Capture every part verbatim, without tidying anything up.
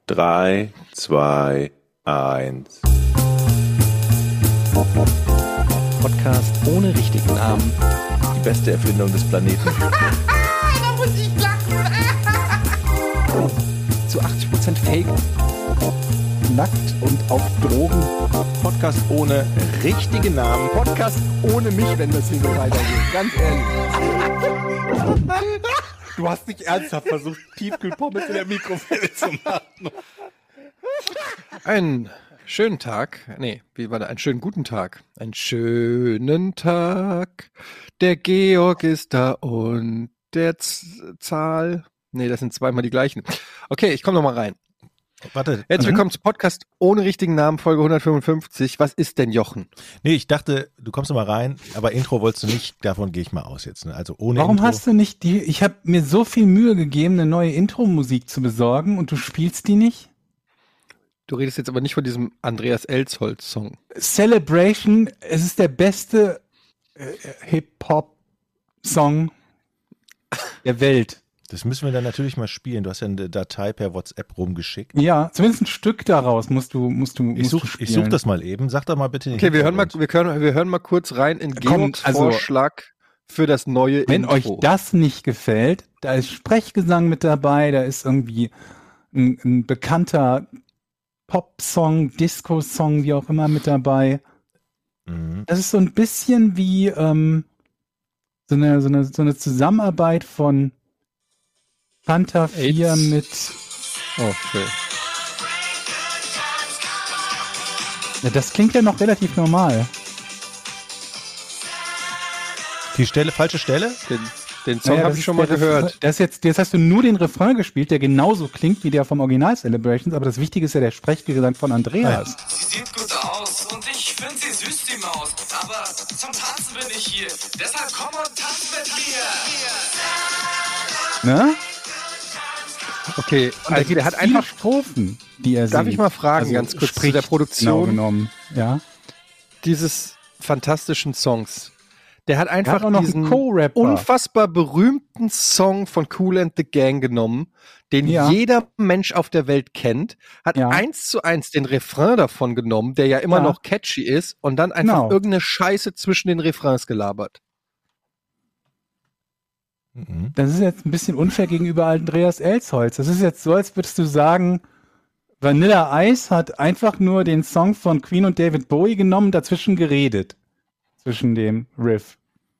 Drei, zwei, eins. Podcast ohne richtigen Namen. Die beste Erfindung des Planeten. Da muss ich lachen. Zu achtzig Prozent Fake. Nackt und auf Drogen. Podcast ohne richtigen Namen. Podcast ohne mich, wenn das hier so weitergeht. Ganz ehrlich. Du hast nicht ernsthaft versucht, Tiefkühlpommes in der Mikrowelle zu machen. Einen schönen Tag. Nee, wie war das? Einen schönen guten Tag. Einen schönen Tag. Der Georg ist da und der Z- Zahl. Nee, das sind zweimal die gleichen. Okay, ich komme noch mal rein. Warte. Herzlich mhm. willkommen zum Podcast ohne richtigen Namen, Folge hundertfünfundfünfzig. Was ist denn Jochen? Nee, ich dachte, du kommst noch mal rein, aber Intro wolltest du nicht, davon gehe ich mal aus jetzt. Ne? Also ohne Warum Intro. hast du nicht die, ich habe mir so viel Mühe gegeben, eine neue Intro-Musik zu besorgen und du spielst die nicht? Du redest jetzt aber nicht von diesem Andreas Elsholz-Song. Celebration, es ist der beste äh, Hip-Hop-Song der Welt. Das müssen wir dann natürlich mal spielen. Du hast ja eine Datei per WhatsApp rumgeschickt. Ja, zumindest ein Stück daraus musst du, musst du, musst Ich du such, spielen. ich such das mal eben. Sag doch mal bitte nicht. Okay, wir hören mal, wir können, wir hören mal kurz rein in Komm, Georgs also- Vorschlag für das neue Wenn Intro. euch das nicht gefällt, da ist Sprechgesang mit dabei, da ist irgendwie ein, ein bekannter Pop-Song, Disco-Song, wie auch immer mit dabei. Mhm. Das ist so ein bisschen wie ähm, so, eine, so, eine, so eine Zusammenarbeit von Fanta vier AIDS. mit... Oh, schön. Ja, das klingt ja noch relativ normal. Die Stelle, falsche Stelle? Den, den Song Naja, habe das ich ist schon mal der gehört. Refrain- Das jetzt, jetzt hast du nur den Refrain gespielt, der genauso klingt wie der vom Original Celebrations, aber das Wichtige ist ja der Sprechgesang von Andreas. Sie sieht gut aus und ich finde sie süß, die Maus. Aber zum Tanzen bin ich hier. Deshalb komm und tanz mit mir. Ne? Okay, Und da also gibt der hat es viele einfach, Strophen, die er darf singt. ich mal fragen, Also ganz kurz zu spricht der Genau Produktion genommen, ja. dieses fantastischen Songs. Der hat Er einfach hat auch noch diesen einen Co-Rapper. unfassbar berühmten Song von Kool and the Gang genommen, den Ja. jeder Mensch auf der Welt kennt, hat Ja. eins zu eins den Refrain davon genommen, der ja immer Ja. noch catchy ist, und dann einfach Genau. irgendeine Scheiße zwischen den Refrains gelabert. Mhm. Das ist jetzt ein bisschen unfair gegenüber Andreas Elsholz. Das ist jetzt so, als würdest du sagen, Vanilla Ice hat einfach nur den Song von Queen und David Bowie genommen, dazwischen geredet. Zwischen dem Riff.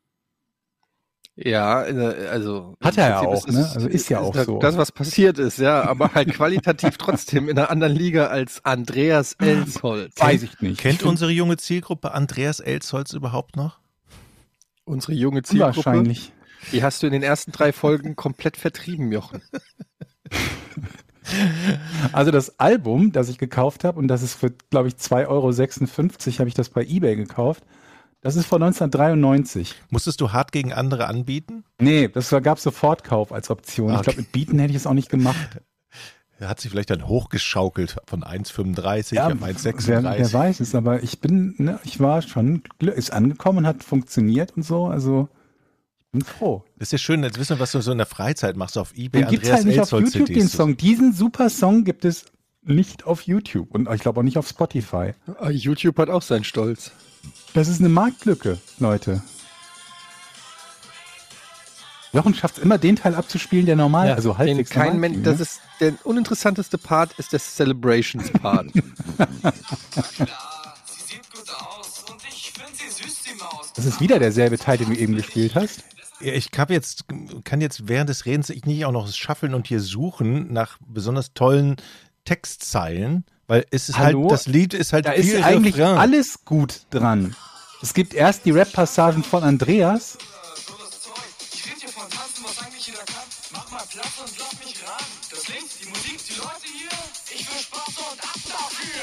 Ja, äh, also Hat er ja im auch, Prinzip ne? Also ist ja auch das, so. Das, was passiert ist, ja, aber halt qualitativ trotzdem in einer anderen Liga als Andreas Elsholz. Weiß ich nicht. Kennt Ich find- unsere junge Zielgruppe Andreas Elsholz überhaupt noch? Unsere junge Zielgruppe. Wahrscheinlich. Die hast du in den ersten drei Folgen komplett vertrieben, Jochen. Also das Album, das ich gekauft habe, und das ist für, glaube ich, zwei Euro sechsundfünfzig, habe ich das bei eBay gekauft. Das ist von neunzehnhundertdreiundneunzig. Musstest du hart gegen andere anbieten? Nee, das gab es Sofortkauf als Option. Ich Okay. glaube, mit Bieten hätte ich es auch nicht gemacht. Er hat sich vielleicht dann hochgeschaukelt von eins Komma fünfunddreißig auf eins Komma wer, sechsunddreißig. wer weiß es, aber ich bin, ne, ich war schon, gl- ist angekommen, hat funktioniert und so, also ich bin froh. Das ist ja schön, jetzt wissen wir, was du so in der Freizeit machst auf eBay. Den gibt es halt nicht auf Elsholz YouTube, den C Ds. Song. Diesen super Song gibt es nicht auf YouTube und ich glaube auch nicht auf Spotify. YouTube hat auch seinen Stolz. Das ist eine Marktlücke, Leute. Jochen schafft es immer, den Teil abzuspielen, der normal, Ja, also den halbwegs kein normal Mensch, klingt, das ne? ist der uninteressanteste Part, ist der Celebrations-Part. Ja, sie sieht gut aus und ich finde sie süß, die Maus. Das ist wieder derselbe Teil, den du eben gespielt hast. Ja, ich hab jetzt, kann jetzt während des Redens ich nicht auch noch schaffeln und hier suchen nach besonders tollen Textzeilen, weil es ist Hallo? halt, das Lied ist halt Da viel ist eigentlich Refrain. alles gut dran. Es gibt erst die Rap-Passagen von Andreas. So das Zeug. Ich rede hier von Tanzen, was eigentlich jeder kann. Mach mal Platz und lass mich ran. Das Licht, die Musik, die Leute hier. Ich will Spaß und ab dafür.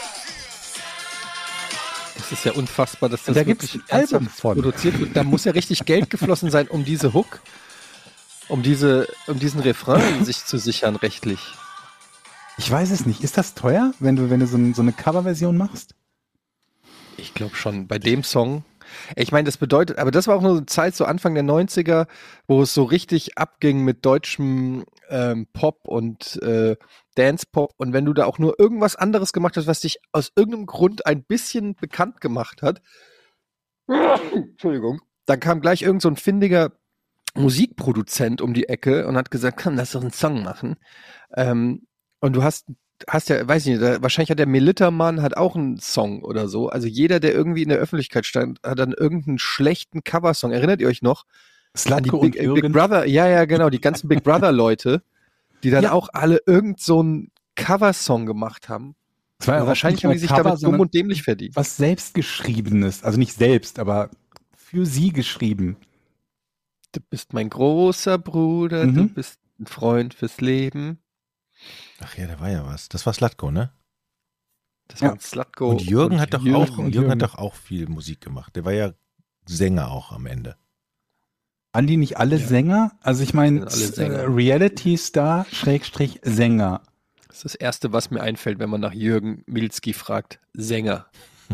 Das ist ja unfassbar, dass das Da gibt's wirklich ein Album ernsthaft von. produziert wird. Da muss ja richtig Geld geflossen sein, um diese Hook, um diese, um diesen Refrain sich zu sichern rechtlich. Ich weiß es nicht. Ist das teuer, wenn du, wenn du so, ein, so eine Coverversion machst? Ich glaube schon, bei dem Song. Ich meine, das bedeutet, aber das war auch nur eine Zeit, so Anfang der neunziger, wo es so richtig abging mit deutschem ähm, Pop und äh, Dance-Pop. Und wenn du da auch nur irgendwas anderes gemacht hast, was dich aus irgendeinem Grund ein bisschen bekannt gemacht hat, Entschuldigung, dann kam gleich irgend so ein findiger Musikproduzent um die Ecke und hat gesagt, komm, lass doch einen Song machen. Ähm, und du hast hast ja, weiß ich nicht, da, wahrscheinlich hat der Melittermann hat auch einen Song oder so. Also jeder, der irgendwie in der Öffentlichkeit stand, hat dann irgendeinen schlechten Coversong. Erinnert ihr euch noch? Slatko An die Big, und Big Jürgen. Brother, ja, ja, genau, die ganzen Big Brother-Leute, die dann Ja. auch alle irgend so einen Coversong gemacht haben. Das war ja Und auch wahrscheinlich nicht haben mal die sich Cover, damit dumm sondern und dämlich verdient. was selbstgeschriebenes. Also nicht selbst, aber für sie geschrieben. Du bist mein großer Bruder, du Mhm. bist ein Freund fürs Leben. Ach ja, da war ja was. Das war Slatko, ne? Das Ja. war Slatko. Und Jürgen hat doch Jürgen auch, und Jürgen Jürgen. hat doch auch viel Musik gemacht. Der war ja Sänger auch am Ende. Waren die nicht alle Ja. Sänger? Also ich meine, Sind alle Sänger. äh, Reality-Star, Schrägstrich, Sänger. Das ist das Erste, was mir einfällt, wenn man nach Jürgen Milzki fragt. Sänger.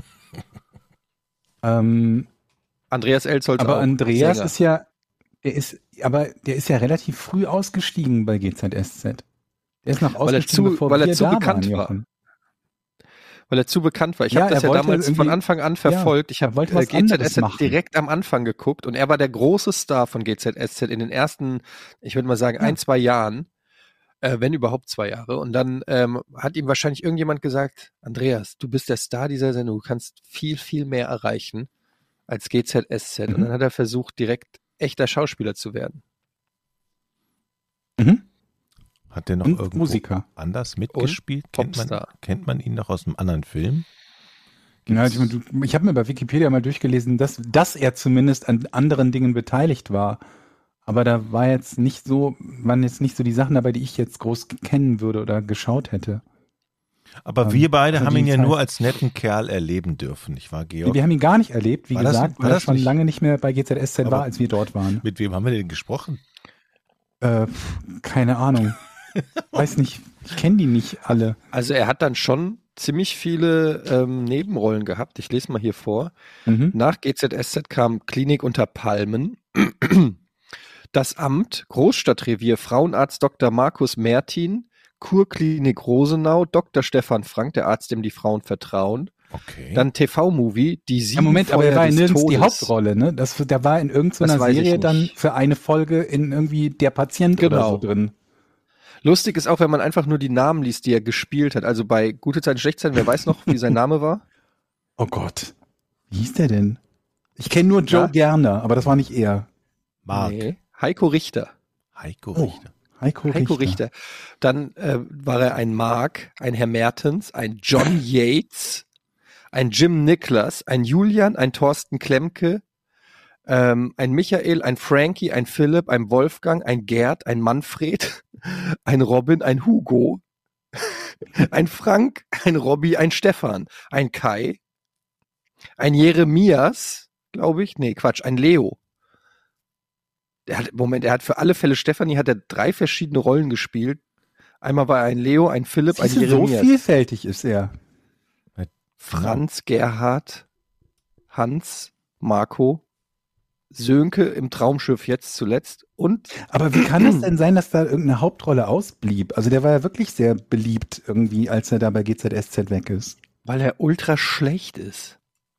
Ähm, Andreas Elsholz aber auch. Andreas Sänger. ist ja, der ist, aber der ist ja relativ früh ausgestiegen bei G Z S Z. Der ist noch Weil er ausgestiegen, zu- bevor weil er wir zu da bekannt waren, war. Jochen. Weil er zu bekannt war. Ich Ja, habe das er ja wollte damals von irgendwie- Anfang an verfolgt. ich er habe wollte äh, was G Z anderes S Z machen. direkt am Anfang geguckt und er war der große Star von G Z S Z in den ersten, ich würde mal sagen, Ja. ein, zwei Jahren. Äh, wenn überhaupt zwei Jahre. Und dann ähm, hat ihm wahrscheinlich irgendjemand gesagt, Andreas, du bist der Star dieser Sendung, du kannst viel, viel mehr erreichen als G Z S Z. Und Mhm. dann hat er versucht, direkt echter Schauspieler zu werden. Mhm. Hat der noch Und irgendwo Musiker. anders mitgespielt? Kennt man, Popstar. kennt man ihn noch aus einem anderen Film? Ja, ich du- ich habe mir bei Wikipedia mal durchgelesen, dass, dass er zumindest an anderen Dingen beteiligt war. Aber da war jetzt nicht so, waren jetzt nicht so die Sachen dabei, die ich jetzt groß kennen würde oder geschaut hätte. Aber Ähm, wir beide also haben die ihn ja Zeit- nur als netten Kerl erleben dürfen, nicht wahr, Georg? Nee, wir haben ihn gar nicht erlebt, wie War das- gesagt, war weil er das schon nicht- lange nicht mehr bei G Z S Z Aber- war, als wir dort waren. Mit wem haben wir denn gesprochen? Äh, pf, keine Ahnung. Weiß nicht, ich kenne die nicht alle. Also er hat dann schon ziemlich viele ähm, Nebenrollen gehabt. Ich lese mal hier vor. Mhm. Nach G Z S Z kam Klinik unter Palmen, das Amt, Großstadtrevier, Frauenarzt Doktor Markus Mertin, Kurklinik Rosenau, Doktor Stefan Frank, der Arzt, dem die Frauen vertrauen. Okay. Dann T V-Movie, die sieben Ja, Moment, aber er Feuer war ja des nirgends die Todes. Hauptrolle, ne? Das, der war in irgendeiner Das weiß ich Serie nicht. dann für eine Folge in irgendwie Der Patient oder Genau. so drin. Lustig ist auch, wenn man einfach nur die Namen liest, die er gespielt hat. Also bei Gute Zeiten, Schlechte Zeiten, wer weiß noch, wie sein Name war? Oh Gott. Wie hieß der denn? Ich kenne nur Joe Ja? Gerner, aber das war nicht er. Mark. Nee. Heiko Richter. Heiko Oh. Richter. Heiko, Heiko Richter. Richter. Dann äh, war er ein Mark, ein Herr Mertens, ein John Yates, ein Jim Niklas, ein Julian, ein Thorsten Klemke, ähm, ein Michael, ein Frankie, ein Philipp, ein Wolfgang, ein Gerd, ein Manfred, ein Robin, ein Hugo, ein Frank, ein Robby, ein Stefan, ein Kai, ein Jeremias, glaube ich, nee, Quatsch, ein Leo. Der hat, Moment, er hat für alle Fälle Stefanie hat er drei verschiedene Rollen gespielt. Einmal war er ein Leo, ein Philipp, ein Siehst du, so Jeremias. vielfältig ist er. Franz, Gerhard, Hans, Marco, Sönke im Traumschiff jetzt zuletzt und Aber wie kann es denn sein, dass da irgendeine Hauptrolle ausblieb? Also der war ja wirklich sehr beliebt irgendwie, als er da bei G Z S Z weg ist. weil er ultra schlecht ist.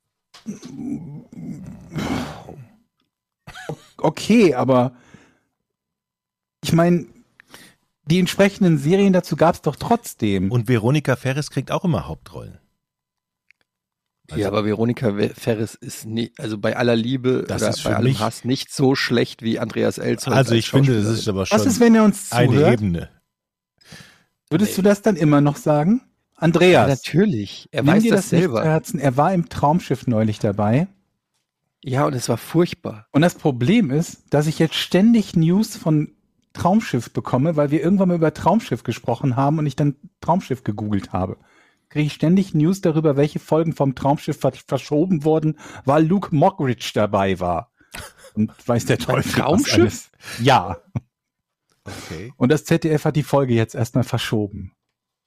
Okay, aber ich meine, die entsprechenden Serien dazu gab es doch trotzdem. Und Veronika Ferres kriegt auch immer Hauptrollen. Also- ja, aber Veronika We- Ferres ist nicht, also bei aller Liebe Das oder ist für bei allem mich- Hass nicht so schlecht wie Andreas Elsholz. Also als ich finde, das Schauspielerin. ist aber schon Was ist, wenn er uns eine zuhört? Ebene. Würdest Nee. du das dann immer noch sagen? Ja, Andreas, natürlich. Er nimm weiß dir das das nicht zu selber. Herzen. Er war im Traumschiff neulich dabei. Ja, und es war furchtbar. Und das Problem ist, dass ich jetzt ständig News von Traumschiff bekomme, weil wir irgendwann mal über Traumschiff gesprochen haben und ich dann Traumschiff gegoogelt habe. Kriege ich ständig News darüber, welche Folgen vom Traumschiff ver verschoben wurden, weil Luke Mockridge dabei war. Und weiß der Teufel was Traumschiff? alles. Ja. Okay. Und das Z D F hat die Folge jetzt erstmal verschoben.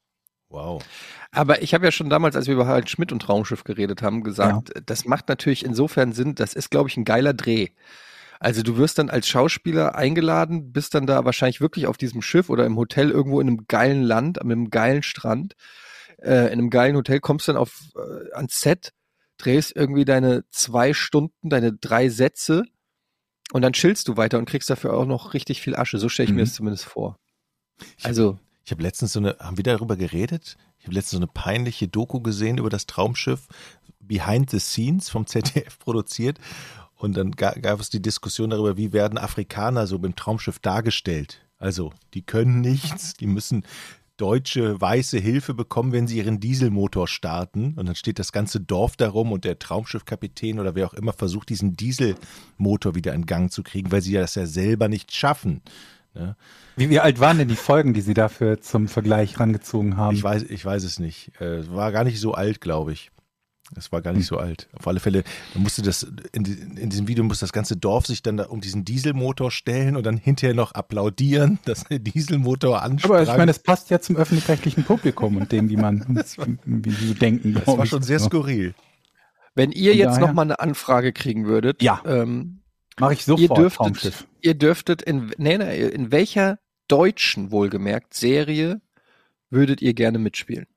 Wow. Aber ich habe ja schon damals, als wir über Harald Schmidt und Traumschiff geredet haben, gesagt, das macht natürlich insofern Sinn, das ist, glaube ich, ein geiler Dreh. Also du wirst dann als Schauspieler eingeladen, bist dann da wahrscheinlich wirklich auf diesem Schiff oder im Hotel irgendwo in einem geilen Land, mit einem geilen Strand, äh, in einem geilen Hotel, kommst dann auf äh, ans Set, drehst irgendwie deine zwei Stunden, deine drei Sätze und dann chillst du weiter und kriegst dafür auch noch richtig viel Asche. So stelle ich Mhm. mir das zumindest vor. Ich Also, Ich habe letztens so eine, haben wir darüber geredet? Ich habe letztens so eine peinliche Doku gesehen über das Traumschiff, Behind the Scenes vom Z D F produziert. Und dann ga, gab es die Diskussion darüber, wie werden Afrikaner so beim Traumschiff dargestellt. Also, die können nichts, die müssen deutsche weiße Hilfe bekommen, wenn sie ihren Dieselmotor starten. Und dann steht das ganze Dorf darum und der Traumschiffkapitän oder wer auch immer versucht, diesen Dieselmotor wieder in Gang zu kriegen, weil sie das ja selber nicht schaffen. Ne? Wie, wie alt waren denn die Folgen, die Sie dafür zum Vergleich rangezogen haben? Ich weiß, ich weiß es nicht. Äh, war gar nicht so alt, glaube ich. Es war gar nicht so alt. Auf alle Fälle, da musste das, in, die- in diesem Video muss das ganze Dorf sich dann da um diesen Dieselmotor stellen und dann hinterher noch applaudieren, dass der Dieselmotor ansprang. Aber ich meine, das passt ja zum öffentlich-rechtlichen Publikum und dem, wie man, wie sie denken. das glaub war ich. schon sehr Ja. skurril. wenn ihr Von jetzt daher- noch mal eine Anfrage kriegen würdet, Ja. ähm, Mache ich ihr sofort, dürftet, Traumschiff. ihr dürftet in, nee, nee, in welcher deutschen, wohlgemerkt, Serie würdet ihr gerne mitspielen?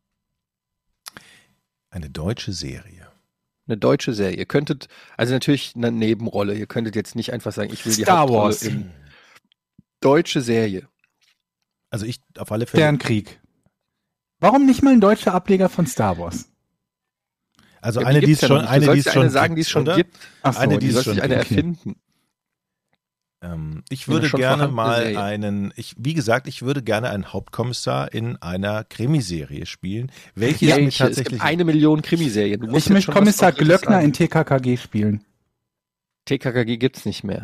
Eine deutsche Serie. Eine deutsche Serie. Ihr könntet, also natürlich eine Nebenrolle. Ihr könntet jetzt nicht einfach sagen, ich will die Star Hauptrolle Wars. in deutsche Serie. Also ich auf alle Fälle. Sternkrieg. Warum nicht mal ein deutscher Ableger von Star Wars? Also Ja, eine, die gibt's es ja schon, noch nicht. eine, Du die sollst es ja eine schon sagen, die gibt, es schon oder? gibt. Ach so, Eine, Du die es sollst schon nicht eine gibt. erfinden. Ähm, ich Eine würde schon gerne vorhandene mal Serie. einen, ich, wie gesagt, ich würde gerne einen Hauptkommissar in einer Krimiserie spielen. Welche Ja, ist mir es gibt tatsächlich. eine Million Krimiserien. Du musst Ich jetzt möchte schon was Kommissar Konkretes Glöckner sagen. in T K K G spielen. T K K G gibt's nicht mehr.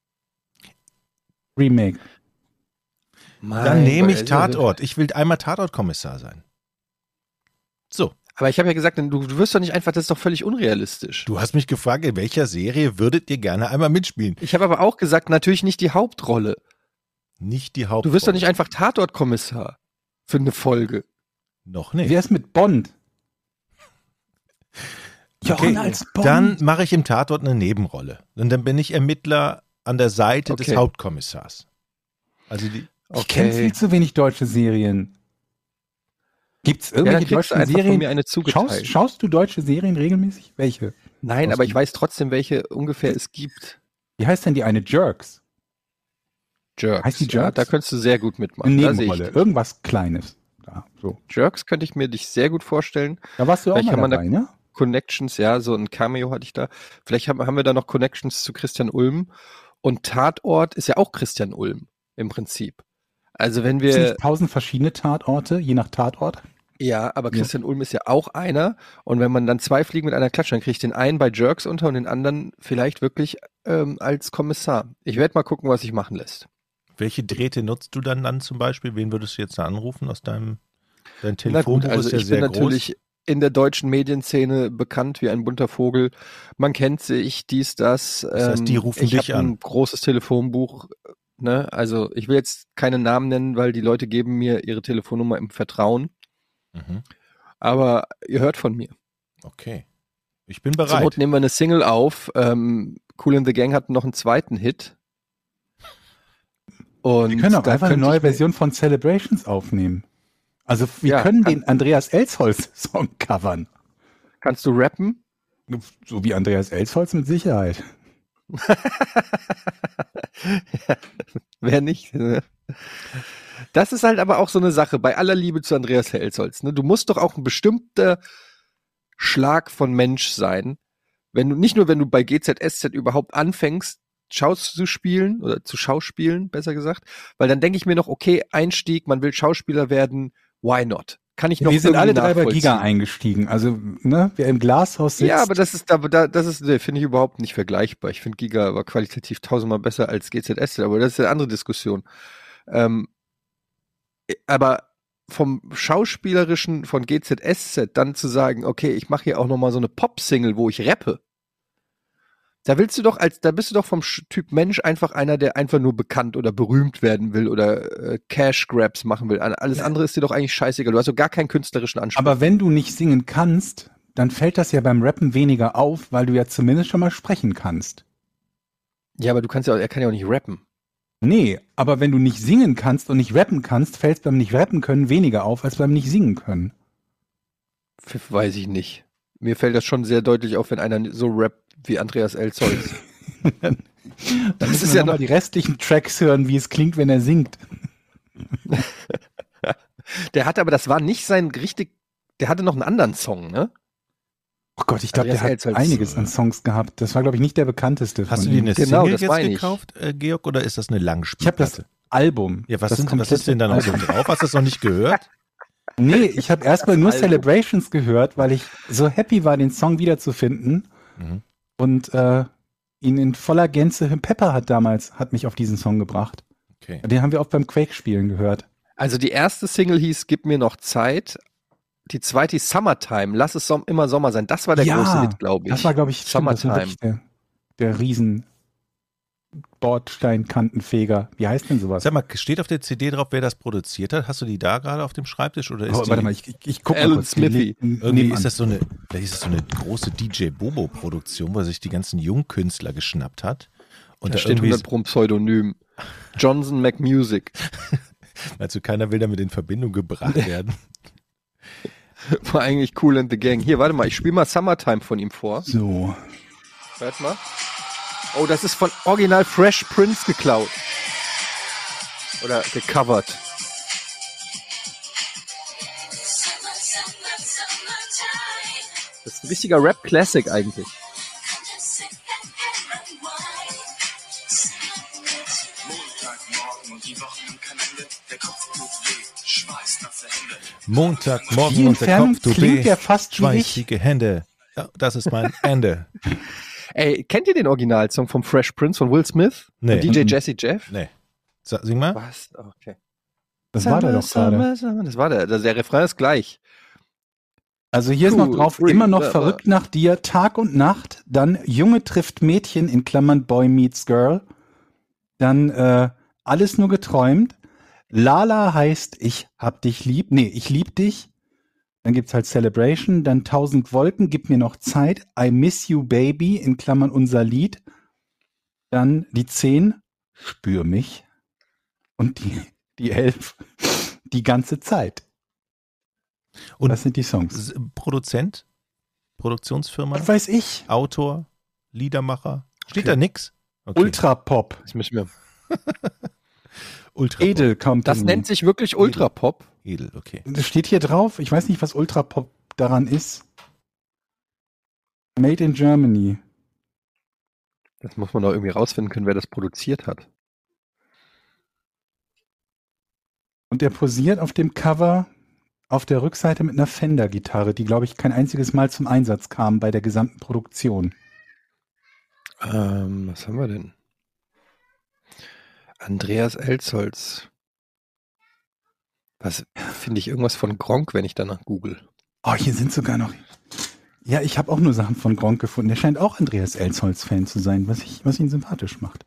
Remake. Dann nehme ich Gott, Tatort. Ich will einmal Tatortkommissar sein. So, Aber ich habe ja gesagt, du, du wirst doch nicht einfach, das ist doch völlig unrealistisch. du hast mich gefragt, in welcher Serie würdet ihr gerne einmal mitspielen? Ich habe aber auch gesagt, natürlich nicht die Hauptrolle. Nicht die Hauptrolle. Du wirst doch nicht einfach Tatortkommissar für eine Folge. Noch Wie nicht. wär's mit Bond? Okay, Jochen als Bond. Dann mache ich im Tatort eine Nebenrolle. Und dann bin ich Ermittler an der Seite Okay. des Hauptkommissars. Also die, Ich kenne viel zu wenig deutsche Serien. Gibt es irgendwelche kriegst du deutschen einfach von Serien? mir eine zugeteilt. Schaust, schaust du deutsche Serien regelmäßig? Welche? Nein, Aus aber ich dem- weiß trotzdem, welche ungefähr es gibt. Wie heißt denn die eine? Jerks. Jerks. Heißt die Ja, Jerks? da könntest du sehr gut mitmachen. Eine Da sehe ich Nebenrolle. dich. Irgendwas Kleines. Da, so. Jerks könnte ich mir dich sehr gut vorstellen. Da warst du auch Vielleicht mal kann man da- dabei, ne? Connections, ja, so ein Cameo hatte ich da. Vielleicht haben, haben wir da noch Connections zu Christian Ulm. Und Tatort ist ja auch Christian Ulm im Prinzip. Also wenn Gibt es wir, nicht tausend verschiedene Tatorte, je nach Tatort? ja, aber Christian Ulm ist ja auch einer. Und wenn man dann zwei Fliegen mit einer Klatsche, dann kriege ich den einen bei Jerks unter und den anderen vielleicht wirklich ähm, als Kommissar. Ich werde mal gucken, was sich machen lässt. welche Drähte nutzt du dann dann zum Beispiel? Wen würdest du jetzt da anrufen aus deinem dein Na Telefonbuch? gut, also ist ja ich sehr bin natürlich groß. in der deutschen Medienszene bekannt wie ein bunter Vogel. Man kennt sich, dies, das. Das heißt, die Ähm, rufen ich dich hab an. ein großes Telefonbuch. Ne? Also ich will jetzt keine Namen nennen, weil die Leute geben mir ihre Telefonnummer im Vertrauen. Mhm. Aber ihr hört von mir. Okay. Ich bin Zur bereit. Not nehmen wir eine Single auf. Ähm, Kool and the Gang hatten noch einen zweiten Hit. Und Wir können auch da einfach eine könnte neue ich mir- Version von Celebrations aufnehmen. Also wir Ja, können kann- den Andreas Elsholz-Song covern. Kannst du rappen? So wie Andreas Elsholz mit Sicherheit. Wer nicht? Ne? Das ist halt aber auch so eine Sache, bei aller Liebe zu Andreas Elsholz. Ne? Du musst doch auch ein bestimmter Schlag von Mensch sein, wenn du, nicht nur wenn du bei G Z S Z überhaupt anfängst, Schaus zu spielen oder zu Schauspielen, besser gesagt, weil dann denke ich mir noch, okay, Einstieg, man will Schauspieler werden, why not? Kann ich noch Wir sind alle irgendwie drei bei Giga nachvollziehen. eingestiegen. Also, ne, wer im Glashaus sitzt. Ja, aber das ist, da, da, das ist, nee, finde ich überhaupt nicht vergleichbar. Ich finde Giga war qualitativ tausendmal besser als G Z S Z, aber das ist eine andere Diskussion. Ähm, aber vom Schauspielerischen von G Z S Z dann zu sagen, okay, ich mache hier auch noch mal so eine Pop-Single, wo ich rappe, Da willst du doch als, da bist du doch vom Sch- Typ Mensch einfach einer, der einfach nur bekannt oder berühmt werden will oder äh, Cash Grabs machen will. An- Alles andere ist dir doch eigentlich scheißegal. Du hast doch gar keinen künstlerischen Anspruch. Aber wenn du nicht singen kannst, dann fällt das ja beim Rappen weniger auf, weil du ja zumindest schon mal sprechen kannst. Ja, aber du kannst ja, auch- er kann ja auch nicht rappen. Nee, aber wenn du nicht singen kannst und nicht rappen kannst, fällt es beim nicht rappen können weniger auf, als beim nicht singen können. Pfiff, weiß ich nicht. Mir fällt das schon sehr deutlich auf, wenn einer so rappt wie Andreas Elsholz. Dann Das müssen ist wir ja noch mal noch- die restlichen Tracks hören, wie es klingt, wenn er singt. Der hatte aber, das war nicht sein richtig, der hatte noch einen anderen Song, ne? Oh Gott, ich glaube, der Andreas hat Elsholz. einiges an Songs gehabt. Das war, glaube ich, nicht der bekannteste Hast von du dir ihm. eine Genau, Single das jetzt meine ich. gekauft, äh, Georg, oder ist das eine Ich habe Langspielplatte? das Album. Ja, was, das sind, was ist denn da noch so komplette drauf? Hast du das noch nicht gehört? Nee, ich habe erstmal nur Album. Celebrations gehört, weil ich so happy war, den Song wiederzufinden. Mhm. Und äh, ihn in voller Gänze, Pepper hat damals, hat mich auf diesen Song gebracht. Okay. Den haben wir auch beim Quake-Spielen gehört. Also die erste Single hieß Gib mir noch Zeit. Die zweite hieß Summertime. Lass es som immer Sommer sein. Das war der Ja, große Hit, glaube ich. Das war, glaube ich, stimmt, das war Summertime. wirklich der, der riesen Bordsteinkantenfeger. Wie heißt denn sowas? Sag mal, steht auf der C D drauf, wer das produziert hat? Hast du die da gerade auf dem Schreibtisch oder ist Oh, die, warte mal, ich, ich, ich guck mal Alan kurz. Die Smithy. liegt n- irgendwie nebenan. ist das so eine, vielleicht ist das so eine große D J Bobo Produktion, wo er sich die ganzen Jungkünstler geschnappt hat und Da da steht irgendwie, hundert pro Pseudonym. Johnson McMusic. also keiner will damit in Verbindung gebracht werden. War eigentlich Cool and the Gang. Hier, warte mal, ich spiele mal Summertime von ihm vor. So. Warte mal. Oh, das ist von Original Fresh Prince geklaut. Oder gecovert. Das ist ein richtiger Rap-Classic eigentlich. Montagmorgen und die Wochen im Kalender, der Kopf tut weh, schweißnasse Hände. Montagmorgen Die und der Entfernung Kopf tut klingt weh, ja fast wie ich. schweißige Hände. Ja, das ist mein Ende. Ey, kennt ihr den Originalsong vom Fresh Prince von Will Smith? Nee. Und D J Mhm. Jesse Jeff? Nee. Sa- Sing mal. Was? Okay. Das war der doch gerade. Summer, Summer. Das war der. Der, der Refrain ist gleich. Also hier ist noch Cool, drauf, free, immer noch clever. verrückt nach dir, Tag und Nacht, dann Junge trifft Mädchen, in Klammern Boy meets Girl, dann äh, alles nur geträumt, Lala heißt ich hab dich lieb, nee, ich lieb dich, dann gibt's halt Celebration, dann Tausend Wolken, gib mir noch Zeit, I miss you baby, in Klammern unser Lied, dann die Zehn, spür mich und die, die Elf, die ganze Zeit. Und Das sind die Songs. S- Produzent? Produktionsfirma? Was weiß ich? Autor? Liedermacher? Steht Okay. da nix? Okay. Ultrapop. Das müssen wir. Ultra. Edel Company. Das nennt sich wirklich Ultrapop. Edel, okay. Das steht hier drauf. Ich weiß nicht, was Ultrapop daran ist. Made in Germany. Das muss man doch irgendwie rausfinden können, wer das produziert hat. Und er posiert auf dem Cover auf der Rückseite mit einer Fender-Gitarre, die, glaube ich, kein einziges Mal zum Einsatz kam bei der gesamten Produktion. Ähm, was haben wir denn? Andreas Elsholz. Was finde ich irgendwas von Gronk, wenn ich danach google? Oh, hier sind sogar noch. Ja, ich habe auch nur Sachen von Gronk gefunden. Der scheint auch Andreas Elsholz-Fan zu sein, was, ich, was ihn sympathisch macht.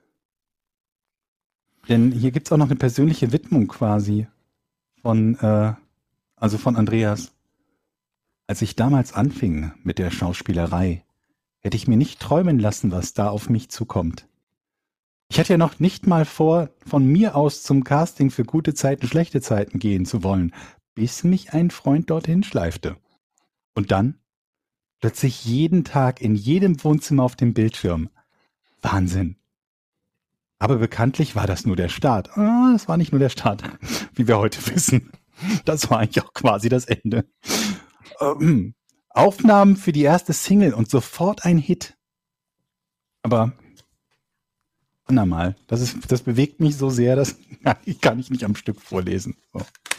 Denn hier gibt's auch noch eine persönliche Widmung quasi von, äh, also von Andreas. Als ich damals anfing mit der Schauspielerei, hätte ich mir nicht träumen lassen, was da auf mich zukommt. Ich hatte ja noch nicht mal vor, von mir aus zum Casting für gute Zeiten, schlechte Zeiten gehen zu wollen, bis mich ein Freund dorthin schleifte. Und dann plötzlich jeden Tag in jedem Wohnzimmer auf dem Bildschirm. Wahnsinn. Aber bekanntlich war das nur der Start. Ah, das war nicht nur der Start, wie wir heute wissen. Das war eigentlich auch quasi das Ende. Ähm, Aufnahmen für die erste Single und sofort ein Hit. Aber andermal, das ist, das bewegt mich so sehr, dass ich kann ich nicht am Stück vorlesen. So.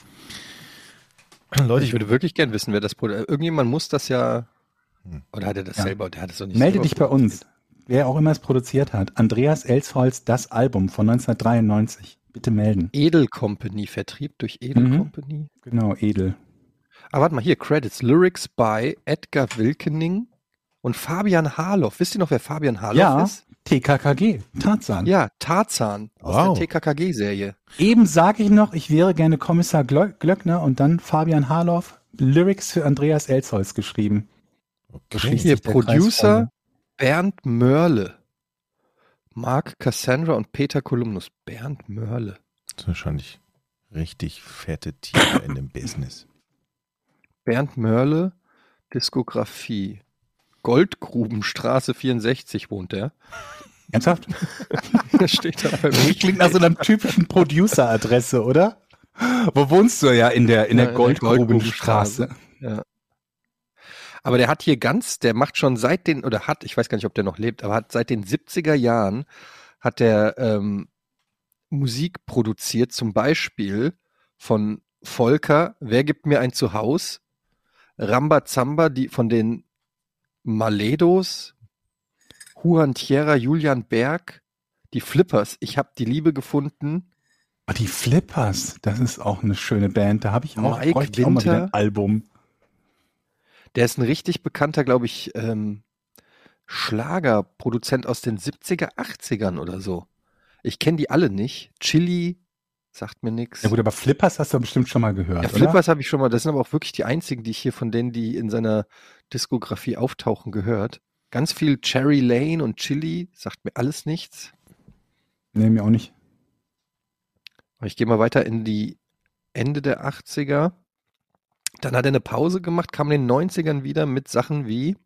Leute, Ich ich würde wirklich gern wissen, wer das produziert. Irgendjemand muss das ja. Hm. Oder hat er das Ja. selber? Der hat es doch nicht Melde selber dich bei uns, wer auch immer es produziert hat. Andreas Elsholz, das Album von neunzehnhundertdreiundneunzig. Bitte melden. Edel Company, Vertrieb durch Edel Mhm. Company. Genau, edel. Ah, warte mal, hier, Credits. Lyrics by Edgar Wilkening Und Fabian Harloff, wisst ihr noch, wer Fabian Harloff Ja, ist? T K K G, Tarzan. Ja, Tarzan aus Wow. der T K K G-Serie. Eben sage ich noch, ich wäre gerne Kommissar Glö- Glöckner und dann Fabian Harloff, Lyrics für Andreas Elsholz geschrieben. Okay. Schließt Hier sich der Producer Kreis, Bernd Mörle. Mark Cassandra und Peter Kolumnus. Bernd Mörle. Das ist wahrscheinlich richtig fette Tiere in dem Business. Bernd Mörle, Diskografie. Goldgrubenstraße vierundsechzig wohnt er. Ernsthaft? Das steht da bei Das klingt nach so einer typischen Producer-Adresse, oder? Wo wohnst du ja in der, in Ja, der in der Goldgrubenstraße? Ja. Aber der hat hier ganz, der macht schon seit den, oder hat, ich weiß gar nicht, ob der noch lebt, aber hat seit den siebziger Jahren hat der ähm, Musik produziert, zum Beispiel von Volker, Wer gibt mir ein Zuhause? Rambazamba, die von den Maledos, Juan Tierra, Julian Berg, die Flippers, Ich hab die Liebe gefunden, Ah, die Flippers, das ist auch eine schöne Band. Da habe ich auch, Mike bräuchte ich auch mal wieder Winter. ein Album. Der ist ein richtig bekannter, glaube ich, ähm, Schlagerproduzent aus den siebziger, achtzigern oder so. Ich kenne die alle nicht. Chili sagt mir nichts. Ja gut, aber Flippers hast du bestimmt schon mal gehört, Ja, oder? Flippers habe ich schon mal. Das sind aber auch wirklich die einzigen, die ich hier von denen, die in seiner Diskografie auftauchen, gehört. Ganz viel Cherry Lane und Chili sagt mir alles nichts. Nee, mir auch nicht. Aber ich gehe mal weiter in die Ende der achtziger. Dann hat er eine Pause gemacht, kam in den neunzigern wieder mit Sachen wie,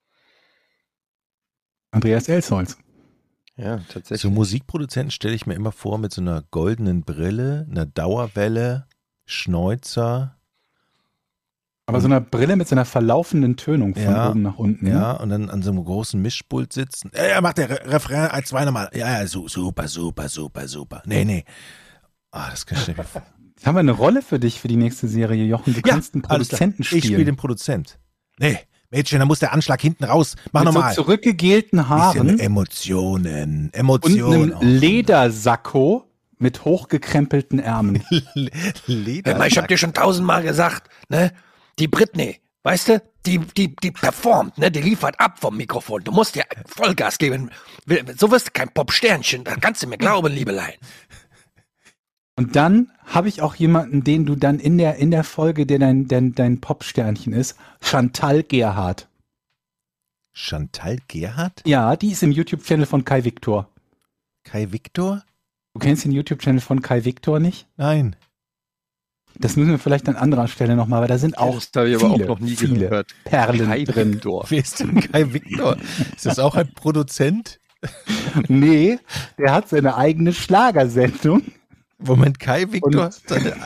Andreas Elsholz. ja, tatsächlich. So Musikproduzenten stelle ich mir immer vor mit so einer goldenen Brille, einer Dauerwelle, Schnäuzer. Aber so eine Brille mit so einer verlaufenden Tönung von Ja, oben nach unten. Ja, Ne? und dann an so einem großen Mischpult sitzen. Ja, ja, macht der Re Refrain ein, zwei nochmal. Ja, ja, su super, super, super, super. Nee, nee. Ah, das kann ich nicht mehr vor. Jetzt haben wir eine Rolle für dich für die nächste Serie, Jochen. Du kannst einen alles klar. Produzenten Ich spiele spielen. den Produzent. Nee, Mädchen, da muss der Anschlag hinten raus. Mach mit nochmal. so zurückgegelten Haaren Bisschen Emotionen, und Emotionen. einem Ledersacko mit hochgekrempelten Ärmeln. Leder. Hör mal, ich hab dir schon tausendmal gesagt, ne? Die Britney, weißt du, die, die, die performt, ne? Die liefert ab vom Mikrofon. Du musst dir Vollgas geben. So wirst du kein Popsternchen. Da kannst du mir glauben, Liebelein. Und dann habe ich auch jemanden, den du dann in der, in der Folge, der dein, dein, dein Popsternchen ist, Chantal Gerhardt. Chantal Gerhardt? Ja, die ist im YouTube-Channel von Kai Victor. Kai Victor? Du kennst den YouTube-Channel von Kai Victor nicht? Nein. Das müssen wir vielleicht an anderer Stelle nochmal, weil da sind auch das habe ich aber viele, auch noch nie viele gehört. Perlen Kai drin. Victor. Wer ist denn Kai Victor? Ist das auch ein Produzent? Nee, der hat seine eigene Schlagersendung. Moment, Kai Victor? Und- Seine,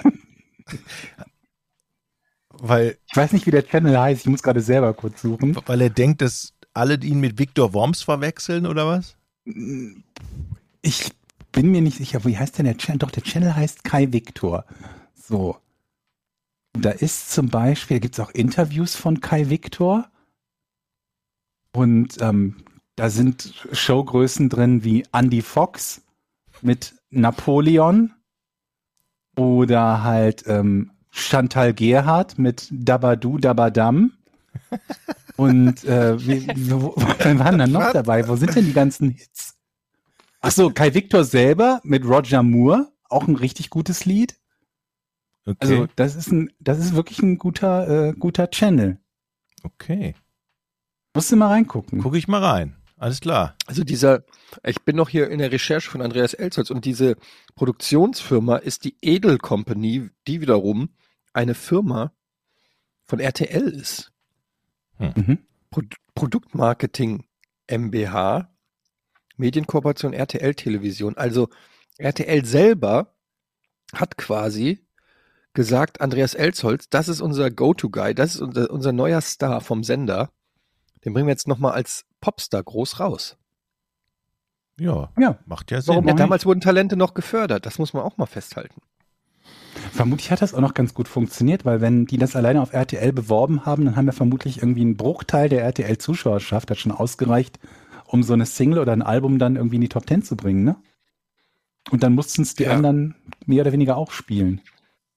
weil, Ich weiß nicht, wie der Channel heißt, ich muss gerade selber kurz suchen. weil er denkt, dass alle ihn mit Victor Worms verwechseln, oder was? Ich bin mir nicht sicher, wie heißt denn der Channel? Doch, der Channel heißt Kai Victor. So. Da ist zum Beispiel, gibt es auch Interviews von Kai Victor. Und ähm, da sind Showgrößen drin wie Andy Fox mit Napoleon oder halt ähm, Chantal Gerhardt mit Dabadu Dabadam. Und äh, wie, wo, wer waren dann noch Was? dabei? Wo sind denn die ganzen Hits? Ach so, Kai Victor selber mit Roger Moore, auch ein richtig gutes Lied. Okay. Also das ist ein, das ist wirklich ein guter, äh, guter Channel. okay. Musst du mal reingucken. Gucke ich mal rein. Alles klar. Also dieser, ich bin noch hier in der Recherche von Andreas Elsholz und diese Produktionsfirma ist die Edel Company, die wiederum eine Firma von R T L ist. Mhm. Pro Produktmarketing GmbH, Medienkooperation R T L Television. Also R T L selber hat quasi gesagt, Andreas Elsholz, das ist unser Go-To-Guy, das ist unser, unser neuer Star vom Sender. Den bringen wir jetzt nochmal als Popstar groß raus. Ja, Ja. macht ja Warum Sinn. Ja, nicht? damals wurden Talente noch gefördert, das muss man auch mal festhalten. Vermutlich hat das auch noch ganz gut funktioniert, weil wenn die das alleine auf R T L beworben haben, dann haben wir vermutlich irgendwie einen Bruchteil der R T L-Zuschauerschaft, hat schon ausgereicht, um so eine Single oder ein Album dann irgendwie in die Top Ten zu bringen, ne? Und dann mussten es die Ja. anderen mehr oder weniger auch spielen.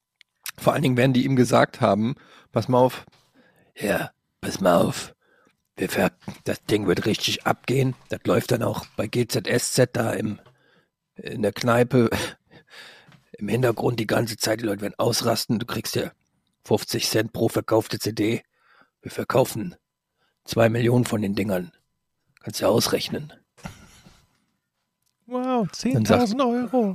Vor allen Dingen werden die ihm gesagt haben, pass mal auf, ja, pass mal auf, Wir ver das Ding wird richtig abgehen. Das läuft dann auch bei G Z S Z da im, in der Kneipe im Hintergrund die ganze Zeit. Die Leute werden ausrasten. Du kriegst ja fünfzig Cent pro verkaufte C D. Wir verkaufen zwei Millionen von den Dingern. Kannst du ja ausrechnen. Wow, zehntausend Euro.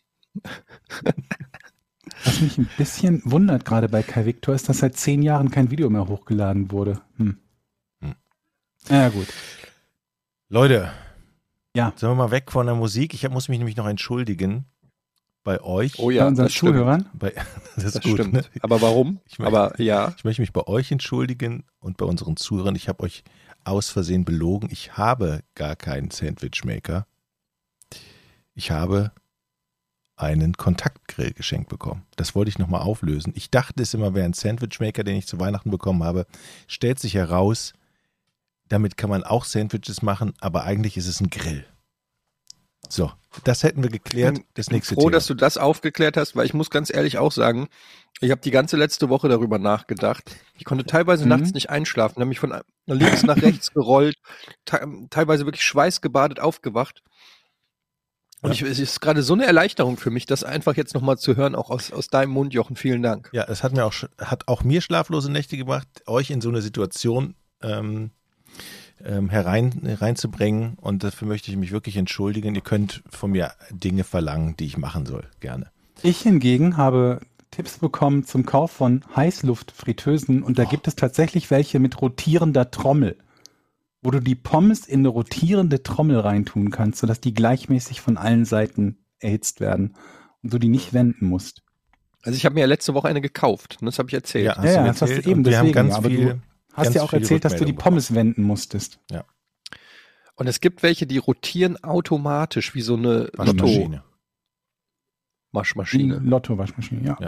Was mich ein bisschen wundert gerade bei Kai Victor ist, dass seit zehn Jahren kein Video mehr hochgeladen wurde. Hm. Hm. Ja, gut. Leute, Ja. sollen wir mal weg von der Musik? Ich muss mich nämlich noch entschuldigen bei euch. Oh Bei ja, unseren das stimmt. Zuhörern. Bei, das ist Das gut, stimmt. ne? Aber warum? Ich möchte- Aber ja. Ich möchte mich bei euch entschuldigen und bei unseren Zuhörern. Ich habe euch aus Versehen belogen. Ich habe gar keinen Sandwichmaker. Ich habe einen Kontaktgrill geschenkt bekommen. Das wollte ich nochmal auflösen. Ich dachte, es immer wäre ein Sandwichmaker, den ich zu Weihnachten bekommen habe. Stellt sich heraus, damit kann man auch Sandwiches machen, aber eigentlich ist es ein Grill. So, das hätten wir geklärt. Das Ich bin nächste froh, Thema. dass du das aufgeklärt hast, weil ich muss ganz ehrlich auch sagen, ich habe die ganze letzte Woche darüber nachgedacht. Ich konnte teilweise Mhm. nachts nicht einschlafen, habe mich von links nach rechts gerollt, te teilweise wirklich schweißgebadet aufgewacht. Und ich, es ist gerade so eine Erleichterung für mich, das einfach jetzt nochmal zu hören, auch aus, aus deinem Mund, Jochen. Vielen Dank. Ja, es hat mir auch sch- hat auch mir schlaflose Nächte gebracht, euch in so eine Situation ähm, ähm, herein reinzubringen. Und dafür möchte ich mich wirklich entschuldigen. Ihr könnt von mir Dinge verlangen, die ich machen soll, gerne. Ich hingegen habe Tipps bekommen zum Kauf von Heißluftfritteusen und da gibt es tatsächlich welche mit rotierender Trommel, wo du die Pommes in eine rotierende Trommel reintun kannst, sodass die gleichmäßig von allen Seiten erhitzt werden und du die nicht wenden musst. Also ich habe mir ja letzte Woche eine gekauft, und das habe ich erzählt. Ja, hast Ja, du ja, mir das hast du erzählt. eben, Und wir haben deswegen, ganz aber du viel, Hast ganz ja auch viele erzählt, dass du die Rückmeldungen Pommes wenden musstest. Und es gibt welche, die rotieren automatisch, wie so eine bekommen. Waschmaschine. Lotto-Waschmaschine. Lotto-Waschmaschine, ja. Ja.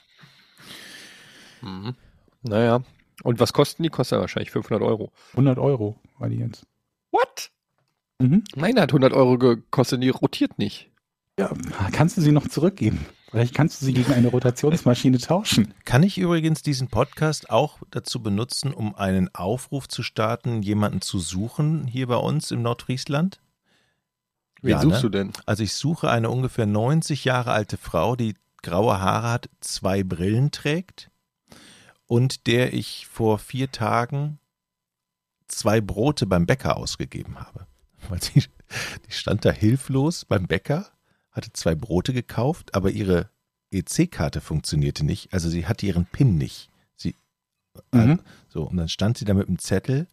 Mhm. Naja. Und was kosten die? Kosten wahrscheinlich fünfhundert Euro. hundert Euro war die jetzt. What? Mhm. Meine hat hundert Euro gekostet, die rotiert nicht. Ja, kannst du sie noch zurückgeben? Vielleicht kannst du sie gegen eine Rotationsmaschine tauschen. Kann ich übrigens diesen Podcast auch dazu benutzen, um einen Aufruf zu starten, jemanden zu suchen hier bei uns im Nordfriesland? Wen Ja, suchst ne? du denn? Also ich suche eine ungefähr neunzig Jahre alte Frau, die graue Haare hat, zwei Brillen trägt und der ich vor vier Tagen zwei Brote beim Bäcker ausgegeben habe. Weil sie, die stand da hilflos beim Bäcker, hatte zwei Brote gekauft, aber ihre E C-Karte funktionierte nicht. Also sie hatte ihren PIN nicht. Sie, Mhm. äh, so, und dann stand sie da mit einem Zettel,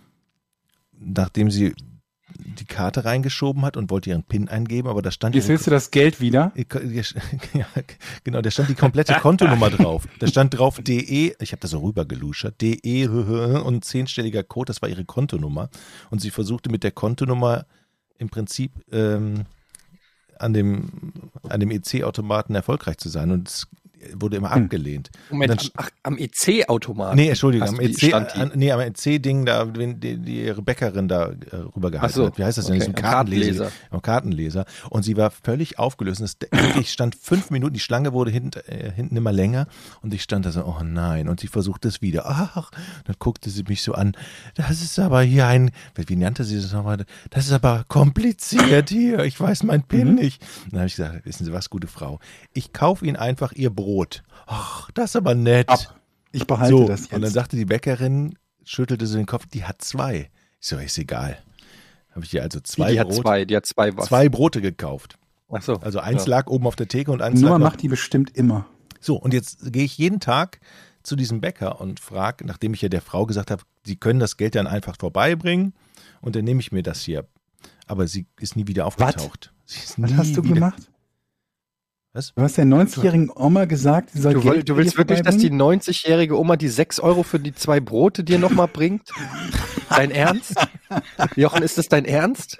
nachdem sie die Karte reingeschoben hat und wollte ihren PIN eingeben, aber da stand Jetzt ihre- willst du das Geld wieder? ja, genau, da stand die komplette Kontonummer drauf. Da stand drauf D E, ich habe das so rübergeluschert, D E und ein zehnstelliger Code, das war ihre Kontonummer. Und sie versuchte mit der Kontonummer im Prinzip ähm, an dem, an dem E C-Automaten erfolgreich zu sein. Und es wurde immer Hm. abgelehnt. Moment, Und am, dann- ach, am E C-Automaten? Nee, Entschuldigung, Hast am du die- E C, stand die? an, nee, am E C-Ding, da, wenn die, die ihre Bäckerin da äh, rübergehalten Ach so, hat. Wie heißt das denn? okay, So ein am Kartenleser. Kartenleser. Am Kartenleser. Und sie war völlig aufgelöst. Und es, ich stand fünf Minuten, die Schlange wurde hinten, äh, hinten immer länger. Und ich stand da so, oh nein. Und sie versuchte es wieder. Ach, dann guckte sie mich so an. Das ist aber hier ein, wie nannte sie das nochmal? Das ist aber kompliziert hier. Ich weiß mein PIN Mhm. nicht. Dann habe ich gesagt, wissen Sie was, gute Frau? Ich kaufe Ihnen einfach Ihr Brot. Ach, das ist aber nett. Ab. Ich behalte So, das jetzt. und dann sagte die Bäckerin, schüttelte so den Kopf, die hat zwei. Ich so, ist egal. Habe ich ihr also zwei, die hat Brot, zwei, die hat zwei was. zwei Brote gekauft. Ach so. Also eins Ja. lag oben auf der Theke und eins Nummer lag noch. macht die bestimmt immer. So, und jetzt gehe ich jeden Tag zu diesem Bäcker und frage, nachdem ich ja der Frau gesagt habe, sie können das Geld dann einfach vorbeibringen und dann nehme ich mir das hier. Aber sie ist nie wieder aufgetaucht. Sie ist Was nie hast du wieder, gemacht? Was? Du hast der neunzigjährigen Oma gesagt, sie soll Du, Geld will, du bei dir willst wirklich, dass die vorbeibringen? neunzigjährige Oma die sechs Euro für die zwei Brote dir nochmal bringt? Dein Ernst? Jochen, ist das dein Ernst?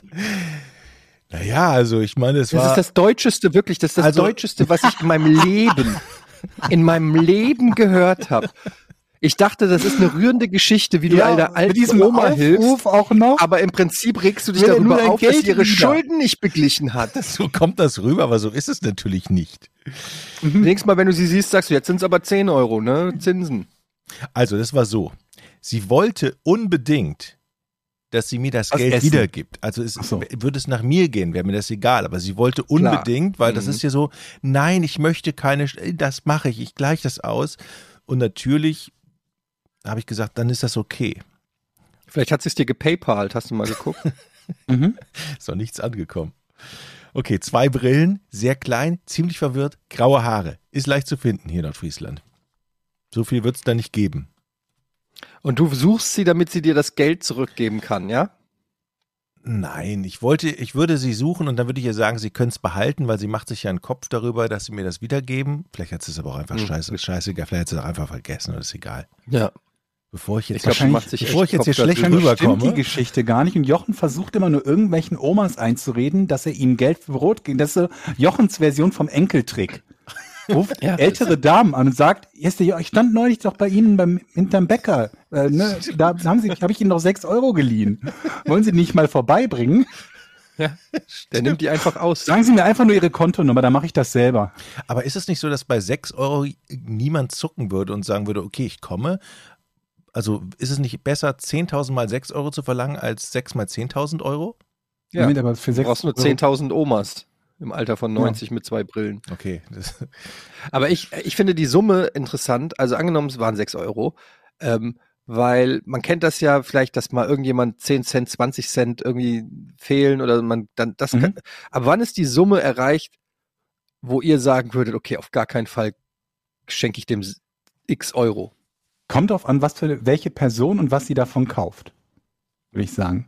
Naja, also ich meine, es Das war... ist das Deutscheste, wirklich, das ist das Also- Deutscheste, was ich in meinem Leben, in meinem Leben gehört habe. Ich dachte, das ist eine rührende Geschichte, wie du Ja, einer mit alten diesem Oma hilfst. Aufruf auch noch. Aber im Prinzip regst du dich Will er nur darüber dein auf, dass Geld sie ihre wieder? Schulden nicht beglichen hat. so kommt das rüber, aber so ist es natürlich nicht. Nächstes Mal, wenn du sie siehst, sagst du, jetzt sind es aber zehn Euro, ne? Zinsen. Also, das war so. Sie wollte unbedingt dass sie mir das Was Geld essen? wiedergibt. Also es, Ach so. würde es nach mir gehen, wäre mir das egal. Aber sie wollte unbedingt, weil das Mhm. ist ja so, nein, ich möchte keine, das mache ich, ich gleiche das aus. Und natürlich habe ich gesagt, dann ist das okay. Vielleicht hat sie es dir gepaypalt, hast du mal geguckt? Mhm. Ist noch nichts angekommen. Okay, zwei Brillen, sehr klein, ziemlich verwirrt, graue Haare. Ist leicht zu finden hier in Nordfriesland. So viel wird es da nicht geben. Und du suchst sie, damit sie dir das Geld zurückgeben kann, ja? Nein, ich wollte, ich würde sie suchen und dann würde ich ihr sagen, sie können es behalten, weil sie macht sich ja einen Kopf darüber, dass sie mir das wiedergeben. Vielleicht hat sie es aber auch einfach Hm. scheiße, scheißegal, vielleicht hat sie es auch einfach vergessen oder ist egal. Ja. Bevor ich jetzt, Ich glaube, sie macht sich bevor echt ich jetzt hier Kopf schlecht darüber. Wahrscheinlich stimmt die rüberkomme. Geschichte gar nicht und Jochen versucht immer nur irgendwelchen Omas einzureden, dass er ihnen Geld für Brot gibt. Das ist so Jochens Version vom Enkeltrick. Ruft Ja, ältere Damen an und sagt, "Hier Jo- ich stand neulich doch bei Ihnen beim, hinterm Bäcker. Äh, ne, da haben Sie, habe ich Ihnen noch sechs Euro geliehen. Wollen Sie nicht mal vorbeibringen? Ja. Der nimmt die einfach aus. Sagen Sie mir einfach nur Ihre Kontonummer, dann mache ich das selber." Aber ist es nicht so, dass bei sechs Euro niemand zucken würde und sagen würde, okay, ich komme? Also ist es nicht besser, zehntausend mal sechs Euro zu verlangen, als sechs mal zehntausend Euro? Ja. Moment, aber für Du sechs brauchst nur Euro- zehntausend Omas im Alter von neunzig mit zwei Brillen. Okay, das, Aber ich, ich finde die Summe interessant. Also angenommen, es waren sechs Euro. Ähm, weil man kennt das ja vielleicht, dass mal irgendjemand zehn Cent, zwanzig Cent irgendwie fehlen oder man dann das Mhm. kann, aber wann ist die Summe erreicht, wo ihr sagen würdet, okay, auf gar keinen Fall schenke ich dem x Euro? Kommt drauf an, was für welche Person und was sie davon kauft, würde ich sagen.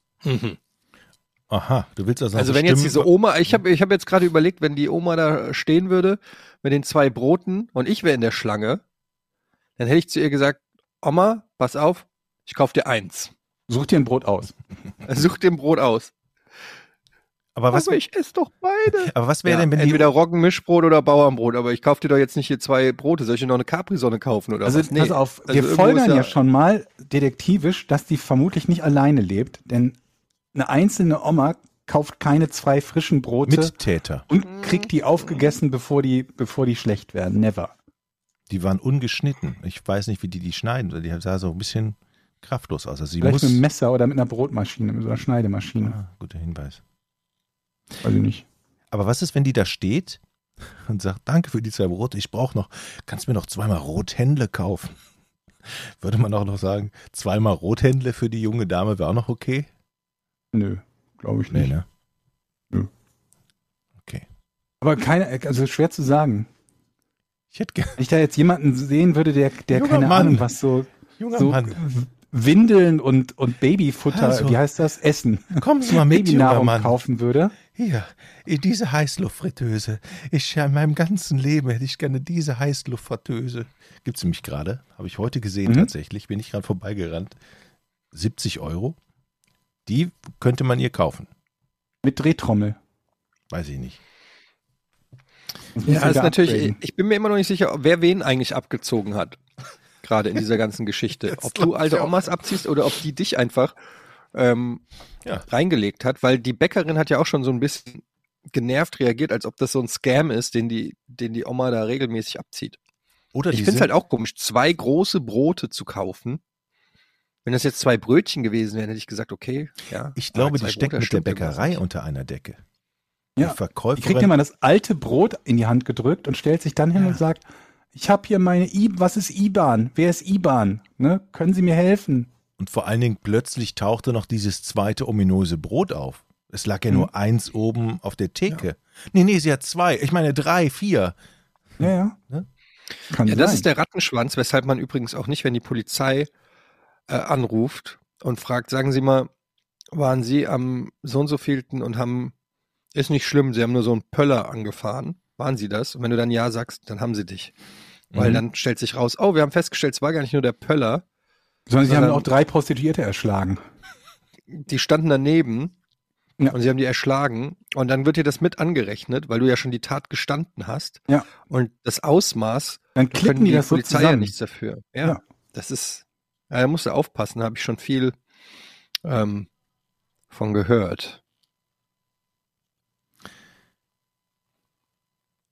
aha, du willst also noch Also wenn jetzt bestimmen- diese Oma, ich habe ich hab jetzt gerade überlegt, wenn die Oma da stehen würde mit den zwei Broten und ich wäre in der Schlange, dann hätte ich zu ihr gesagt, Oma, pass auf, ich kauf dir eins. Such dir ein Brot aus. Such dir ein Brot aus. aber was, aber ich esse doch beide. aber was wäre Ja, denn, wenn die entweder Roggenmischbrot oder Bauernbrot, aber ich kauf dir doch jetzt nicht hier zwei Brote. Soll ich dir noch eine Capri-Sonne kaufen oder Also was? pass auf, Also wir irgendwo folgern ist ja, ja- schon mal detektivisch, dass die vermutlich nicht alleine lebt, denn eine einzelne Oma kauft keine zwei frischen Brote Mittäter, und kriegt die aufgegessen, bevor die, bevor die schlecht werden. Never. die waren ungeschnitten. Ich weiß nicht, wie die die schneiden. Die sah so ein bisschen kraftlos aus. Also sie Vielleicht muss, mit einem Messer oder mit einer Brotmaschine, mit so einer Schneidemaschine. ah, guter Hinweis. Weiß ich nicht. Aber was ist, wenn die da steht und sagt, danke für die zwei Brote, ich brauche noch, kannst mir noch zweimal Rothändle kaufen? Würde man auch noch sagen, zweimal Rothändle für die junge Dame wäre auch noch okay? Nö, glaube ich Nee, nicht. ne? Nö. Okay. Aber keine, also schwer zu sagen. Ich hätte gerne, Wenn ich da jetzt jemanden sehen würde, der, der Junger keine Mann. Ahnung, was so, junger so Mann, W- Windeln und, und Babyfutter, Also, wie heißt das? Essen. kommen Sie mal mit, junger Babynahrung Mann. kaufen würde. Hier, diese Heißluftfritteuse. Ich, in meinem ganzen Leben hätte ich gerne diese Heißluftfritteuse. Gibt es nämlich gerade, habe ich heute gesehen Mhm. tatsächlich, bin ich gerade vorbeigerannt. siebzig Euro. Die könnte man ihr kaufen. Mit Drehtrommel. Weiß ich nicht. Das muss Ja, ist wieder natürlich, upgraden. ich bin mir immer noch nicht sicher, wer wen eigentlich abgezogen hat. Gerade in dieser ganzen Geschichte. Das Ob glaub du ich alte auch. Omas abziehst oder ob die dich einfach ähm, Ja. reingelegt hat, weil die Bäckerin hat ja auch schon so ein bisschen genervt reagiert, als ob das so ein Scam ist, den die, den die Oma da regelmäßig abzieht. Oder Ich die finde es sind- halt auch komisch, zwei große Brote zu kaufen. Wenn das jetzt zwei Brötchen gewesen wären, hätte ich gesagt, okay, ja. Ich glaube, aber die zwei stecken Brote, mit der stimmt irgendwas Bäckerei nicht. unter einer Decke. Ja, Die Verkäuferin, Die kriegt immer das alte Brot in die Hand gedrückt und stellt sich dann hin Ja. und sagt, ich habe hier meine I, was ist I B A N? Wer ist I B A N? Ne? Können Sie mir helfen? und vor allen Dingen plötzlich tauchte noch dieses zweite ominöse Brot auf. Es lag ja Mhm. nur eins oben auf der Theke. Nee, nee, sie hat zwei. Ich meine drei, vier. Ja, ja. Ne? Kann Ja, sein. das ist der Rattenschwanz, weshalb man übrigens auch nicht, wenn die Polizei äh, anruft und fragt, sagen Sie mal, waren Sie am so und so vielten und haben, ist nicht schlimm, Sie haben nur so einen Pöller angefahren. Waren Sie das? Und wenn du dann Ja sagst, dann haben sie dich. Weil Mhm. dann stellt sich raus, oh, wir haben festgestellt, es war gar nicht nur der Pöller, Sondern sie haben sondern- auch drei Prostituierte erschlagen. die standen daneben Ja. und sie haben die erschlagen und dann wird dir das mit angerechnet, weil du ja schon die Tat gestanden hast. Ja. Und das Ausmaß, Dann da können klicken die die das so Polizei ja zusammen. nichts dafür. Ja, Ja. das ist, ja, da musst du aufpassen, da habe ich schon viel ähm, von gehört.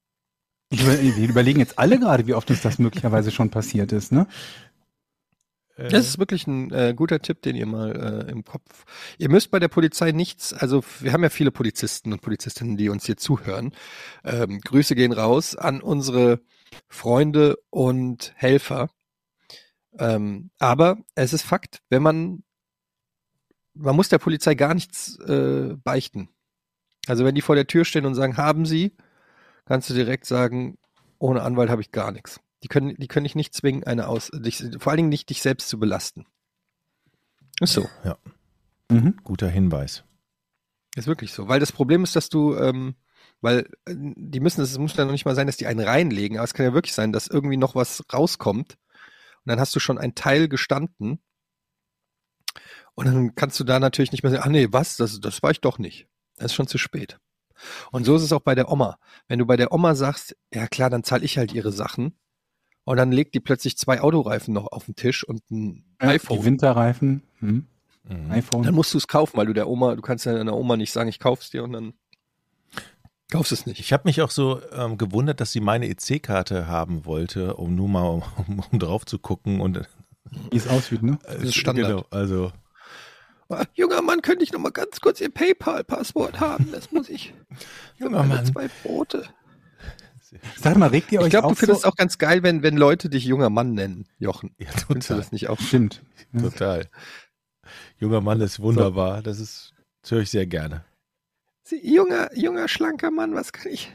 Ich über, wir überlegen jetzt alle gerade, wie oft uns das möglicherweise schon passiert ist, ne? Äh, Das ist wirklich ein äh, guter Tipp, den ihr mal äh, im Kopf. Ihr müsst bei der Polizei nichts, also wir haben ja viele Polizisten und Polizistinnen, die uns hier zuhören. Ähm, Grüße gehen raus an unsere Freunde und Helfer. Ähm, aber es ist Fakt, wenn man, man muss der Polizei gar nichts äh, beichten. Also wenn die vor der Tür stehen und sagen, haben Sie, kannst du direkt sagen, ohne Anwalt habe ich gar nichts. Die können, die können dich nicht zwingen, eine aus, dich, vor allen Dingen nicht dich selbst zu belasten. Ist so. Ja, Mhm. guter Hinweis. Ist wirklich so. Weil das Problem ist, dass du, ähm, weil äh, die müssen, es muss ja noch nicht mal sein, dass die einen reinlegen, aber es kann ja wirklich sein, dass irgendwie noch was rauskommt und dann hast du schon einen Teil gestanden und dann kannst du da natürlich nicht mehr sagen, ah nee, was, das, das war ich doch nicht. Das ist schon zu spät. Und so ist es auch bei der Oma. Wenn du bei der Oma sagst, ja klar, dann zahle ich halt ihre Sachen und dann legt die plötzlich zwei Autoreifen noch auf den Tisch und ein Ja, iPhone. Die Winterreifen. Hm. Mhm. iPhone. Dann musst du es kaufen, weil du der Oma, du kannst ja deiner Oma nicht sagen, ich kauf's dir und dann kaufst es nicht. Ich habe mich auch so ähm, gewundert, dass sie meine E C-Karte haben wollte, um nur mal um, um, um drauf zu gucken und Wie es aussieht, ne? Das ist Standard. Genau, also Ah, junger Mann, könnte ich noch mal ganz kurz Ihr PayPal-Passwort haben? Das muss ich. Junger Meine Mann. Zwei Brote. Sag mal, regt ihr euch Ich glaube, auch du findest so? auch ganz geil, wenn, wenn Leute dich junger Mann nennen, Jochen. ja, Findest du total, das nicht auch? Stimmt. Ja. total. Junger Mann ist wunderbar, das ist, das höre ich sehr gerne. Sie, junger, junger, schlanker Mann, was kann ich?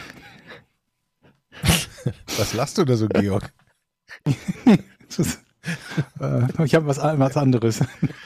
Was lachst du da so, Georg? Das ist, äh, ich habe was, was anderes.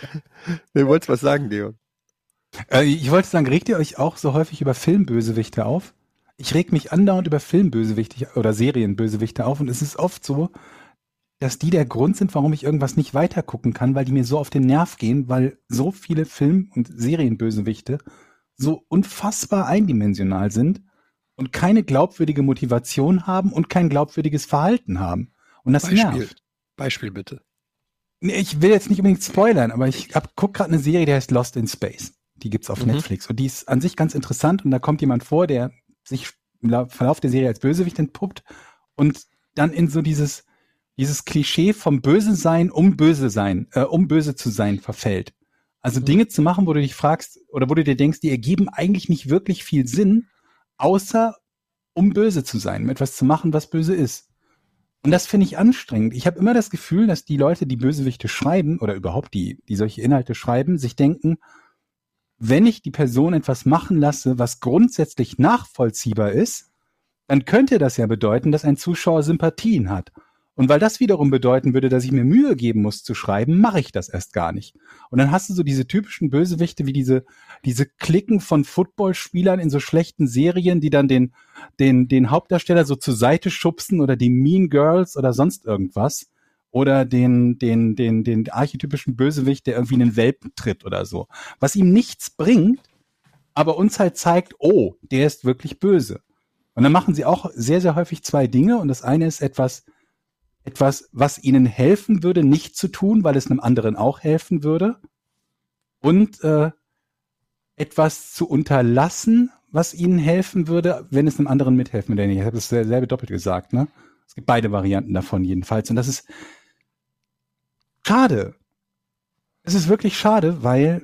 Du wolltest was sagen, Georg. Äh, ich wollte sagen, regt ihr euch auch so häufig über Filmbösewichte auf? Ich reg mich andauernd über Filmbösewichte oder Serienbösewichte auf und es ist oft so, dass die der Grund sind, warum ich irgendwas nicht weitergucken kann, weil die mir so auf den Nerv gehen, weil so viele Film- und Serienbösewichte so unfassbar eindimensional sind und keine glaubwürdige Motivation haben und kein glaubwürdiges Verhalten haben. Und das Beispiel. nervt. Beispiel bitte. Nee, ich will jetzt nicht unbedingt spoilern, aber ich hab, guck gerade eine Serie, die heißt Lost in Space. Die gibt's auf Mhm. Netflix und die ist an sich ganz interessant und da kommt jemand vor, der sich im Lau- Verlauf der Serie als Bösewicht entpuppt und dann in so dieses dieses Klischee vom Böse sein, um böse sein, äh, um böse zu sein, verfällt. Also Mhm. Dinge zu machen, wo du dich fragst oder wo du dir denkst, die ergeben eigentlich nicht wirklich viel Sinn, außer um böse zu sein, um etwas zu machen, was böse ist. Und das finde ich anstrengend. Ich habe immer das Gefühl, dass die Leute, die Bösewichte schreiben oder überhaupt die, die solche Inhalte schreiben, sich denken, wenn ich die Person etwas machen lasse, was grundsätzlich nachvollziehbar ist, dann könnte das ja bedeuten, dass ein Zuschauer Sympathien hat. Und weil das wiederum bedeuten würde, dass ich mir Mühe geben muss zu schreiben, mache ich das erst gar nicht. Und dann hast du so diese typischen Bösewichte wie diese, diese Klicken von Footballspielern in so schlechten Serien, die dann den, den, den Hauptdarsteller so zur Seite schubsen oder die Mean Girls oder sonst irgendwas. Oder den, den, den, den archetypischen Bösewicht, der irgendwie einen Welpen tritt oder so. Was ihm nichts bringt, aber uns halt zeigt, oh, der ist wirklich böse. Und dann machen sie auch sehr, sehr häufig zwei Dinge. Und das eine ist etwas, etwas, was ihnen helfen würde, nicht zu tun, weil es einem anderen auch helfen würde. Und äh, etwas zu unterlassen, was ihnen helfen würde, wenn es einem anderen mithelfen würde. Ich habe das selbe doppelt gesagt, ne? Es gibt beide Varianten davon jedenfalls. Und das ist schade. Es ist wirklich schade, weil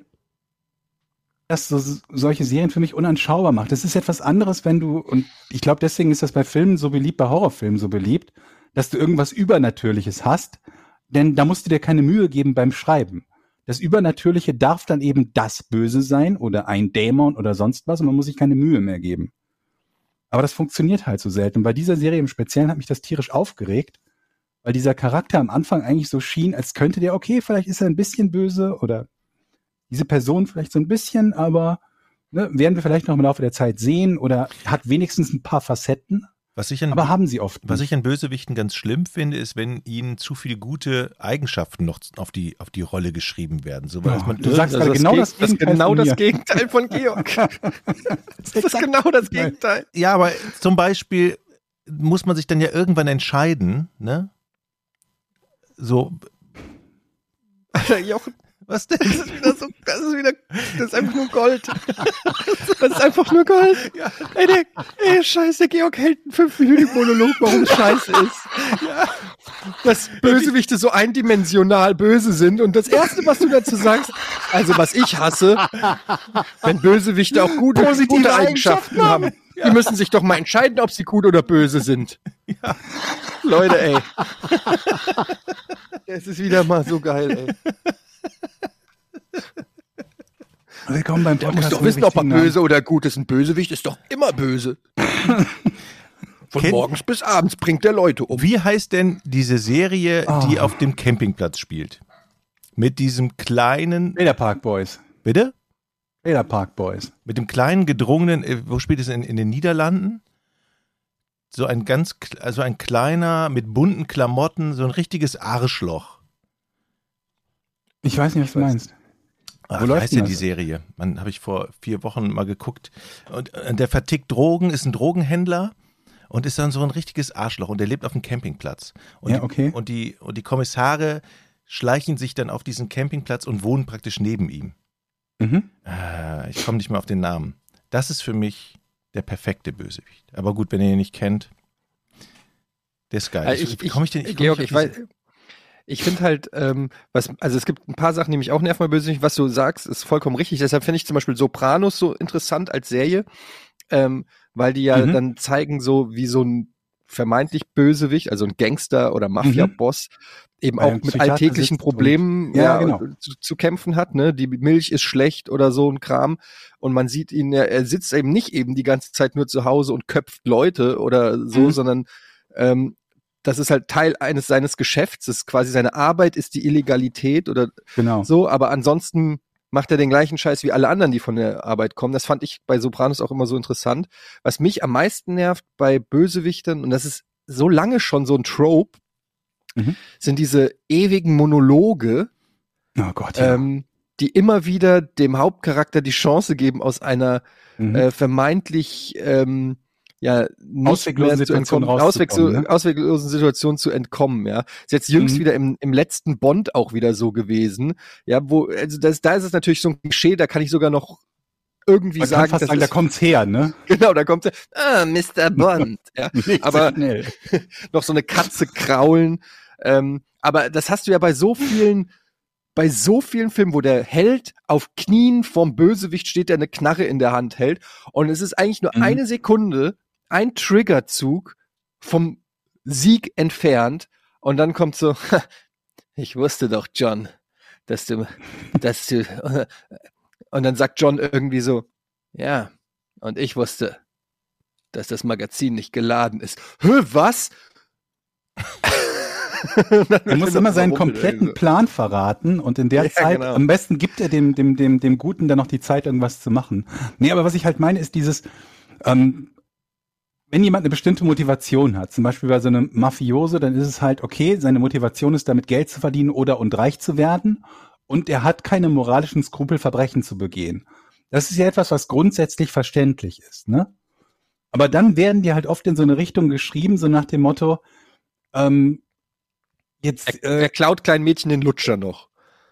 das so, solche Serien für mich unanschaubar macht. Das ist etwas anderes, wenn du, und ich glaube, deswegen ist das bei Filmen so beliebt, bei Horrorfilmen so beliebt, dass du irgendwas Übernatürliches hast, denn da musst du dir keine Mühe geben beim Schreiben. Das Übernatürliche darf dann eben das Böse sein oder ein Dämon oder sonst was und man muss sich keine Mühe mehr geben. Aber das funktioniert halt so selten. Bei dieser Serie im Speziellen hat mich das tierisch aufgeregt, weil dieser Charakter am Anfang eigentlich so schien, als könnte der, okay, vielleicht ist er ein bisschen böse oder diese Person vielleicht so ein bisschen, aber ne, werden wir vielleicht noch im Laufe der Zeit sehen oder hat wenigstens ein paar Facetten. Was ich an, Aber haben sie oft was nicht. ich an Bösewichten ganz schlimm finde, ist, wenn ihnen zu viele gute Eigenschaften noch auf die, auf die Rolle geschrieben werden. So, weil Ja, dass man du sagst Also gerade genau Geg- das das ist Gegenteil genau von das mir. Gegenteil von Georg. Das ist genau das Gegenteil. Ja, aber zum Beispiel muss man sich dann ja irgendwann entscheiden, ne? So, Alter, Jochen, was denn? das ist wieder so, das ist wieder, das ist einfach nur Gold. Das ist einfach nur Gold. Ja. Ey, der, ey, scheiße, der Georg hält einen fünfminütigen Monolog, warum es scheiße ist. Ja. dass Bösewichte so eindimensional böse sind. Und das Erste, was du dazu sagst, also was ich hasse, wenn Bösewichte auch gute, Positive gute Eigenschaften haben. Die müssen sich doch mal entscheiden, ob sie gut oder böse sind. Ja. Leute, ey. Es ist wieder mal so geil, ey. Willkommen beim Du Podcast. musst doch wissen, ob er böse oder gut ist. Ein Bösewicht ist doch immer böse. Von Kennt- morgens bis abends bringt der Leute um. Wie heißt denn diese Serie, die Oh. auf dem Campingplatz spielt? Mit diesem kleinen, Trailer Park Boys. bitte? Trailer Park Boys. Mit dem kleinen, gedrungenen, äh, wo spielt es in, in den Niederlanden? So ein ganz, kl- also ein kleiner, mit bunten Klamotten, so ein richtiges Arschloch. Ich weiß nicht, was du meinst. Ach, Wo wie läuft heißt denn denn die das? Serie? Man habe ich vor vier Wochen mal geguckt. Und äh, der vertickt Drogen, ist ein Drogenhändler und ist dann so ein richtiges Arschloch und der lebt auf dem Campingplatz. Und Ja, die, okay. Und die, und die Kommissare schleichen sich dann auf diesen Campingplatz und wohnen praktisch neben ihm. Mhm. Äh, ich komme nicht mehr auf den Namen. Das ist für mich der perfekte Bösewicht. Aber gut, wenn ihr ihn nicht kennt, der ist geil. Also ich, Wie ich, komme ich denn? Ich komm Georg, nicht ich auf weiß, diese- ich finde halt, ähm, was, also es gibt ein paar Sachen, die mich auch nerven bei Bösewicht. Was du sagst, ist vollkommen richtig. Deshalb finde ich zum Beispiel Sopranos so interessant als Serie, ähm, weil die ja Mhm. dann zeigen, so wie so ein vermeintlich Bösewicht, also ein Gangster oder Mafia-Boss, eben Weil auch er im mit Psychiater alltäglichen sitzt und- Problemen Ja, ja, genau. zu, zu kämpfen hat. Ne? Die Milch ist schlecht oder so ein Kram. Und man sieht ihn, er, er sitzt eben nicht eben die ganze Zeit nur zu Hause und köpft Leute oder so, Mhm. sondern ähm, das ist halt Teil eines seines Geschäfts. Das ist quasi seine Arbeit, ist die Illegalität oder Genau. so, aber ansonsten macht er den gleichen Scheiß wie alle anderen, die von der Arbeit kommen. Das fand ich bei Sopranos auch immer so interessant. Was mich am meisten nervt bei Bösewichtern, und das ist so lange schon so ein Trope, Mhm. sind diese ewigen Monologe, Oh Gott, ja. ähm, die immer wieder dem Hauptcharakter die Chance geben, aus einer Mhm. äh, vermeintlich ähm, ja nicht Ausweglosen mehr zu Situation entkommen, rauszukommen, Ausweglo- ne? ausweglosen Situation zu entkommen, ja. Ist jetzt jüngst Mhm. wieder im, im letzten Bond auch wieder so gewesen, ja, wo, also das, da ist es natürlich so ein Klischee, da kann ich sogar noch irgendwie Man sagen, kann fast das sagen, da ist, kommt's her, ne? genau, da kommt er, ah, Mister Bond, ja. Nicht Aber- so schnell. noch so eine Katze kraulen. Ähm, aber das hast du ja bei so vielen, bei so vielen Filmen, wo der Held auf Knien vorm Bösewicht steht, der eine Knarre in der Hand hält. Und es ist eigentlich nur Mhm. eine Sekunde, ein Triggerzug vom Sieg entfernt. Und dann kommt so, ich wusste doch, John, dass du, dass du, und dann sagt John irgendwie so, ja, und ich wusste, dass das Magazin nicht geladen ist. Hä, was? Er muss immer seinen kompletten Plan verraten und in der Ja, Zeit, genau. am besten gibt er dem, dem, dem, dem Guten dann noch die Zeit, irgendwas zu machen. Nee, aber was ich halt meine, ist dieses, ähm, wenn jemand eine bestimmte Motivation hat, zum Beispiel bei so einem Mafiose, dann ist es halt, okay, seine Motivation ist damit Geld zu verdienen oder und reich zu werden und er hat keine moralischen Skrupel, Verbrechen zu begehen. Das ist ja etwas, was grundsätzlich verständlich ist, ne? Aber dann werden die halt oft in so eine Richtung geschrieben, so nach dem Motto, ähm, jetzt, Er, äh, er klaut kleinen Mädchen den Lutscher noch.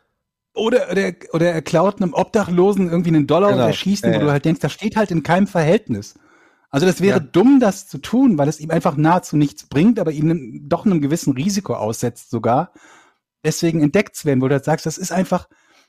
oder, oder, oder er klaut einem Obdachlosen irgendwie einen Dollar Genau. und erschießt ihn, Ja, wo ja. du halt denkst, das steht halt in keinem Verhältnis. Also das wäre Ja. dumm, das zu tun, weil es ihm einfach nahezu nichts bringt, aber ihn doch einem gewissen Risiko aussetzt sogar, deswegen entdeckt zu werden, wo du halt sagst, das ist einfach,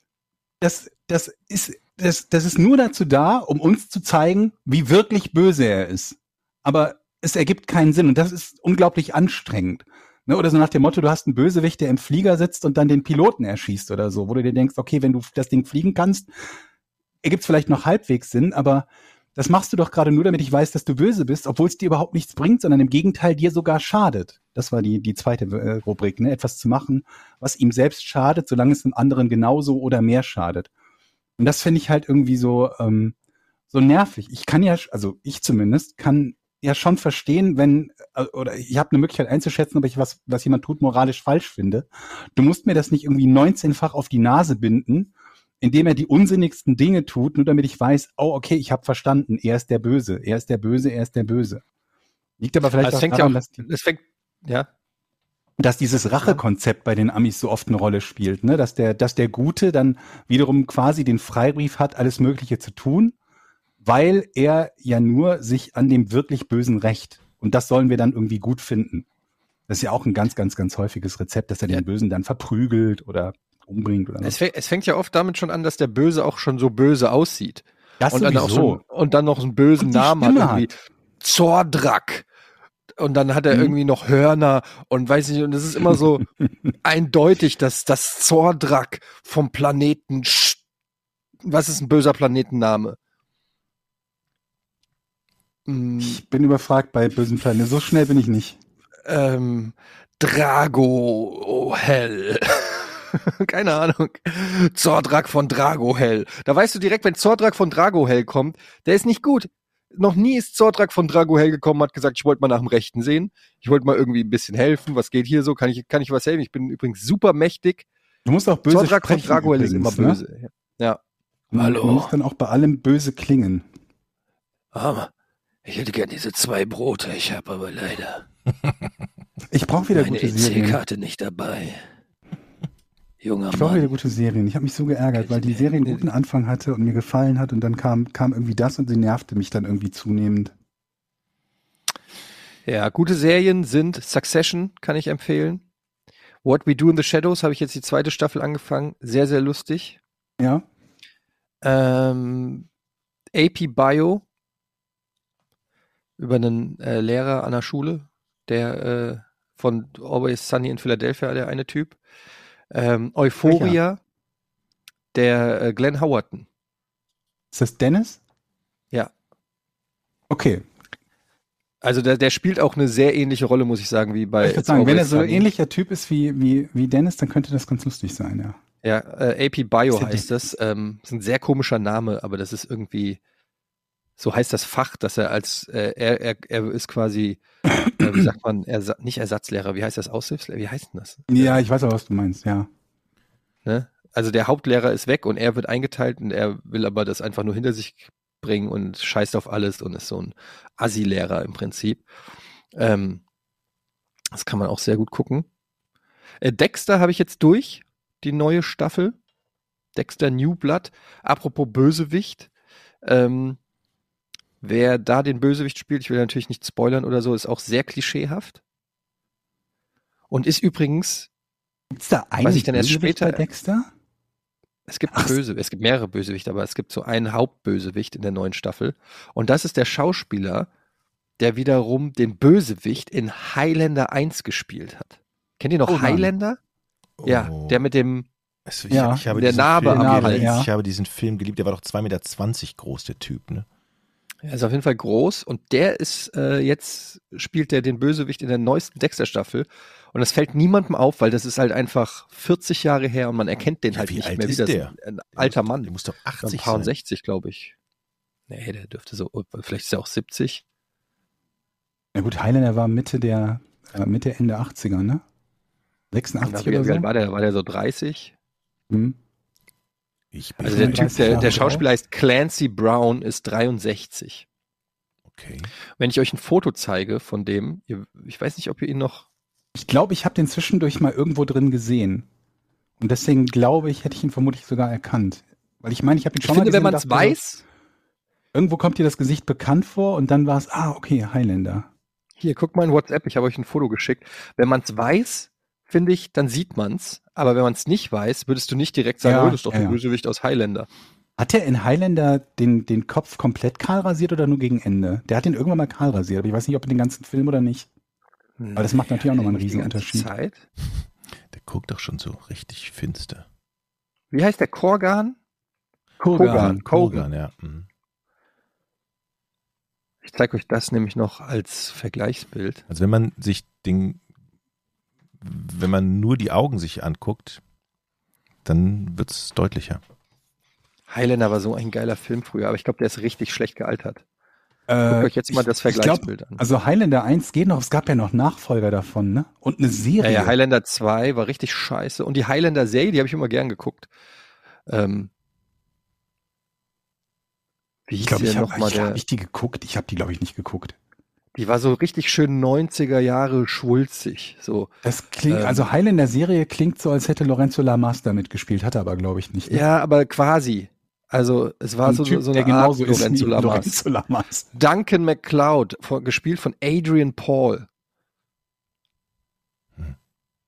das, das ist, das, das ist nur dazu da, um uns zu zeigen, wie wirklich böse er ist. Aber es ergibt keinen Sinn und das ist unglaublich anstrengend. Ne, oder so nach dem Motto, du hast einen Bösewicht, der im Flieger sitzt und dann den Piloten erschießt oder so, wo du dir denkst, okay, wenn du das Ding fliegen kannst, ergibt es vielleicht noch halbwegs Sinn, aber das machst du doch gerade nur, damit ich weiß, dass du böse bist, obwohl es dir überhaupt nichts bringt, sondern im Gegenteil dir sogar schadet. Das war die, die zweite äh, Rubrik, ne? Etwas zu machen, was ihm selbst schadet, solange es einem anderen genauso oder mehr schadet. Und das finde ich halt irgendwie so, ähm, so nervig. Ich kann ja, also ich zumindest, kann ja schon verstehen, wenn, äh, oder ich habe eine Möglichkeit einzuschätzen, ob ich was, was jemand tut, moralisch falsch finde. Du musst mir das nicht irgendwie neunzehnfach auf die Nase binden, indem er die unsinnigsten Dinge tut, nur damit ich weiß, oh, okay, ich habe verstanden, er ist der Böse, er ist der Böse, er ist der Böse. Liegt aber vielleicht Also es auch fängt ja daran, auch, dass, die, es fängt, ja. dass dieses Rachekonzept bei den Amis so oft eine Rolle spielt, ne? Dass der, dass der Gute dann wiederum quasi den Freibrief hat, alles Mögliche zu tun, weil er ja nur sich an dem wirklich Bösen rächt. Und das sollen wir dann irgendwie gut finden. Das ist ja auch ein ganz, ganz, ganz häufiges Rezept, dass er den Bösen dann verprügelt oder umbringt oder Es, was. fäng- es fängt ja oft damit schon an, dass der Böse auch schon so böse aussieht. Das Und dann, auch sowieso. schon, und dann noch einen bösen Und die Namen hat, Stimme irgendwie Zordrak. Und dann hat er Mhm. irgendwie noch Hörner und weiß nicht, und es ist immer so eindeutig, dass das Zordrak vom Planeten, Sch- was ist ein böser Planetenname? Mm, Ich bin überfragt bei bösen Planeten. So schnell bin ich nicht. ähm, Dragohell. Keine Ahnung. Zordrak von Dragohell. Da weißt du direkt, wenn Zordrak von Dragohell kommt, der ist nicht gut. Noch nie ist Zordrak von Dragohell gekommen, hat gesagt, ich wollte mal nach dem Rechten sehen. Ich wollte mal irgendwie ein bisschen helfen. Was geht hier so? Kann ich, kann ich was helfen? Ich bin übrigens super mächtig. Du musst auch böse Zordrak von sprechen Dragohell ist immer übrigens, ne? böse. Ja. Man, Hallo. man muss dann auch bei allem böse klingen. Ah, ich hätte gern diese zwei Brote, ich habe aber leider Ich brauche wieder meine gute E Serien. C-Karte nicht dabei. Junger Ich brauche wieder Mann. gute Serien. Ich habe mich so geärgert, weil die Serie einen guten Anfang hatte und mir gefallen hat und dann kam, kam irgendwie das und sie nervte mich dann irgendwie zunehmend. Ja, gute Serien sind Succession, kann ich empfehlen. What We Do in the Shadows habe ich jetzt die zweite Staffel angefangen. Sehr, sehr lustig. Ja? Ähm, A P Bio über einen äh, Lehrer an der Schule, der äh, von Always Sunny in Philadelphia, der eine Typ. Ähm, Euphoria, der äh, Glenn Howerton. Ist das Dennis? Ja. Okay. Also der, der spielt auch eine sehr ähnliche Rolle, muss ich sagen, wie bei Ich würde It's sagen, wenn er Always so ein Sunny. ähnlicher Typ ist wie, wie, wie Dennis, dann könnte das ganz lustig sein, ja. Ja, äh, A P Bio Ist der heißt das. Ähm, ist ein sehr komischer Name, aber das ist irgendwie, so heißt das Fach, dass er als, äh, er, er, er ist quasi, äh, wie sagt man, Ersa nicht Ersatzlehrer, wie heißt das, Aushilfslehrer, wie heißt denn das? Ja, ich weiß auch, was du meinst, ja. Ne? Also der Hauptlehrer ist weg und er wird eingeteilt und er will aber das einfach nur hinter sich bringen und scheißt auf alles und ist so ein Assi-Lehrer im Prinzip. Ähm, das kann man auch sehr gut gucken. Äh, Dexter habe ich jetzt durch, die neue Staffel. Dexter New Blood. Apropos Bösewicht. Ähm, wer da den Bösewicht spielt, ich will natürlich nicht spoilern oder so, ist auch sehr klischeehaft. Und ist übrigens, Gibt's da einen Was ich dann erst Bösewicht später- bei Dexter? es gibt Ach, Böse, es gibt mehrere Bösewichte, aber es gibt so einen Hauptbösewicht in der neuen Staffel. Und das ist der Schauspieler, der wiederum den Bösewicht in Highlander eins gespielt hat. Kennt ihr noch Oh Mann. Highlander? Ja, Oh. der mit dem, Also ich, Ja, ich habe der diesen Narbe Film am geliebt. Hals. Ich habe diesen Film geliebt. Der war doch zwei Meter zwanzig groß, der Typ, ne? er ist auf jeden Fall groß und der ist äh, jetzt spielt der den Bösewicht in der neuesten Dexter-Staffel und das fällt niemandem auf, weil das ist halt einfach vierzig Jahre her und man erkennt den Ja, halt wie nicht alt mehr ist wieder. der? Das ist ein Der alter muss, Mann. Der muss doch Ein achtzig paar und sein. sechzig, glaube ich. Nee, der dürfte so, vielleicht ist er auch siebzig. Na gut, Highlander war Mitte der, äh, Mitte, Ende achtziger, ne? Und sechsundachtzig wie, wie oder alt so? war der? War der so dreißig? Hm. Ich bin Also der Typ, dreißig der, Jahre der drauf. Schauspieler heißt Clancy Brown, ist dreiundsechzig. okay. Wenn ich euch ein Foto zeige von dem, ihr, ich weiß nicht, ob ihr ihn noch, Ich glaube, ich habe den zwischendurch mal irgendwo drin gesehen. Und deswegen glaube ich, hätte ich ihn vermutlich sogar erkannt. Weil ich meine, ich habe ihn ich schon finde, mal gesehen wenn man und es dachte so, weiß, irgendwo kommt dir das Gesicht bekannt vor und dann war es, ah, okay, Highlander. hier, guckt mal in WhatsApp, ich habe euch ein Foto geschickt. Wenn man es weiß, finde ich, dann sieht man es. Aber wenn man es nicht weiß, würdest du nicht direkt sagen, Ja, oh, das ist doch ja, der ja. Bösewicht aus Highlander. Hat der in Highlander den, den Kopf komplett kahl rasiert oder nur gegen Ende? Der hat den irgendwann mal kahl rasiert, aber ich weiß nicht, ob in den ganzen Film oder nicht. Aber das macht natürlich auch nochmal einen Nicht die ganze Riesenunterschied. Zeit. Der guckt doch schon so richtig finster. Wie heißt der? Korgan? Kurgan. Kogan. ja. Mhm. Ich zeige euch das nämlich noch als Vergleichsbild. Also wenn man sich den, wenn man nur die Augen sich anguckt, dann wird es deutlicher. Highlander war so ein geiler Film früher, aber ich glaube, der ist richtig schlecht gealtert. Äh, Guckt euch jetzt mal das ich- ich Vergleichsbild glaub, an. Also Highlander eins geht noch, es gab ja noch Nachfolger davon, ne? Und eine Ja, Serie. ja, Highlander zwei war richtig scheiße. Und die Highlander-Serie, die habe ich immer gern geguckt. Ähm, wie ich hieß glaube, die ich denn habe nochmal? ich, Der, hab ich die geguckt. Ich habe die, glaube ich, nicht geguckt. die war so richtig schön neunziger Jahre schwulzig. So. Das klingt, Ähm. also Highlander-Serie klingt so, als hätte Lorenzo Lamas da mitgespielt, hat er aber, glaube ich, nicht. Ne? Ja, aber quasi. Also es war Ein so, Typ, so der eine Art genauso ist Lorenzo wie Lamas. Lorenzo Lamas. Duncan MacLeod, von, gespielt von Adrian Paul.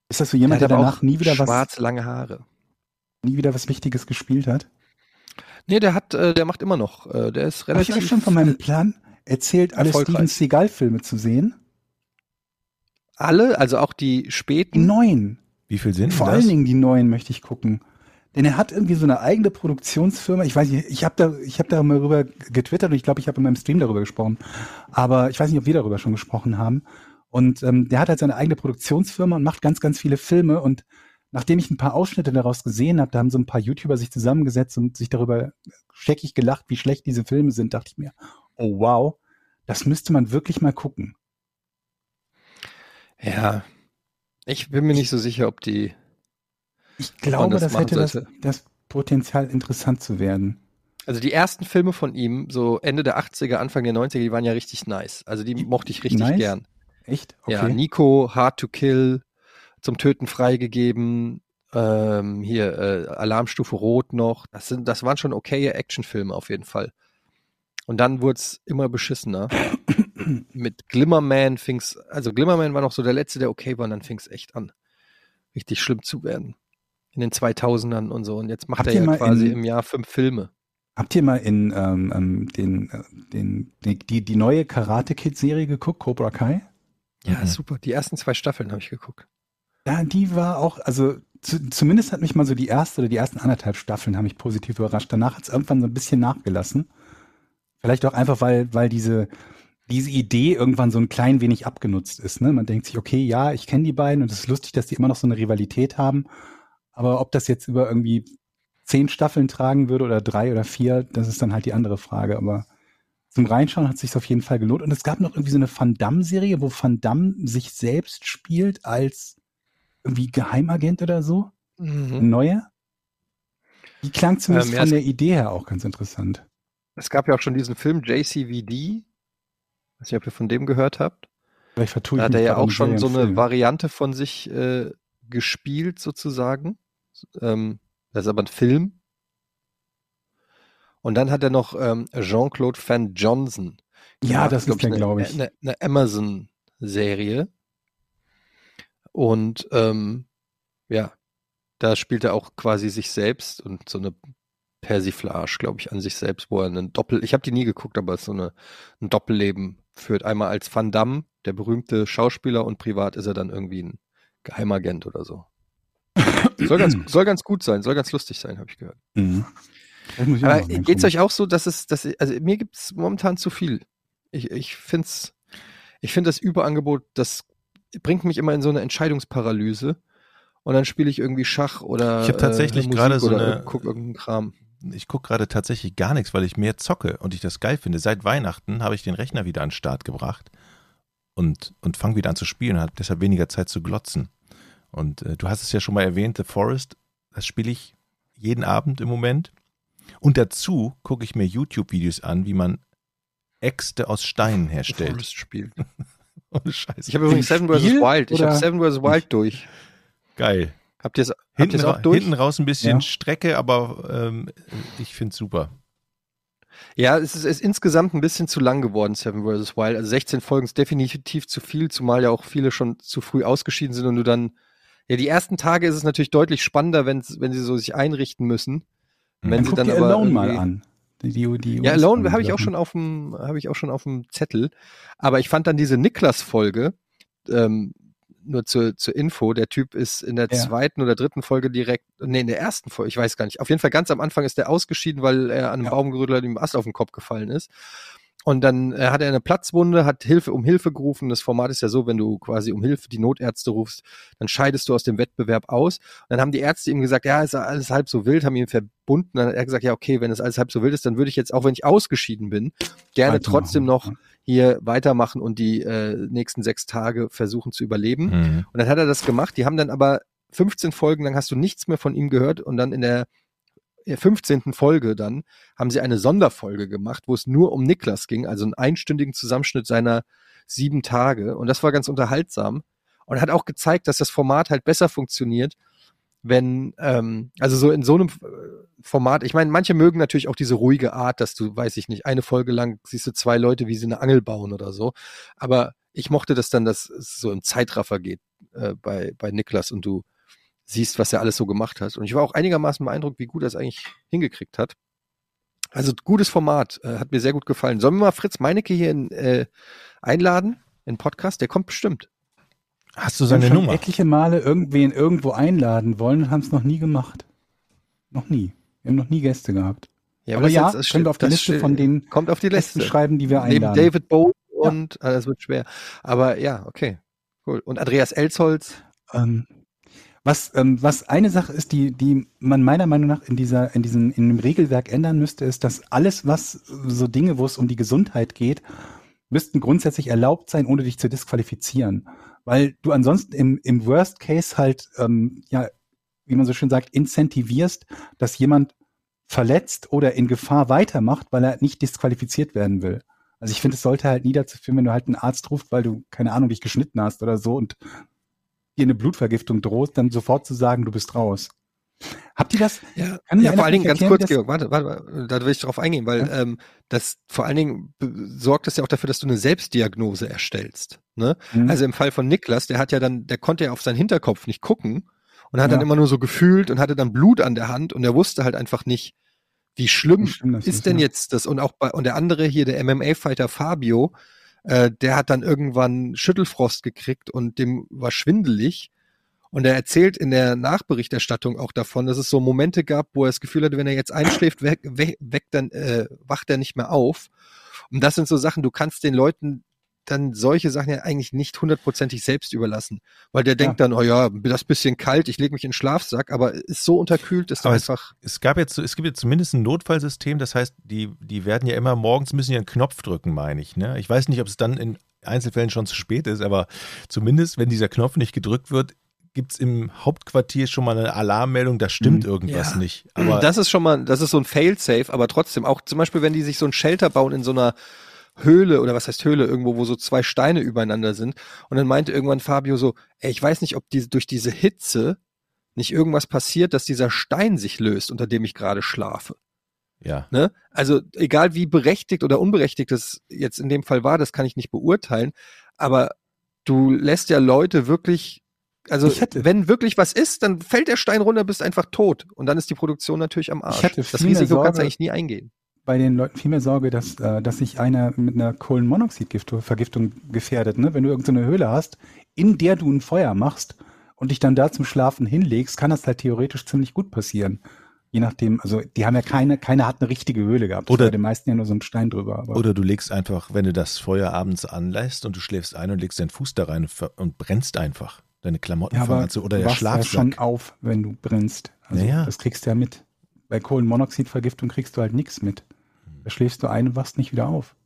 Ist das so jemand, der der hat aber danach auch nie wieder was, schwarze, lange Haare. nie wieder was Wichtiges gespielt hat? Nee, der hat, äh, der macht immer noch. Äh, der ist Habe ich relativ. euch schon von meinem Plan erzählt, alle erfolgreich. Steven Seagal-Filme zu sehen? Alle, also auch die Die späten. neuen. Wie viel sind Vor denn allen das? Dingen die neuen möchte ich gucken. Denn er hat irgendwie so eine eigene Produktionsfirma. Ich weiß nicht, ich habe da, ich habe darüber getwittert und ich glaube, ich habe in meinem Stream darüber gesprochen. Aber ich weiß nicht, ob wir darüber schon gesprochen haben. Und ähm, der hat halt seine eigene Produktionsfirma und macht ganz, ganz viele Filme. Und nachdem ich ein paar Ausschnitte daraus gesehen habe, da haben so ein paar YouTuber sich zusammengesetzt und sich darüber scheckig gelacht, wie schlecht diese Filme sind, dachte ich mir, oh wow, das müsste man wirklich mal gucken. Ja. Ich bin mir nicht so sicher, ob die. Ich man glaube, das das, machen hätte das, sollte. das Potenzial, interessant zu werden. Also die ersten Filme von ihm, so Ende der achtziger, Anfang der neunziger, die waren ja richtig nice. Also die mochte ich richtig Nice? gern. Echt? Okay. Ja, Nico, Hard to Kill, zum Töten freigegeben, ähm, hier äh, Alarmstufe Rot noch. Das sind, das waren schon okaye Actionfilme auf jeden Fall. Und dann wurde es immer beschissener. Mit Glimmerman fing's, also Glimmerman war noch so der letzte, der okay war, und dann fing's echt an, richtig schlimm zu werden. In den zweitausendern und so. Und jetzt macht Habt er ihr ja mal quasi in- im Jahr fünf Filme. Habt ihr mal in ähm, ähm, den, äh, den, die, die, die neue Karate-Kid-Serie geguckt, Cobra Kai? Ja, Mhm. super. Die ersten zwei Staffeln habe ich geguckt. Ja, die war auch, also zu, zumindest hat mich mal so die erste oder die ersten anderthalb Staffeln haben mich positiv überrascht. Danach hat es irgendwann so ein bisschen nachgelassen. Vielleicht auch einfach, weil, weil diese, diese Idee irgendwann so ein klein wenig abgenutzt ist. Ne? Man denkt sich, okay, ja, ich kenne die beiden und es ist lustig, dass die immer noch so eine Rivalität haben. Aber ob das jetzt über irgendwie zehn Staffeln tragen würde oder drei oder vier, das ist dann halt die andere Frage. Aber zum Reinschauen hat es sich auf jeden Fall gelohnt. Und es gab noch irgendwie so eine Van Damme-Serie, wo Van Damme sich selbst spielt als irgendwie Geheimagent oder so. Eine Mhm. neue. Die klang zumindest Ähm, ja, von es- der Idee her auch ganz interessant. Es gab ja auch schon diesen Film J C V D. Weiß nicht, ob ihr von dem gehört habt. Vielleicht vertue ich Da hat mich er ja gerade auch um schon Serie so und eine Film. Variante von sich äh, gespielt, sozusagen. Ähm, das ist aber ein Film. Und dann hat er noch ähm, Jean-Claude Van Johnson. Ja, gemacht. das ist der, eine, glaube ich. Eine, eine Amazon-Serie. Und ähm, ja, da spielt er auch quasi sich selbst und so eine Persiflage, glaube ich, an sich selbst, wo er einen Doppel, ich habe die nie geguckt, aber es ist so eine, ein Doppelleben führt. Einmal als Van Damme, der berühmte Schauspieler, und privat ist er dann irgendwie ein Geheimagent oder so. Soll ganz, soll ganz gut sein, soll ganz lustig sein, habe ich gehört. Mhm. Das muss ich auch Aber noch geht's reingucken. euch auch so, dass es, dass, also mir gibt's momentan zu viel. Ich, ich find's, ich finde das Überangebot, das bringt mich immer in so eine Entscheidungsparalyse. Und dann spiele ich irgendwie Schach oder Ich hab tatsächlich äh, Musik gerade so oder eine- guck irgendeinen Kram. Ich gucke gerade tatsächlich gar nichts, weil ich mehr zocke und ich das geil finde. Seit Weihnachten habe ich den Rechner wieder an den Start gebracht und, und fange wieder an zu spielen und habe deshalb weniger Zeit zu glotzen. Und äh, du hast es ja schon mal erwähnt, The Forest, das spiele ich jeden Abend im Moment. Und dazu gucke ich mir YouTube-Videos an, wie man Äxte aus Steinen herstellt. Forest spielt. Ohne Scheiße. Ich habe übrigens Seven versus. Spiel Wild. Ich habe oder Seven versus. Wild durch. Geil. Habt ihr es Hinten, auch ra durch? hinten raus ein bisschen Ja. Strecke, aber ähm, ich finde es super. Ja, es ist, es ist insgesamt ein bisschen zu lang geworden, Seven versus. Wild. Also sechzehn Folgen ist definitiv zu viel, zumal ja auch viele schon zu früh ausgeschieden sind und du dann, ja, die ersten Tage ist es natürlich deutlich spannender, wenn, wenn sie so sich einrichten müssen. Wenn Dann sie guck dann dir aber Alone mal irgendwie- an. Die, die, die Ja, Alone Sachen. habe ich auch schon auf dem, habe ich auch schon auf dem Zettel. Aber ich fand dann diese Niklas-Folge, ähm, nur zur, zur Info, der Typ ist in der Ja. zweiten oder dritten Folge direkt, nee, in der ersten Folge, ich weiß gar nicht. Auf jeden Fall ganz am Anfang ist der ausgeschieden, weil er an einem Ja. Baum gerüttelt hat, ihm ein Ast auf den Kopf gefallen ist. Und dann äh, hat er eine Platzwunde, hat Hilfe um Hilfe gerufen. Das Format ist ja so, wenn du quasi um Hilfe die Notärzte rufst, dann scheidest du aus dem Wettbewerb aus. Und dann haben die Ärzte ihm gesagt, ja, ist alles halb so wild, haben ihn verbunden. Dann hat er gesagt, ja, okay, wenn es alles halb so wild ist, dann würde ich jetzt, auch wenn ich ausgeschieden bin, gerne Weitermachen. trotzdem noch Ja. hier weitermachen und die äh, nächsten sechs Tage versuchen zu überleben. Mhm. Und dann hat er das gemacht. Die haben dann aber fünfzehn Folgen lang hast du nichts mehr von ihm gehört und dann in der fünfzehnten Folge dann haben sie eine Sonderfolge gemacht, wo es nur um Niklas ging, also einen einstündigen Zusammenschnitt seiner sieben Tage und das war ganz unterhaltsam und hat auch gezeigt, dass das Format halt besser funktioniert, wenn, ähm, also so in so einem Format, ich meine, manche mögen natürlich auch diese ruhige Art, dass du, weiß ich nicht, eine Folge lang siehst du zwei Leute, wie sie eine Angel bauen oder so. Aber ich mochte das dann, dass es so im Zeitraffer geht äh, bei, bei Niklas und du siehst, was er alles so gemacht hat. Und ich war auch einigermaßen beeindruckt, wie gut er es eigentlich hingekriegt hat. Also gutes Format, äh, hat mir sehr gut gefallen. Sollen wir mal Fritz Meinecke hier in, äh, einladen, in den Podcast? Der kommt bestimmt. Hast du Wir haben seine schon Nummer? etliche Male irgendwen irgendwo einladen wollen und haben es noch nie gemacht. Noch nie. Wir haben noch nie Gäste gehabt. Ja, aber das ja, jetzt- das können wir auf die das Liste steht- von den kommt auf die Gästen Liste. schreiben, die wir Neben einladen. David Bowie und, ah, das wird schwer. Aber ja, okay. Cool. Und Andreas Elsholz. Ähm, was, ähm, was eine Sache ist, die, die man meiner Meinung nach in dieser, in diesem, in dem Regelwerk ändern müsste, ist, dass alles, was so Dinge, wo es um die Gesundheit geht, müssten grundsätzlich erlaubt sein, ohne dich zu disqualifizieren. Weil du ansonsten im, im Worst Case halt, ähm, ja, wie man so schön sagt, incentivierst, dass jemand verletzt oder in Gefahr weitermacht, weil er nicht disqualifiziert werden will. Also ich finde, es sollte halt nie dazu führen, wenn du halt einen Arzt rufst, weil du, keine Ahnung, dich geschnitten hast oder so und dir eine Blutvergiftung droht, dann sofort zu sagen, du bist raus. Habt ihr das? Ja, Kann mir ja einer vor allen Dingen vielleicht ganz erklären, kurz, wie das- Georg, warte, warte, warte, da will ich drauf eingehen, weil Ja. ähm, das vor allen Dingen be- sorgt es ja auch dafür, dass du eine Selbstdiagnose erstellst. Ne? Mhm. Also im Fall von Niklas, der hat ja dann, der konnte ja auf seinen Hinterkopf nicht gucken und hat Ja. dann immer nur so gefühlt und hatte dann Blut an der Hand und er wusste halt einfach nicht, wie schlimm, Wie schlimm das ist ist, denn ja. jetzt das? Und auch bei, und der andere hier, der M M A-Fighter Fabio, äh, der hat dann irgendwann Schüttelfrost gekriegt und dem war schwindelig. Und er erzählt in der Nachberichterstattung auch davon, dass es so Momente gab, wo er das Gefühl hatte, wenn er jetzt einschläft, weg, weg, weg dann äh, wacht er nicht mehr auf. Und das sind so Sachen, du kannst den Leuten dann solche Sachen ja eigentlich nicht hundertprozentig selbst überlassen. Weil der denkt dann, oh ja, das bisschen kalt, ich lege mich in den Schlafsack, aber ist so unterkühlt, dass du Aber es, einfach... es gab jetzt, es gibt jetzt zumindest ein Notfallsystem, das heißt, die, die werden ja immer morgens müssen ja einen Knopf drücken, meine ich. Ne? Ich weiß nicht, ob es dann in Einzelfällen schon zu spät ist, aber zumindest, wenn dieser Knopf nicht gedrückt wird, gibt es im Hauptquartier schon mal eine Alarmmeldung, da stimmt Mhm. irgendwas Ja. nicht. Aber das ist schon mal, das ist so ein Fail-Safe, aber trotzdem, auch zum Beispiel, wenn die sich so ein Shelter bauen in so einer Höhle, oder was heißt Höhle, irgendwo, wo so zwei Steine übereinander sind. Und dann meinte irgendwann Fabio so, ey, ich weiß nicht, ob die, durch diese Hitze nicht irgendwas passiert, dass dieser Stein sich löst, unter dem ich gerade schlafe. ja. Ne? Also egal wie berechtigt oder unberechtigt das jetzt in dem Fall war, das kann ich nicht beurteilen, aber du lässt ja Leute wirklich, also Ich hätte- wenn wirklich was ist, dann fällt der Stein runter, bist einfach tot und dann ist die Produktion natürlich am Arsch. Ich hätte Das viel mehr Risiko kannst du Sorge- eigentlich nie eingehen. bei den Leuten viel mehr Sorge, dass, äh, dass sich einer mit einer Kohlenmonoxidvergiftung gefährdet. Ne? Wenn du irgendeine Höhle hast, in der du ein Feuer machst und dich dann da zum Schlafen hinlegst, kann das halt theoretisch ziemlich gut passieren. Je nachdem, also die haben ja keine, keiner hat eine richtige Höhle gehabt. Oder- bei den meisten ja nur so ein Stein drüber. Aber Oder du legst einfach, wenn du das Feuer abends anlässt und du schläfst ein und legst deinen Fuß da rein und, ver- und brennst einfach. Deine Klamotten ja, fangen aber an zu, oder du der wachst ja schon Schlafsack. auf, wenn du brennst. Also Naja. das kriegst du ja mit. Bei Kohlenmonoxidvergiftung kriegst du halt nichts mit. Da schläfst du ein und wachst nicht wieder auf.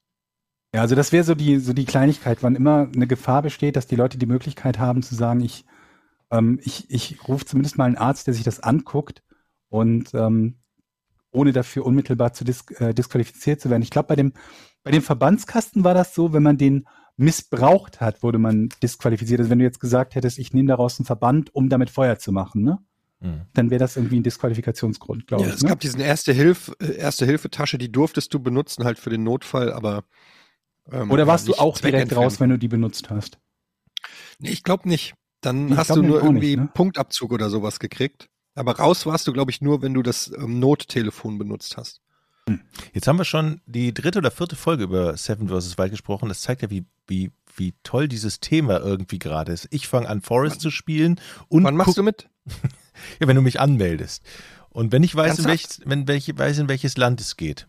Ja, also das wäre so die, so die Kleinigkeit, wann immer eine Gefahr besteht, dass die Leute die Möglichkeit haben zu sagen, ich, ähm, ich, ich rufe zumindest mal einen Arzt, der sich das anguckt und ähm, ohne dafür unmittelbar zu dis äh, disqualifiziert zu werden. Ich glaube, bei dem, bei dem Verbandskasten war das so, wenn man den missbraucht hat, wurde man disqualifiziert. Also wenn du jetzt gesagt hättest, ich nehme daraus einen Verband, um damit Feuer zu machen, ne? Mhm. Dann wäre das irgendwie ein Disqualifikationsgrund, glaube Ja, ich. es Ne? gab diesen Erste-Hilfe, äh, Erste-Hilfe-Tasche, die durftest du benutzen halt für den Notfall, aber ähm, Oder warst du nicht auch direkt zweckentfremd. raus, wenn du die benutzt hast? Nee, ich glaube nicht. Dann Nee, ich hast glaub du nämlich nur auch irgendwie nicht, ne? Punktabzug oder sowas gekriegt. Aber raus warst du, glaube ich, nur, wenn du das ähm, Nottelefon benutzt hast. Jetzt haben wir schon die dritte oder vierte Folge über Seven versus. Wild gesprochen. Das zeigt ja, wie, wie, wie toll dieses Thema irgendwie gerade ist. Ich fange an, Forest Wann- zu spielen und Wann machst guck- du mit? Ja, wenn du mich anmeldest. Und wenn ich weiß, in Ernsthaft? welches, wenn welche, weiß, in welches Land es geht.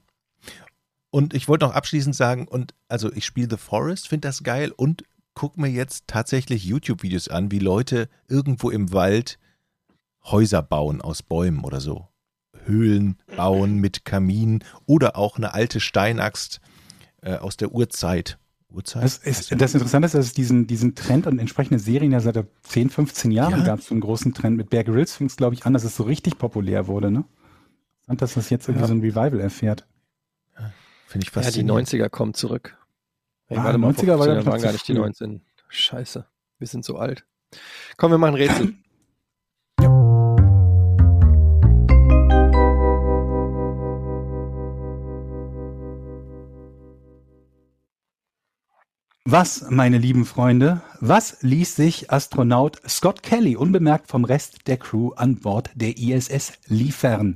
Und ich wollte noch abschließend sagen, und also ich spiele The Forest, finde das geil und guck mir jetzt tatsächlich YouTube-Videos an, wie Leute irgendwo im Wald Häuser bauen aus Bäumen oder so. Höhlen bauen mit Kamin oder auch eine alte Steinaxt äh, aus der Urzeit. Urzeit? Das, ist, das Interessante ist, dass es diesen, diesen Trend und entsprechende Serien ja seit zehn, fünfzehn Jahren Ja. gab es so einen großen Trend. Mit Bear Grylls fing es, glaube ich, an, dass es so richtig populär wurde. Ne? Und dass das jetzt irgendwie Ja. so ein Revival erfährt. Finde ich Ja, die faszinierend. neunziger kommen zurück. Hey, Ah, warte mal, neunziger war vor dann fünfzehn Jahren waren noch gar zu nicht die früh. neunzehn. Scheiße, wir sind so alt. Komm, wir machen Rätsel. Was, meine lieben Freunde, was ließ sich Astronaut Scott Kelly unbemerkt vom Rest der Crew an Bord der I S S liefern?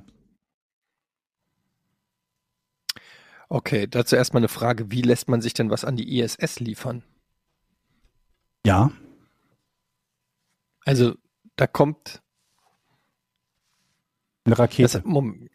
Okay, dazu erstmal eine Frage. Wie lässt man sich denn was an die I S S liefern? Ja, Also, da kommt... eine Rakete. Das, Moment.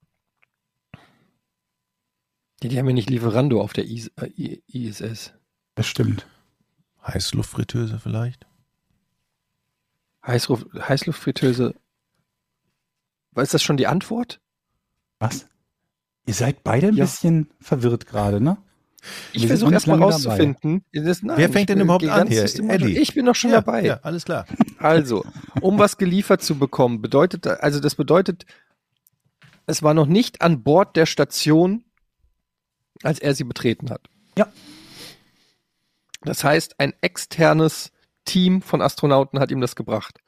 Die, die haben ja nicht Lieferando auf der I, äh, I, I S S. Das stimmt. Heißluftfritteuse vielleicht? Heißluft, Heißluftfritteuse. War ist das schon die Antwort? Was? Ihr seid beide ein Ja. bisschen verwirrt gerade, ne? Ich Wir sind versuche noch erstmal nicht lange dabei. rauszufinden. Das, nein, Wer fängt ich denn bin überhaupt ganz an hier? systematisch- Eddie? Ich bin doch schon ja, dabei. Ja, alles klar. Also, um was geliefert zu bekommen, bedeutet, also das bedeutet, es war noch nicht an Bord der Station, als er sie betreten hat. Ja. Das heißt, ein externes Team von Astronauten hat ihm das gebracht.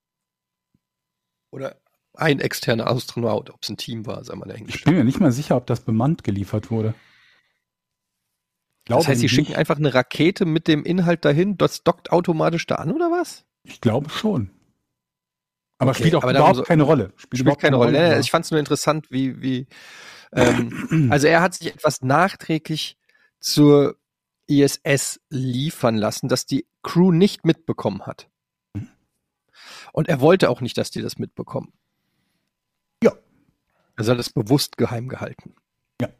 Oder ein externer Astronaut, ob es ein Team war, sei mal Ich dahingestellt. bin mir nicht mal sicher, ob das bemannt geliefert wurde. Das heißt, sie nicht. schicken einfach eine Rakete mit dem Inhalt dahin, das dockt automatisch da an, oder was? Ich glaube schon. Aber Okay, spielt auch aber darum überhaupt so- keine Rolle. Spielt überhaupt keine Rolle. ja. Ich fand es nur interessant, wie, wie ähm, also er hat sich etwas nachträglich zur I S S liefern lassen, das die Crew nicht mitbekommen hat. Und er wollte auch nicht, dass die das mitbekommen. Ja. Also hat es bewusst geheim gehalten. Ja.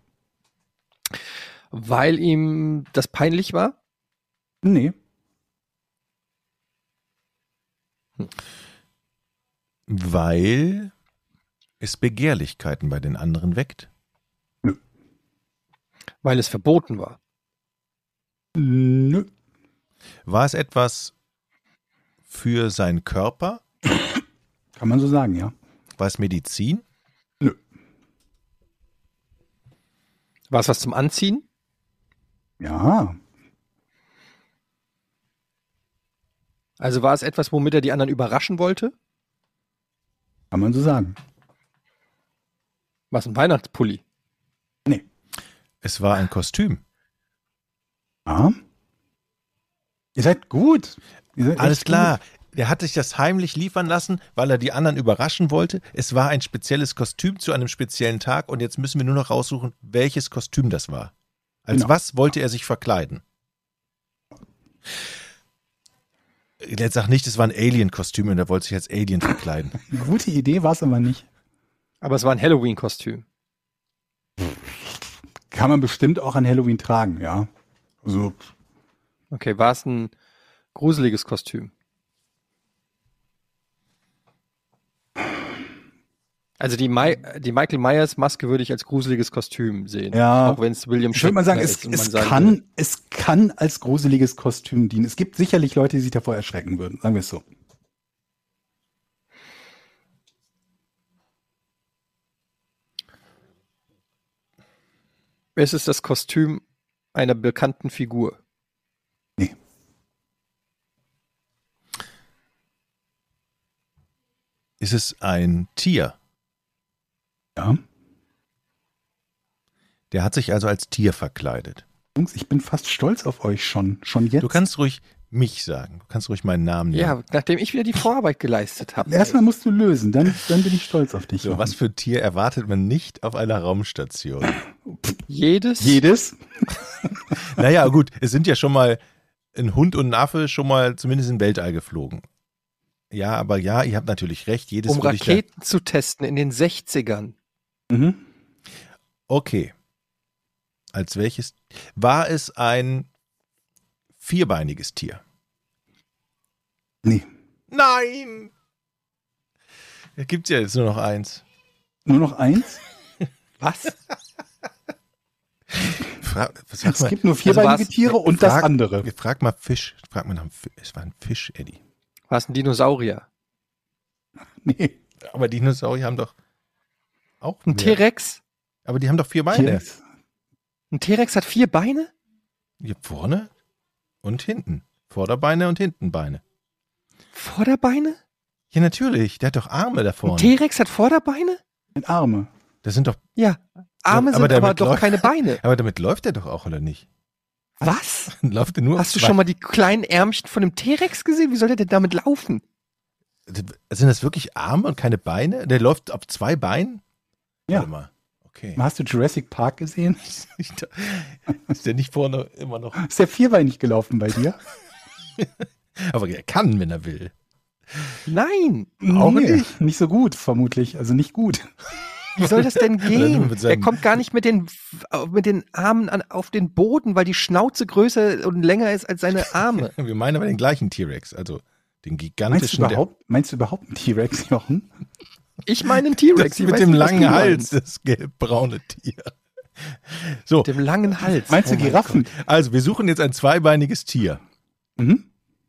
Weil ihm das peinlich war? Nee. Weil es Begehrlichkeiten bei den anderen weckt. Weil es verboten war. Nö. War es etwas für seinen Körper? Kann man so sagen, ja. War es Medizin? War es was zum Anziehen? Ja. Also war es etwas, womit er die anderen überraschen wollte? Kann man so sagen. Was, ein Weihnachtspulli? Nee. Es war ein Kostüm. Ja. Ihr seid gut. Ihr seid Alles echt klar. Er hat sich das heimlich liefern lassen, weil er die anderen überraschen wollte. Es war ein spezielles Kostüm zu einem speziellen Tag und jetzt müssen wir nur noch raussuchen, welches Kostüm das war. Als Genau. was wollte er sich verkleiden? Jetzt sag nicht, es war ein Alien-Kostüm und er wollte sich als Alien verkleiden. gut. Eine gute Idee war es aber nicht. Aber es war ein Halloween-Kostüm. Kann man bestimmt auch an Halloween tragen, ja. Also, Okay, war es ein gruseliges Kostüm? Also die, Mai die Michael Myers Maske würde ich als gruseliges Kostüm sehen. Ja. Auch wenn es William ich würde mal sagen, Shatner es, ist und man es, sagen kann, würde, es kann als gruseliges Kostüm dienen. Es gibt sicherlich Leute, die sich davor erschrecken würden. Sagen wir es so. es ist das Kostüm einer bekannten Figur. Nee. Ist es ein Tier? Ja. Der hat sich also als Tier verkleidet. Jungs, ich bin fast stolz auf euch schon. Schon jetzt. Du kannst ruhig mich sagen. Du kannst ruhig meinen Namen nennen. Ja, nachdem ich wieder die Vorarbeit geleistet habe. Erstmal musst du lösen, dann, dann bin ich stolz auf dich. So, Jochen. was für ein Tier erwartet man nicht auf einer Raumstation? Jedes? Jedes? Naja, gut, es sind ja schon mal ein Hund und ein Affe schon mal zumindest im Weltall geflogen. Ja, aber ja, ihr habt natürlich recht. Jedes um würde ich da- Raketen zu testen in den sechzigern. Mhm. Okay. Als welches? War es ein vierbeiniges Tier? Nee. Nein! Da gibt's ja jetzt nur noch eins. Nur noch eins? Was? Fra sag Es mal, gibt nur vierbeinige war's- Tiere und frag, das andere. Frag mal Fisch. Frag mal nach dem Fisch. Es war ein Fisch, Eddie. War es ein Dinosaurier? Nee. Aber Dinosaurier haben doch auch Ein mehr. T-Rex? Aber die haben doch vier Beine. T-Rex. Ein T-Rex hat vier Beine? Hier vorne und hinten. Vorderbeine und Hintenbeine. Vorderbeine? Ja, natürlich. Der hat doch Arme da Ein vorne. T-Rex hat Vorderbeine? Mit Arme. Das sind doch. Ja. Arme aber sind aber damit doch läuft- keine Beine. Aber damit läuft er doch auch, oder nicht? Was? Dann läuft er nur Hast auf du zwei. schon mal die kleinen Ärmchen von dem T-Rex gesehen? Wie soll der denn damit laufen? Sind das wirklich Arme und keine Beine? Der läuft auf zwei Beinen? Ja. Warte mal. Okay. Hast du Jurassic Park gesehen? Ist der nicht vorne immer noch? Ist der vierbeinig gelaufen bei dir? Aber er kann, wenn er will. Nein. Auch nicht. Nicht so gut, vermutlich. Also nicht gut. Wie soll das denn gehen? Mit seinem- Er kommt gar nicht mit den, mit den Armen an, auf den Boden, weil die Schnauze größer und länger ist als seine Arme. Wir meinen aber den gleichen T-Rex, also den Meinst du gigantischen. überhaupt, meinst du überhaupt einen T-Rex, Jochen? Ich meine einen der, T-Rex. das Ich mit weiß dem nicht, was langen du Hals, meinst. das gelb-braune Tier. So, Mit dem langen Hals. Meinst du Oh mein Giraffen? Gott. also wir suchen jetzt ein zweibeiniges Tier. Mhm.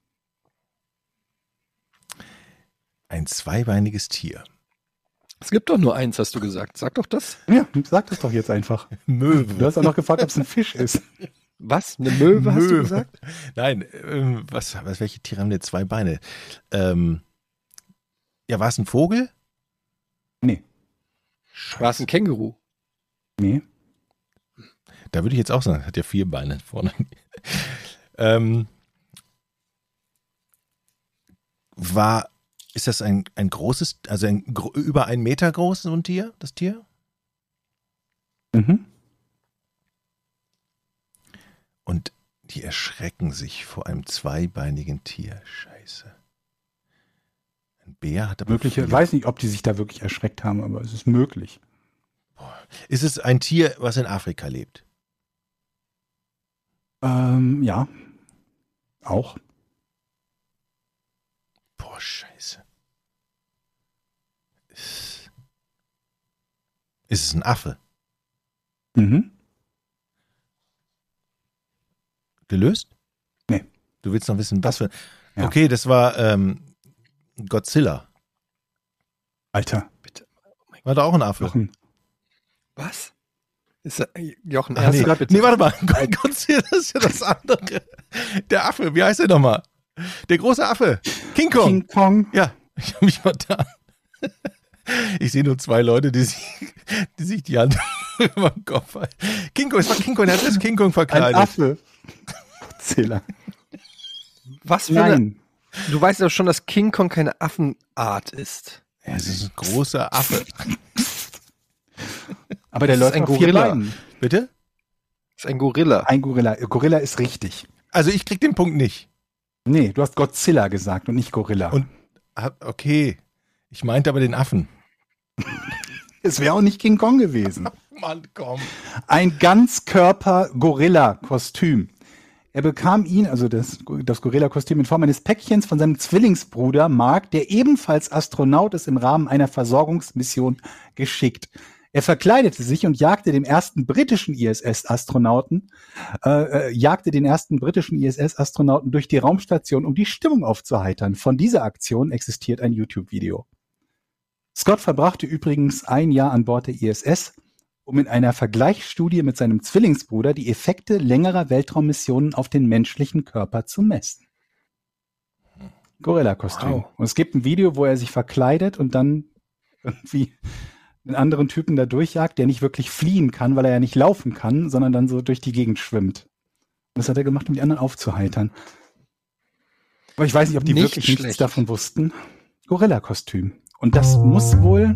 Ein zweibeiniges Tier. Es gibt doch nur eins, hast du gesagt. Sag doch das. Ja, sag das doch jetzt einfach. Du Möwe. hast auch noch gefragt, ob es ein Fisch ist. Was? Eine Möwe, hast du Möwe. gesagt? Nein, ähm, was, was, welche Tiere haben denn zwei Beine? Ähm, ja, war es ein Vogel? Nee. War es ein Känguru? Nee. Da würde ich jetzt auch sagen, hat ja vier Beine vorne. ähm, war, ist das ein, ein großes, also ein gro- über einen Meter groß, so ein Tier, das Tier? Mhm. Und die erschrecken sich vor einem zweibeinigen Tier. Scheiße. Ein Bär hat aber Mögliche, vier. weiß nicht, ob die sich da wirklich erschreckt haben, aber es ist möglich. Ist es ein Tier, was in Afrika lebt? Ähm, ja. Auch. Boah, scheiße. Ist, ist es ein Affe? Mhm. Gelöst? Nee. Du willst noch wissen, was für... Ja. Okay, das war ähm, Godzilla. Alter. Bitte. Oh mein Gott. War da auch ein Affe? Jochen. Was? Ist er, Jochen, Ach, erst nee. grad bitte. nee, warte mal. Godzilla ist ja das andere. Der Affe, wie heißt der nochmal? Der große Affe. King Kong. King Kong. Ja, ich habe mich vertan. Ich sehe nur zwei Leute, die sich die, sich die Hand über den Kopf halten. King Kong, es war King Kong, der hat das King Kong Ein verkleidet. Affe. Godzilla. Was für eine, Nein. du weißt doch schon, dass King Kong keine Affenart ist. Ja, es ist ein großer Affe. Aber der Das läuft ist ein auf vier Gorilla. Beinen. Bitte? Das ist ein Gorilla. Ein Gorilla. Gorilla ist richtig. Also ich krieg den Punkt nicht. Nee, du hast Godzilla gesagt und nicht Gorilla. Und hab- okay, ich meinte aber den Affen. es wäre auch nicht King Kong gewesen. Mann, komm. Ein Ganzkörper-Gorilla-Kostüm. Er bekam ihn, also das, das Gorilla-Kostüm in Form eines Päckchens von seinem Zwillingsbruder Mark, der ebenfalls Astronaut ist, im Rahmen einer Versorgungsmission geschickt. Er verkleidete sich und jagte dem ersten britischen I S S-Astronauten, äh, äh, jagte den ersten britischen I S S-Astronauten durch die Raumstation, um die Stimmung aufzuheitern. Von dieser Aktion existiert ein YouTube-Video. Scott verbrachte übrigens ein Jahr an Bord der I S S, um in einer Vergleichsstudie mit seinem Zwillingsbruder die Effekte längerer Weltraummissionen auf den menschlichen Körper zu messen. Gorilla-Kostüm. Wow. Und es gibt ein Video, wo er sich verkleidet und dann irgendwie einen anderen Typen da durchjagt, der nicht wirklich fliehen kann, weil er ja nicht laufen kann, sondern dann so durch die Gegend schwimmt. Und das hat er gemacht, um die anderen aufzuheitern. Aber ich weiß nicht, ob die Nicht wirklich nichts schlecht. davon wussten. Gorilla-Kostüm. Und das muss wohl...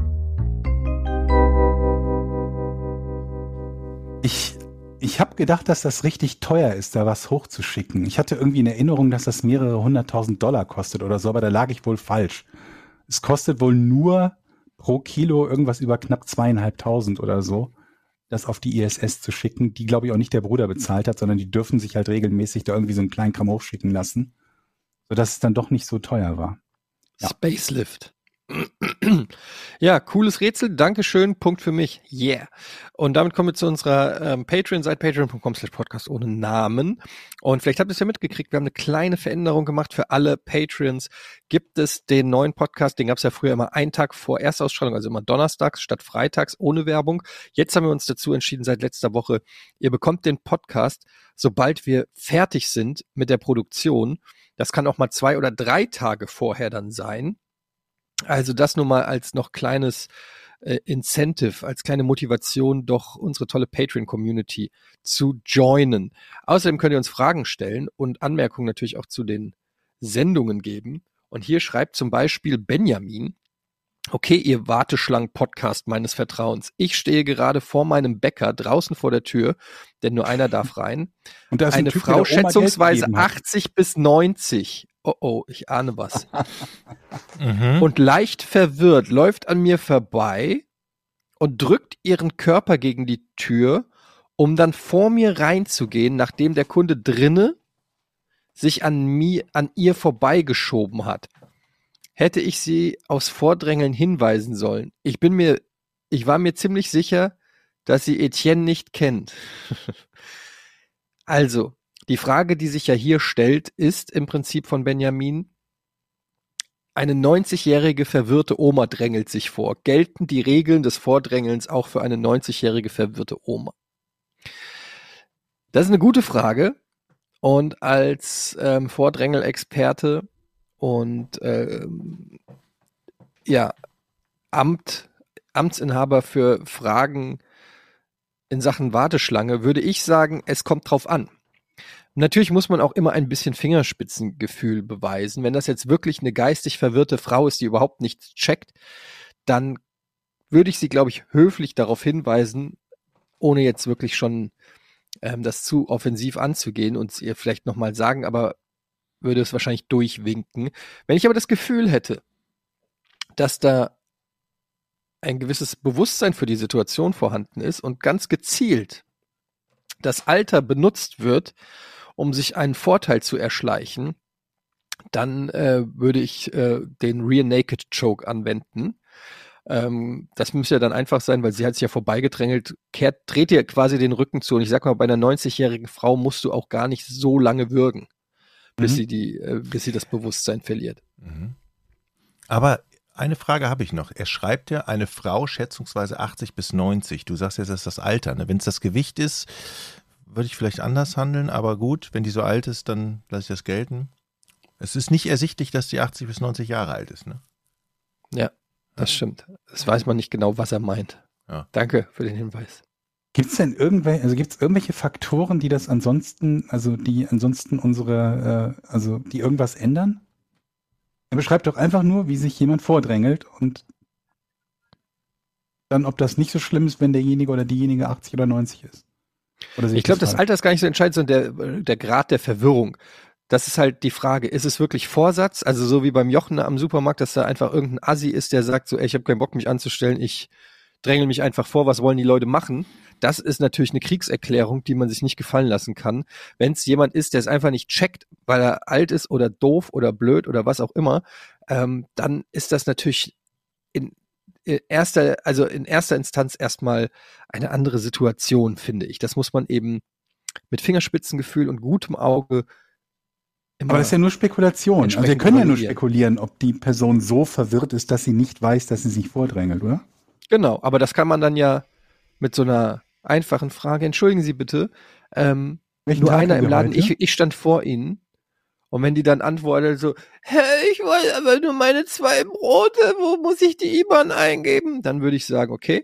Ich, ich habe gedacht, dass das richtig teuer ist, da was hochzuschicken. Ich hatte irgendwie in Erinnerung, dass das mehrere hunderttausend Dollar kostet oder so, aber da lag ich wohl falsch. Es kostet wohl nur pro Kilo irgendwas über knapp zweieinhalbtausend oder so, das auf die I S S zu schicken, die, glaube ich, auch nicht der Bruder bezahlt hat, sondern die dürfen sich halt regelmäßig da irgendwie so einen kleinen Kram hochschicken lassen, sodass es dann doch nicht so teuer war. Ja. Spacelift. Ja, cooles Rätsel. Dankeschön. Punkt für mich. Yeah. Und damit kommen wir zu unserer ähm, Patreon-Seite, patreon punkt com slash podcast ohne Namen. Und vielleicht habt ihr es ja mitgekriegt, wir haben eine kleine Veränderung gemacht für alle Patreons. Gibt es den neuen Podcast, den gab es ja früher immer einen Tag vor Erstausstrahlung, also immer donnerstags statt freitags ohne Werbung. Jetzt haben wir uns dazu entschieden, seit letzter Woche, ihr bekommt den Podcast, sobald wir fertig sind mit der Produktion. Das kann auch mal zwei oder drei Tage vorher dann sein. Also das nur mal als noch kleines äh, Incentive, als kleine Motivation, doch unsere tolle Patreon-Community zu joinen. Außerdem könnt ihr uns Fragen stellen und Anmerkungen natürlich auch zu den Sendungen geben. Und hier schreibt zum Beispiel Benjamin: Okay, ihr Warteschlangen-Podcast meines Vertrauens. Ich stehe gerade vor meinem Bäcker draußen vor der Tür, denn nur einer darf rein. Und da ist ein Eine Typ, Frau, der der Oma Geld schätzungsweise gegeben hat. achtzig bis neunzig. Oh oh, ich ahne was. Mhm. Und leicht verwirrt läuft an mir vorbei und drückt ihren Körper gegen die Tür, um dann vor mir reinzugehen, nachdem der Kunde drinne sich an mir, an ihr vorbeigeschoben hat. Hätte ich sie aufs Vordrängeln hinweisen sollen. Ich bin mir, ich war mir ziemlich sicher, dass sie Etienne nicht kennt. Also, die Frage, die sich ja hier stellt, ist im Prinzip von Benjamin: Eine neunzigjährige verwirrte Oma drängelt sich vor. Gelten die Regeln des Vordrängelns auch für eine neunzigjährige verwirrte Oma? Das ist eine gute Frage. Und als ähm, Vordrängelexperte und ähm, ja, Amt, Amtsinhaber für Fragen in Sachen Warteschlange würde ich sagen, es kommt drauf an. Natürlich muss man auch immer ein bisschen Fingerspitzengefühl beweisen. Wenn das jetzt wirklich eine geistig verwirrte Frau ist, die überhaupt nichts checkt, dann würde ich sie, glaube ich, höflich darauf hinweisen, ohne jetzt wirklich schon ähm, das zu offensiv anzugehen und es ihr vielleicht nochmal sagen, aber würde es wahrscheinlich durchwinken. Wenn ich aber das Gefühl hätte, dass da ein gewisses Bewusstsein für die Situation vorhanden ist und ganz gezielt das Alter benutzt wird, um sich einen Vorteil zu erschleichen, dann äh, würde ich äh, den Rear Naked Choke anwenden. Ähm, das müsste ja dann einfach sein, weil sie hat sich ja vorbeigedrängelt, kehrt, dreht ihr quasi den Rücken zu. Und ich sag mal, bei einer neunzigjährigen Frau musst du auch gar nicht so lange würgen, bis Mhm. sie die, äh, bis sie das Bewusstsein verliert. Mhm. Aber eine Frage habe ich noch. Er schreibt ja, eine Frau schätzungsweise achtzig bis neunzig. Du sagst jetzt, das ist das Alter. Ne? Wenn es das Gewicht ist, würde ich vielleicht anders handeln. Aber gut, wenn die so alt ist, dann lasse ich das gelten. Es ist nicht ersichtlich, dass die achtzig bis neunzig Jahre alt ist. Ne? Ja, das stimmt. Das weiß man nicht genau, was er meint. Ja. Danke für den Hinweis. Gibt es denn irgendwelche, also gibt es irgendwelche Faktoren, die das ansonsten, also die ansonsten unsere, äh, also die irgendwas ändern? Er beschreibt doch einfach nur, wie sich jemand vordrängelt und dann, ob das nicht so schlimm ist, wenn derjenige oder diejenige achtzig oder neunzig ist. Oder sehe Ich glaube, das falsch? Alter ist gar nicht so entscheidend, sondern der, der Grad der Verwirrung. Das ist halt die Frage, ist es wirklich Vorsatz? Also so wie beim Jochen am Supermarkt, dass da einfach irgendein Assi ist, der sagt so, ey, ich habe keinen Bock, mich anzustellen, ich drängel mich einfach vor, was wollen die Leute machen? Das ist natürlich eine Kriegserklärung, die man sich nicht gefallen lassen kann. Wenn es jemand ist, der es einfach nicht checkt, weil er alt ist oder doof oder blöd oder was auch immer, ähm, dann ist das natürlich in erster, also in erster Instanz erstmal eine andere Situation, finde ich. Das muss man eben mit Fingerspitzengefühl und gutem Auge immer. Aber das ist ja nur Spekulation. Also wir entsprechend können ja nur evaluieren. spekulieren, ob die Person so verwirrt ist, dass sie nicht weiß, dass sie sich vordrängelt, oder? Genau, aber das kann man dann ja mit so einer einfachen Frage, entschuldigen Sie bitte, ähm, Welchen nur Tag einer haben im wir Laden, heute? ich, ich stand vor Ihnen. Und wenn die dann antwortet so, hey, ich wollte aber nur meine zwei Brote, wo muss ich die I B A N eingeben? Dann würde ich sagen, okay.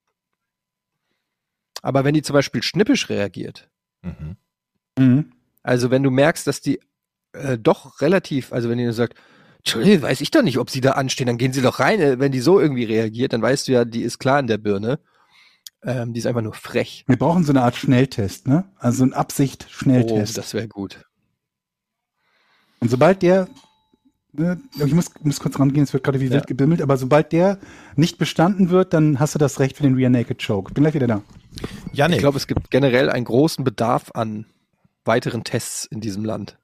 Aber wenn die zum Beispiel schnippisch reagiert, Mhm. Mhm. also wenn du merkst, dass die äh, doch relativ, also wenn die sagt, Entschuldigung, weiß ich doch nicht, ob sie da anstehen, dann gehen sie doch rein. Äh, Wenn die so irgendwie reagiert, dann weißt du ja, die ist klar in der Birne. Ähm, die ist einfach nur frech. Wir brauchen so eine Art Schnelltest, ne? Also so ein Oh, Absicht-Schnelltest. das wäre gut. Und sobald der, ne, ich muss, muss kurz rangehen, es wird gerade wie Ja. wild gebimmelt, aber sobald der nicht bestanden wird, dann hast du das Recht für den Rear Naked Choke. Bin gleich wieder da. Janik, Ich glaube, es gibt generell einen großen Bedarf an weiteren Tests in diesem Land.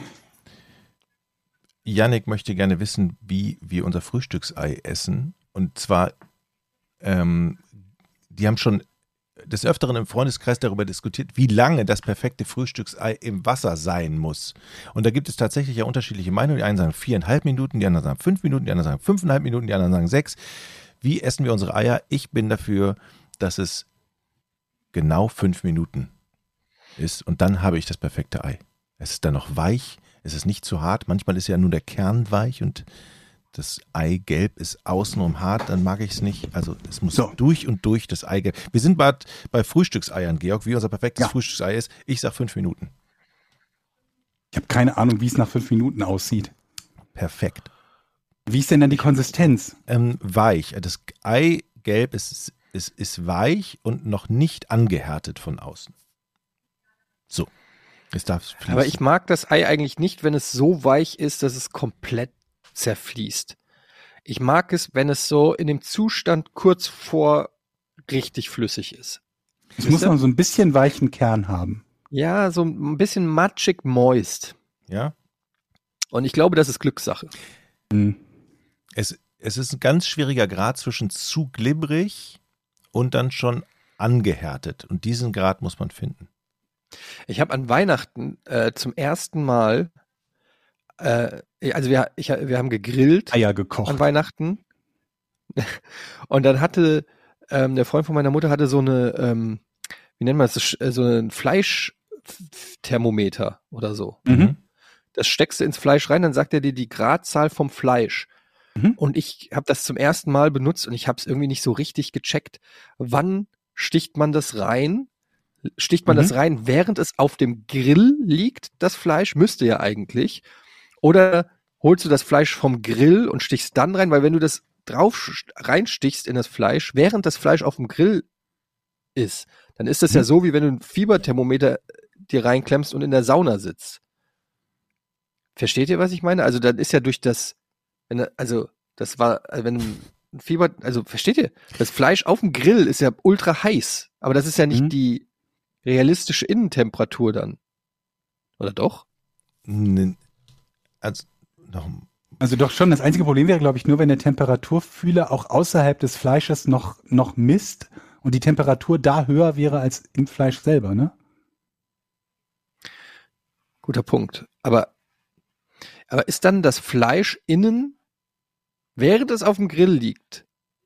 Janik möchte gerne wissen, wie wir unser Frühstücksei essen. Und zwar, ähm, die haben schon des Öfteren im Freundeskreis darüber diskutiert, wie lange das perfekte Frühstücksei im Wasser sein muss. Und da gibt es tatsächlich ja unterschiedliche Meinungen. Die einen sagen viereinhalb Minuten, die anderen sagen fünf Minuten, die anderen sagen fünfeinhalb Minuten, die anderen sagen sechs. Wie essen wir unsere Eier? Ich bin dafür, dass es genau fünf Minuten ist. Und dann habe ich das perfekte Ei. Es ist dann noch weich, es ist nicht zu hart. Manchmal ist ja nur der Kern weich und das Eigelb ist außenrum hart, dann mag ich es nicht. Also es muss So. durch und durch das Eigelb. Wir sind bald bei Frühstückseiern, Georg, wie unser perfektes Ja. Frühstücksei ist. Ich sag fünf Minuten. Ich habe keine Ahnung, wie es nach fünf Minuten aussieht. Perfekt. Wie ist denn dann die Konsistenz? Ähm, weich. Das Eigelb ist, ist, ist weich und noch nicht angehärtet von außen. So. Jetzt darf es fließen. Aber ich mag das Ei eigentlich nicht, wenn es so weich ist, dass es komplett zerfließt. Ich mag es, wenn es so in dem Zustand kurz vor richtig flüssig ist. Es muss noch so ein bisschen weichen Kern haben. Ja, so ein bisschen matschig moist. Ja? Und ich glaube, das ist Glückssache. Hm. Es, es ist ein ganz schwieriger Grad zwischen zu glibberig und dann schon angehärtet. Und diesen Grad muss man finden. Ich habe an Weihnachten äh, zum ersten Mal, äh, also wir, ich, wir haben gegrillt Eier an gekocht. Weihnachten. Und dann hatte ähm, der Freund von meiner Mutter hatte so eine, ähm, wie nennt man das, so ein Fleischthermometer oder so. Mhm. Das steckst du ins Fleisch rein, dann sagt er dir die Gradzahl vom Fleisch. Mhm. Und ich habe das zum ersten Mal benutzt und ich habe es irgendwie nicht so richtig gecheckt. Wann sticht man das rein? Sticht man Mhm. das rein, während es auf dem Grill liegt, das Fleisch? Müsste ja eigentlich. Oder holst du das Fleisch vom Grill und stichst dann rein? Weil wenn du das drauf sch- reinstichst in das Fleisch, während das Fleisch auf dem Grill ist, dann ist das Mhm. ja so, wie wenn du ein Fieberthermometer dir reinklemmst und in der Sauna sitzt. Versteht ihr, was ich meine? Also dann ist ja durch das, wenn, er- also das war, also wenn ein Fieber, also versteht ihr? Das Fleisch auf dem Grill ist ja ultra heiß, aber das ist ja nicht Mhm. die realistische Innentemperatur dann. Oder doch? N- Also, noch, Also doch schon. Das einzige Problem wäre, glaube ich, nur, wenn der Temperaturfühler auch außerhalb des Fleisches noch, noch misst und die Temperatur da höher wäre als im Fleisch selber, ne? Guter Punkt. Aber, aber ist dann das Fleisch innen, während es auf dem Grill liegt,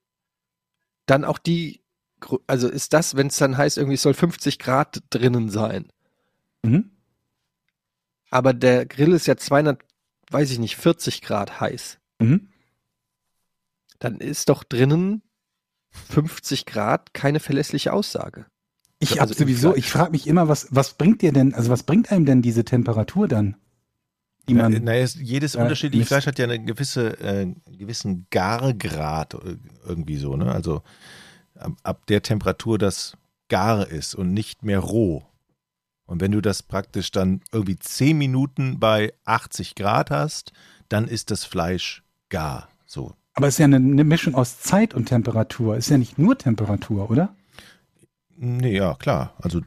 dann auch die, Gru- also ist das, wenn es dann heißt, irgendwie es soll fünfzig Grad drinnen sein, Mhm. aber der Grill ist ja zweihundert, weiß ich nicht, vierzig Grad heiß, Mhm. dann ist doch drinnen fünfzig Grad keine verlässliche Aussage. Ich Also habe im sowieso, Fleisch. ich frage mich immer, was, was bringt dir denn, also was bringt einem denn diese Temperatur dann? Die na, man, naja, es- jedes äh, unterschiedliche misst. Fleisch hat ja einen gewisse, äh, gewissen Gargrad äh, irgendwie so, ne? Also ab, ab der Temperatur das gar ist und nicht mehr roh. Und wenn du das praktisch dann irgendwie zehn Minuten bei achtzig Grad hast, dann ist das Fleisch gar. So. aber es ist ja eine, eine Mischung aus Zeit und Temperatur. Ist ja nicht nur Temperatur, oder? Nee, ja, klar. Also,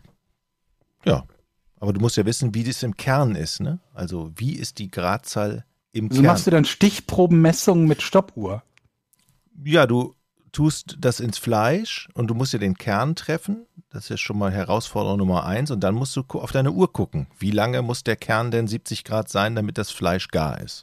ja. Aber du musst ja wissen, wie das im Kern ist, ne? Also, wie ist die Gradzahl im So Kern? machst du dann Stichprobenmessungen mit Stoppuhr. Ja, du tust das ins Fleisch und du musst ja den Kern treffen. Das ist ja schon mal Herausforderung Nummer eins. Und dann musst du gu- auf deine Uhr gucken. Wie lange muss der Kern denn siebzig Grad sein, damit das Fleisch gar ist?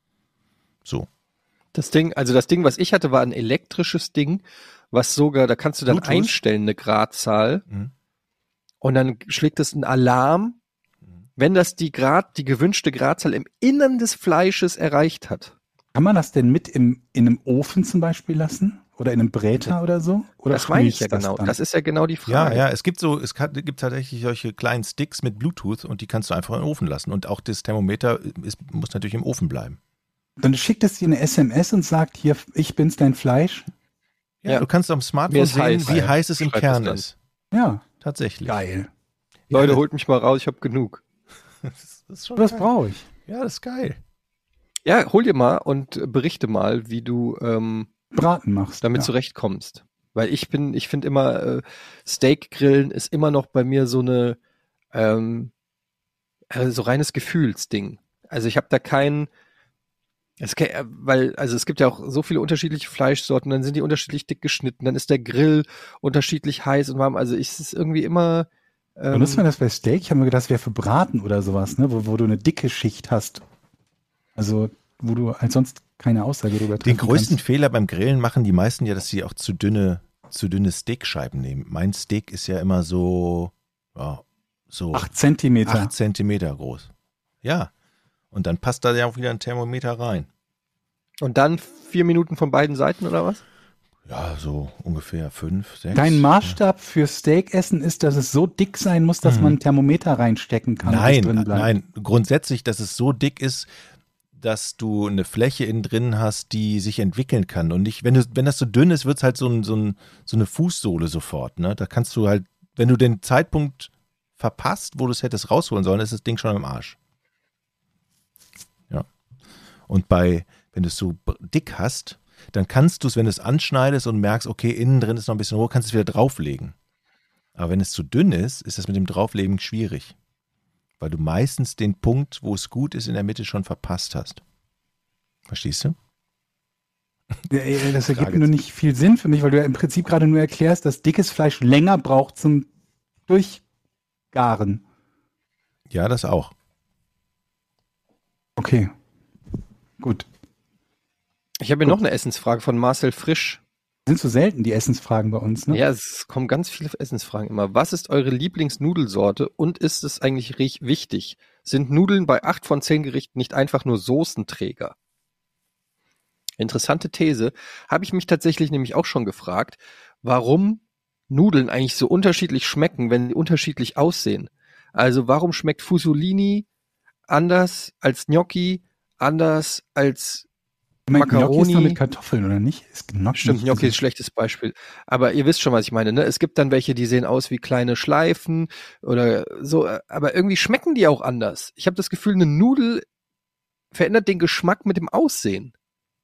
So. Das Ding, also das Ding, was ich hatte, war ein elektrisches Ding, was sogar, da kannst du dann Bluetooth? einstellen, eine Gradzahl, Mhm. und dann schlägt es einen Alarm, wenn das die Grad, die gewünschte Gradzahl im Innern des Fleisches erreicht hat. Kann man das denn mit im, in einem Ofen zum Beispiel lassen? Oder in einem Bräter oder so? Oder Das meine ich ja schmilzt genau. dann? Das ist ja genau die Ja, Frage. ja, es gibt so, es kann, gibt tatsächlich solche kleinen Sticks mit Bluetooth und die kannst du einfach in den Ofen lassen. Und auch das Thermometer ist, muss natürlich im Ofen bleiben. Dann schickt es dir eine S M S und sagt, hier, ich bin's, dein Fleisch. Ja, Ja. du kannst am Mir Smartphone ist sehen, heiß. wie heiß es im Schreibt Kern es dann. ist. Ja, Tatsächlich. geil. Leute, Ja, holt mich mal raus, ich habe genug. das ist schon Das geil. brauche ich. Ja, das ist geil. Ja, hol dir mal und äh, berichte mal, wie du ähm, Braten machst. damit ja. zurechtkommst. Weil ich bin, ich finde immer, äh, Steak grillen ist immer noch bei mir so eine, ähm, äh, so reines Gefühlsding. Also ich habe da keinen, es, ke- äh, weil, also es gibt ja auch so viele unterschiedliche Fleischsorten, dann sind die unterschiedlich dick geschnitten, dann ist der Grill unterschiedlich heiß und warm. Also ich, es ist irgendwie immer, ähm, Benutzt man das bei Steak? Ich habe mir gedacht, das wäre für Braten oder sowas, ne? wo, wo du eine dicke Schicht hast. Also, wo du halt sonst keine Aussage darüber Den treffen größten kannst. Fehler beim Grillen machen die meisten ja, dass sie auch zu dünne, zu dünne Steakscheiben nehmen. Mein Steak ist ja immer so, ja, so Acht Zentimeter. acht Zentimeter groß. Ja. Und dann passt da ja auch wieder ein Thermometer rein. Und dann vier Minuten von beiden Seiten oder was? Ja, so ungefähr fünf, sechs. Dein Maßstab für Steakessen ist, dass es so dick sein muss, dass Mhm. man ein Thermometer reinstecken kann. und es Nein, drin bleibt. nein, grundsätzlich, dass es so dick ist, dass du eine Fläche innen drin hast, die sich entwickeln kann. Und nicht, wenn du, wenn das so dünn ist, wird es halt so, ein, so, ein, so eine Fußsohle sofort. Ne? Da kannst du halt, wenn du den Zeitpunkt verpasst, wo du es hättest rausholen sollen, ist das Ding schon im Arsch. Ja. Und bei, wenn du es so b- dick hast, dann kannst du es, wenn du es anschneidest und merkst, okay, innen drin ist noch ein bisschen hoch, kannst du es wieder drauflegen. Aber wenn es zu dünn ist, ist das mit dem Drauflegen schwierig. Weil du meistens den Punkt, wo es gut ist, in der Mitte schon verpasst hast. Verstehst du? Ja, ey, das ergibt Frage nur zu- nicht viel Sinn für mich, weil du ja im Prinzip gerade nur erklärst, dass dickes Fleisch länger braucht zum Durchgaren. Ja, das auch. Okay. Gut. Ich habe hier noch eine Essensfrage von Marcel Frisch. Sind so selten die Essensfragen bei uns, ne? Ja, es kommen ganz viele Essensfragen immer. Was ist eure Lieblingsnudelsorte und ist es eigentlich ri- wichtig? Sind Nudeln bei acht von zehn Gerichten nicht einfach nur Soßenträger? Interessante These. Habe ich mich tatsächlich nämlich auch schon gefragt, warum Nudeln eigentlich so unterschiedlich schmecken, wenn sie unterschiedlich aussehen. Also warum schmeckt Fusolini anders als Gnocchi, anders als Ich meine, Gnocchi ist Macaroni. doch mit Kartoffeln, oder nicht? Ist Gnocchi Stimmt, nicht Gnocchi ist ein so- schlechtes Beispiel. Aber ihr wisst schon, was ich meine, ne? Es gibt dann welche, die sehen aus wie kleine Schleifen oder so, aber irgendwie schmecken die auch anders. Ich habe das Gefühl, eine Nudel verändert den Geschmack mit dem Aussehen.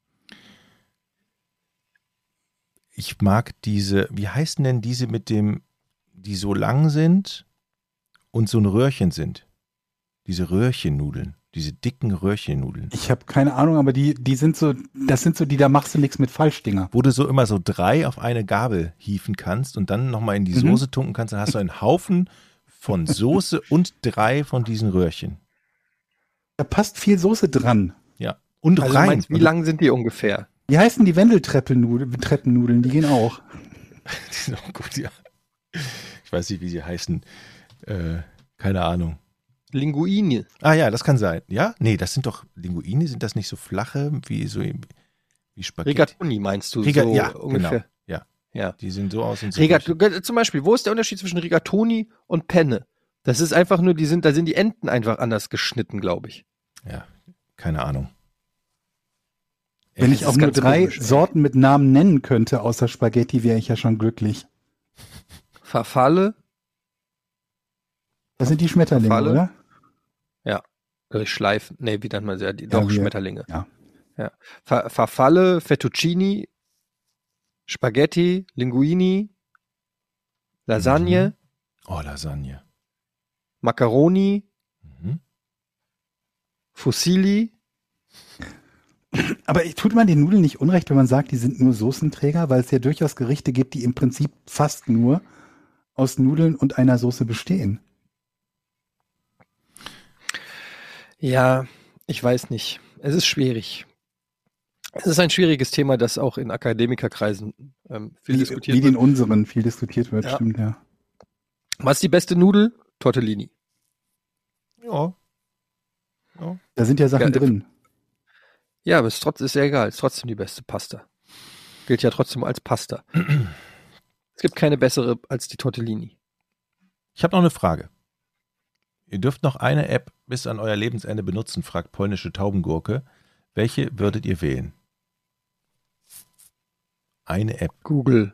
Ich mag diese, wie heißen denn diese mit dem, die so lang sind und so ein Röhrchen sind? Diese Röhrchennudeln, diese dicken Röhrchennudeln. Ich habe keine Ahnung, aber die, die sind so, das sind so die, da machst du nichts mit Falschdinger. Wo du so immer so drei auf eine Gabel hieven kannst und dann nochmal in die Mhm. Soße tunken kannst, dann hast du einen Haufen von Soße und drei von diesen Röhrchen. Da passt viel Soße dran. Ja. Und Also rein. meinst, wie lang sind die ungefähr? Wie heißen die Wendeltreppennudeln? Treppennudeln, die gehen auch. Die sind auch gut, ja. Ich weiß nicht, wie sie heißen. Äh, keine Ahnung. Linguine. Ah ja, das kann sein. Ja? Nee, das sind doch Linguine, sind das nicht so flache, wie so wie Spaghetti? Rigatoni meinst du Riga- so ja, ungefähr? genau. Ja. Ja. Die sehen so aus und so. Rigat zum Beispiel, wo ist der Unterschied zwischen Rigatoni und Penne? Das ist einfach nur, die sind, da sind die Enden einfach anders geschnitten, glaube ich. Ja, keine Ahnung. Wenn das ich ist auch nur ganz drei komisch, ey. Sorten mit Namen nennen könnte, außer Spaghetti, wäre ich ja schon glücklich. Farfalle, Das sind die Schmetterlinge, Falle? oder? äh, Schleifen, nee, wie nennt man sie? Ja, die, Ja, doch, wir- Schmetterlinge. ja. ja. Fa- Farfalle, Fettuccini, Spaghetti, Linguini, Lasagne, Oh, Lasagne. Macaroni, Mhm. Fusilli. Aber tut man den Nudeln nicht unrecht, wenn man sagt, die sind nur Soßenträger, weil es ja durchaus Gerichte gibt, die im Prinzip fast nur aus Nudeln und einer Soße bestehen. Ja, ich weiß nicht. Es ist schwierig. Es ist ein schwieriges Thema, das auch in Akademikerkreisen ähm, viel Wie, diskutiert wie wird. den unseren viel diskutiert wird, Ja. stimmt, ja. Was ist die beste Nudel? Tortellini. Ja. Da sind ja Sachen Ja, drin. Ja, aber es ist, trotz, ist ja egal. Es ist trotzdem die beste Pasta. Gilt ja trotzdem als Pasta. Es gibt keine bessere als die Tortellini. Ich habe noch eine Frage. Ihr dürft noch eine App bis an euer Lebensende benutzen, fragt polnische Taubengurke. Welche würdet ihr wählen? Eine App. Google.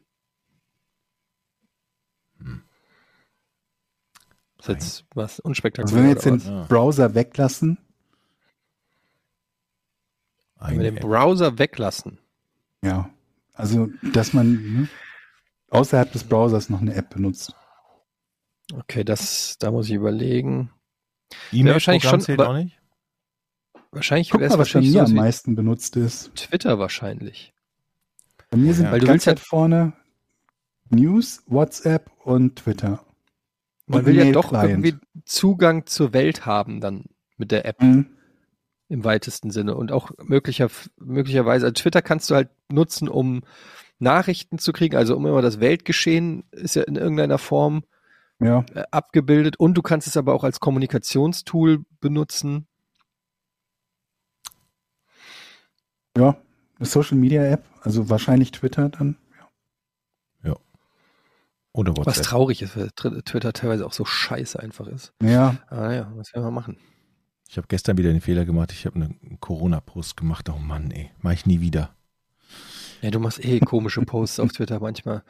Hm. Das ist jetzt was Also unspektakulär. wenn wir jetzt den oder was? Ja. Browser weglassen, Wenn wir Eine den App. Browser weglassen. ja, also dass man ne, außerhalb des Browsers noch eine App benutzt. Okay, das, da muss ich überlegen. E-Mail-Programm schon, zählt aber- auch nicht? Wahrscheinlich Guck wäre es mal, was bei wahrscheinlich mir sowas am wie meisten benutzt ist. Twitter wahrscheinlich. Bei mir sind Ja. Weil die du ganze willst Zeit vorne News, WhatsApp und Twitter. Man Und will ja Mail doch Client. irgendwie Zugang zur Welt haben dann mit der App Mhm. im weitesten Sinne und auch möglicher, möglicherweise, also Twitter kannst du halt nutzen, um Nachrichten zu kriegen, also um immer das Weltgeschehen ist ja in irgendeiner Form Ja, äh, abgebildet und du kannst es aber auch als Kommunikationstool benutzen. ja. Eine Social-Media-App, also wahrscheinlich Twitter dann. Oder Was WhatsApp. traurig ist, weil Tr- Twitter teilweise auch so scheiße einfach ist. Ja, Aber ja, was werden wir machen? Ich habe gestern wieder den Fehler gemacht, ich habe einen Corona-Post gemacht. Oh Mann, ey, mach ich nie wieder. Ja, du machst eh komische Posts auf Twitter manchmal.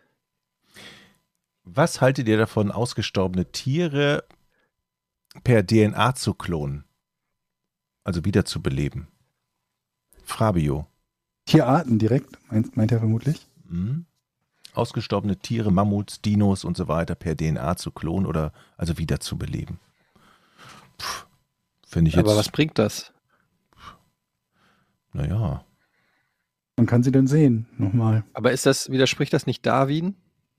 Was haltet ihr davon, ausgestorbene Tiere per D N A zu klonen? Also wiederzubeleben? Fabio. Tierarten direkt, meint, meint er vermutlich. Hm? Ausgestorbene Tiere, Mammuts, Dinos und so weiter per D N A zu klonen oder also wiederzubeleben. Puh, finde ich jetzt. Aber was bringt das? Naja. Man kann sie dann sehen, nochmal. Aber ist das, widerspricht das nicht Darwin?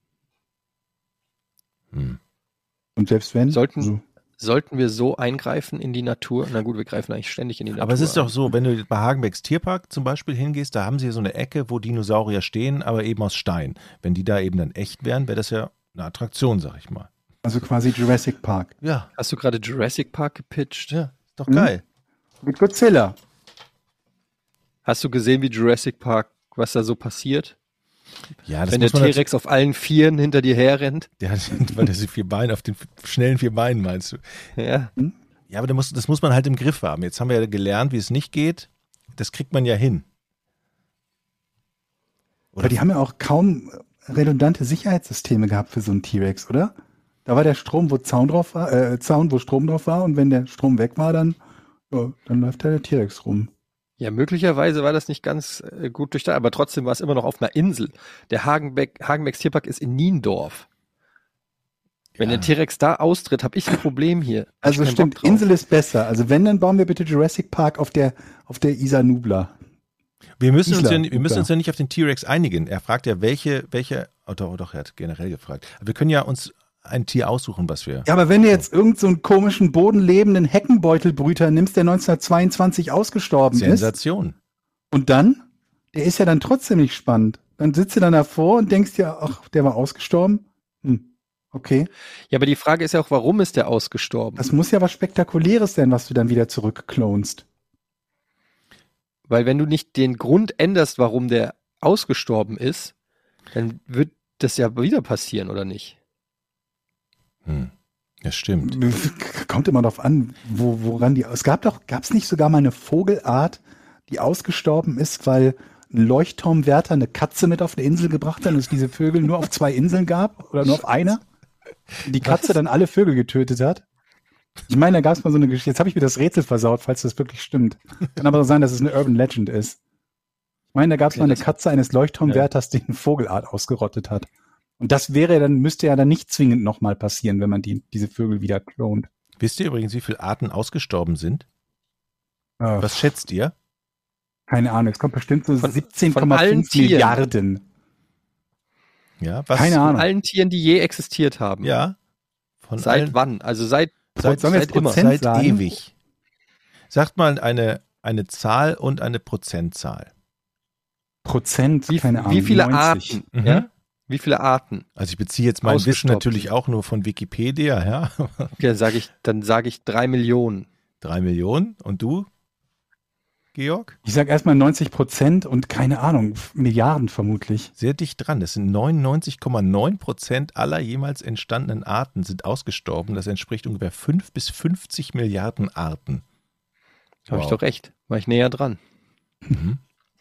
Hm. Und selbst wenn? Sollten- also, Sollten wir so eingreifen in die Natur? Na gut, wir greifen eigentlich ständig in die Natur. Aber es ist doch ein. so, wenn du bei Hagenbecks Tierpark zum Beispiel hingehst, da haben sie so eine Ecke, wo Dinosaurier stehen, aber eben aus Stein. Wenn die da eben dann echt wären, wäre das ja eine Attraktion, sag ich mal. also quasi Jurassic Park. Ja, Hast du gerade Jurassic Park gepitcht? ja, ist doch Hm? geil. Mit Godzilla. Hast du gesehen, wie Jurassic Park, was da so passiert? Ja, das Wenn der muss man T-Rex auf allen Vieren hinter dir herrennt? Der hat, weil der so vier Beine auf den schnellen vier Beinen meinst du? Ja. Ja, aber da muss, das muss man halt im Griff haben. Jetzt haben wir ja gelernt, wie es nicht geht. Das kriegt man ja hin. Aber die haben ja auch kaum redundante Sicherheitssysteme gehabt für so einen T-Rex, oder? Da war der Strom, wo Zaun drauf war, äh, Zaun, wo Strom drauf war, und wenn der Strom weg war, dann, ja, dann läuft da der T-Rex rum. Ja, möglicherweise war das nicht ganz äh, gut durchdacht, aber trotzdem war es immer noch auf einer Insel. Der Hagenbeck, Hagenbecks Tierpark ist in Niendorf. Wenn Ja. der T-Rex da austritt, habe ich ein Problem hier. Hab ich Also keinen Bock stimmt, drauf. Insel ist besser. Also wenn, dann bauen wir bitte Jurassic Park auf der, auf der Isar Nubla. Wir müssen, uns Isla, ja, wir müssen klar. uns ja nicht auf den T-Rex einigen. Er fragt ja, welche, welche, oh doch, oh doch, er hat generell gefragt. Wir können ja uns ein Tier aussuchen, was wir. Ja, aber wenn du jetzt irgend so einen komischen, bodenlebenden Heckenbeutelbrüter nimmst, der neunzehnhundertzweiundzwanzig ausgestorben ist, Sensation. und dann, der ist ja dann trotzdem nicht spannend. Dann sitzt du dann davor und denkst dir, ach, der war ausgestorben? Hm, okay. Ja, aber die Frage ist ja auch, warum ist der ausgestorben? Das muss ja was Spektakuläres sein, was du dann wieder zurückklonst. Weil wenn du nicht den Grund änderst, warum der ausgestorben ist, dann wird das ja wieder passieren, oder nicht? Hm. Das stimmt. Kommt immer darauf an, wo, woran die. Es gab doch, gab es nicht sogar mal eine Vogelart, die ausgestorben ist, weil ein Leuchtturmwärter eine Katze mit auf eine Insel gebracht hat und es diese Vögel nur auf zwei Inseln gab oder nur auf einer? Und die Katze Was? dann alle Vögel getötet hat? Ich meine, da gab es mal so eine Geschichte. Jetzt habe ich mir das Rätsel versaut, falls das wirklich stimmt. Kann aber sein, dass es eine Urban Legend ist. Ich meine, da gab es Okay, mal eine das- Katze eines Leuchtturmwärters, die eine Vogelart ausgerottet hat. Und das wäre dann, müsste ja dann nicht zwingend nochmal passieren, wenn man die, diese Vögel wieder klont. Wisst ihr übrigens, wie viele Arten ausgestorben sind? Äh, Was schätzt ihr? Keine Ahnung, es kommt bestimmt so Von- siebzehn von Komma allen fünf Tieren. Milliarden. Ja, was? Keine Von Ahnung. allen Tieren, die je existiert haben. Ja. Von Seit allen, wann? Also seit, Seit, Sollen wir seit jetzt immer. Prozent seit sagen? ewig. Sagt mal eine, eine Zahl und eine Prozentzahl. Prozent, wie, keine Ahnung. wie viele neunzig. Arten? Mhm. Ja? Wie viele Arten? Also ich beziehe jetzt mein Wissen Ausgestorben natürlich sind. auch nur von Wikipedia, ja. Okay, sag ich, dann sage ich drei Millionen. Drei Millionen. Und du, Georg? Ich sag erstmal neunzig Prozent und keine Ahnung, Milliarden vermutlich. Sehr dicht dran. Das sind neunundneunzig Komma neun Prozent aller jemals entstandenen Arten sind ausgestorben. Das entspricht ungefähr fünf bis fünfzig Milliarden Arten. Habe ich Wow. doch recht. War ich näher dran. Mhm.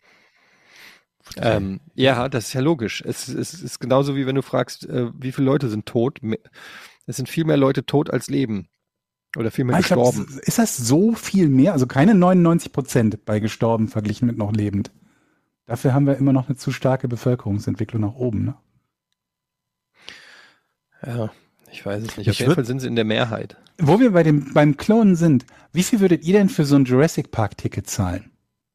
Ähm, ja, das ist ja logisch. Es, es ist genauso wie wenn du fragst, äh, wie viele Leute sind tot. Es sind viel mehr Leute tot als leben. Oder viel mehr Ah, ich glaub, gestorben. ist das so viel mehr? Also keine neunundneunzig Prozent bei gestorben verglichen mit noch lebend. Dafür haben wir immer noch eine zu starke Bevölkerungsentwicklung nach oben. Ne? Ja, ich weiß es nicht. Ich Auf jeden würd- Fall sind sie in der Mehrheit. Wo wir bei dem, beim Klonen sind, wie viel würdet ihr denn für so ein Jurassic Park-Ticket zahlen?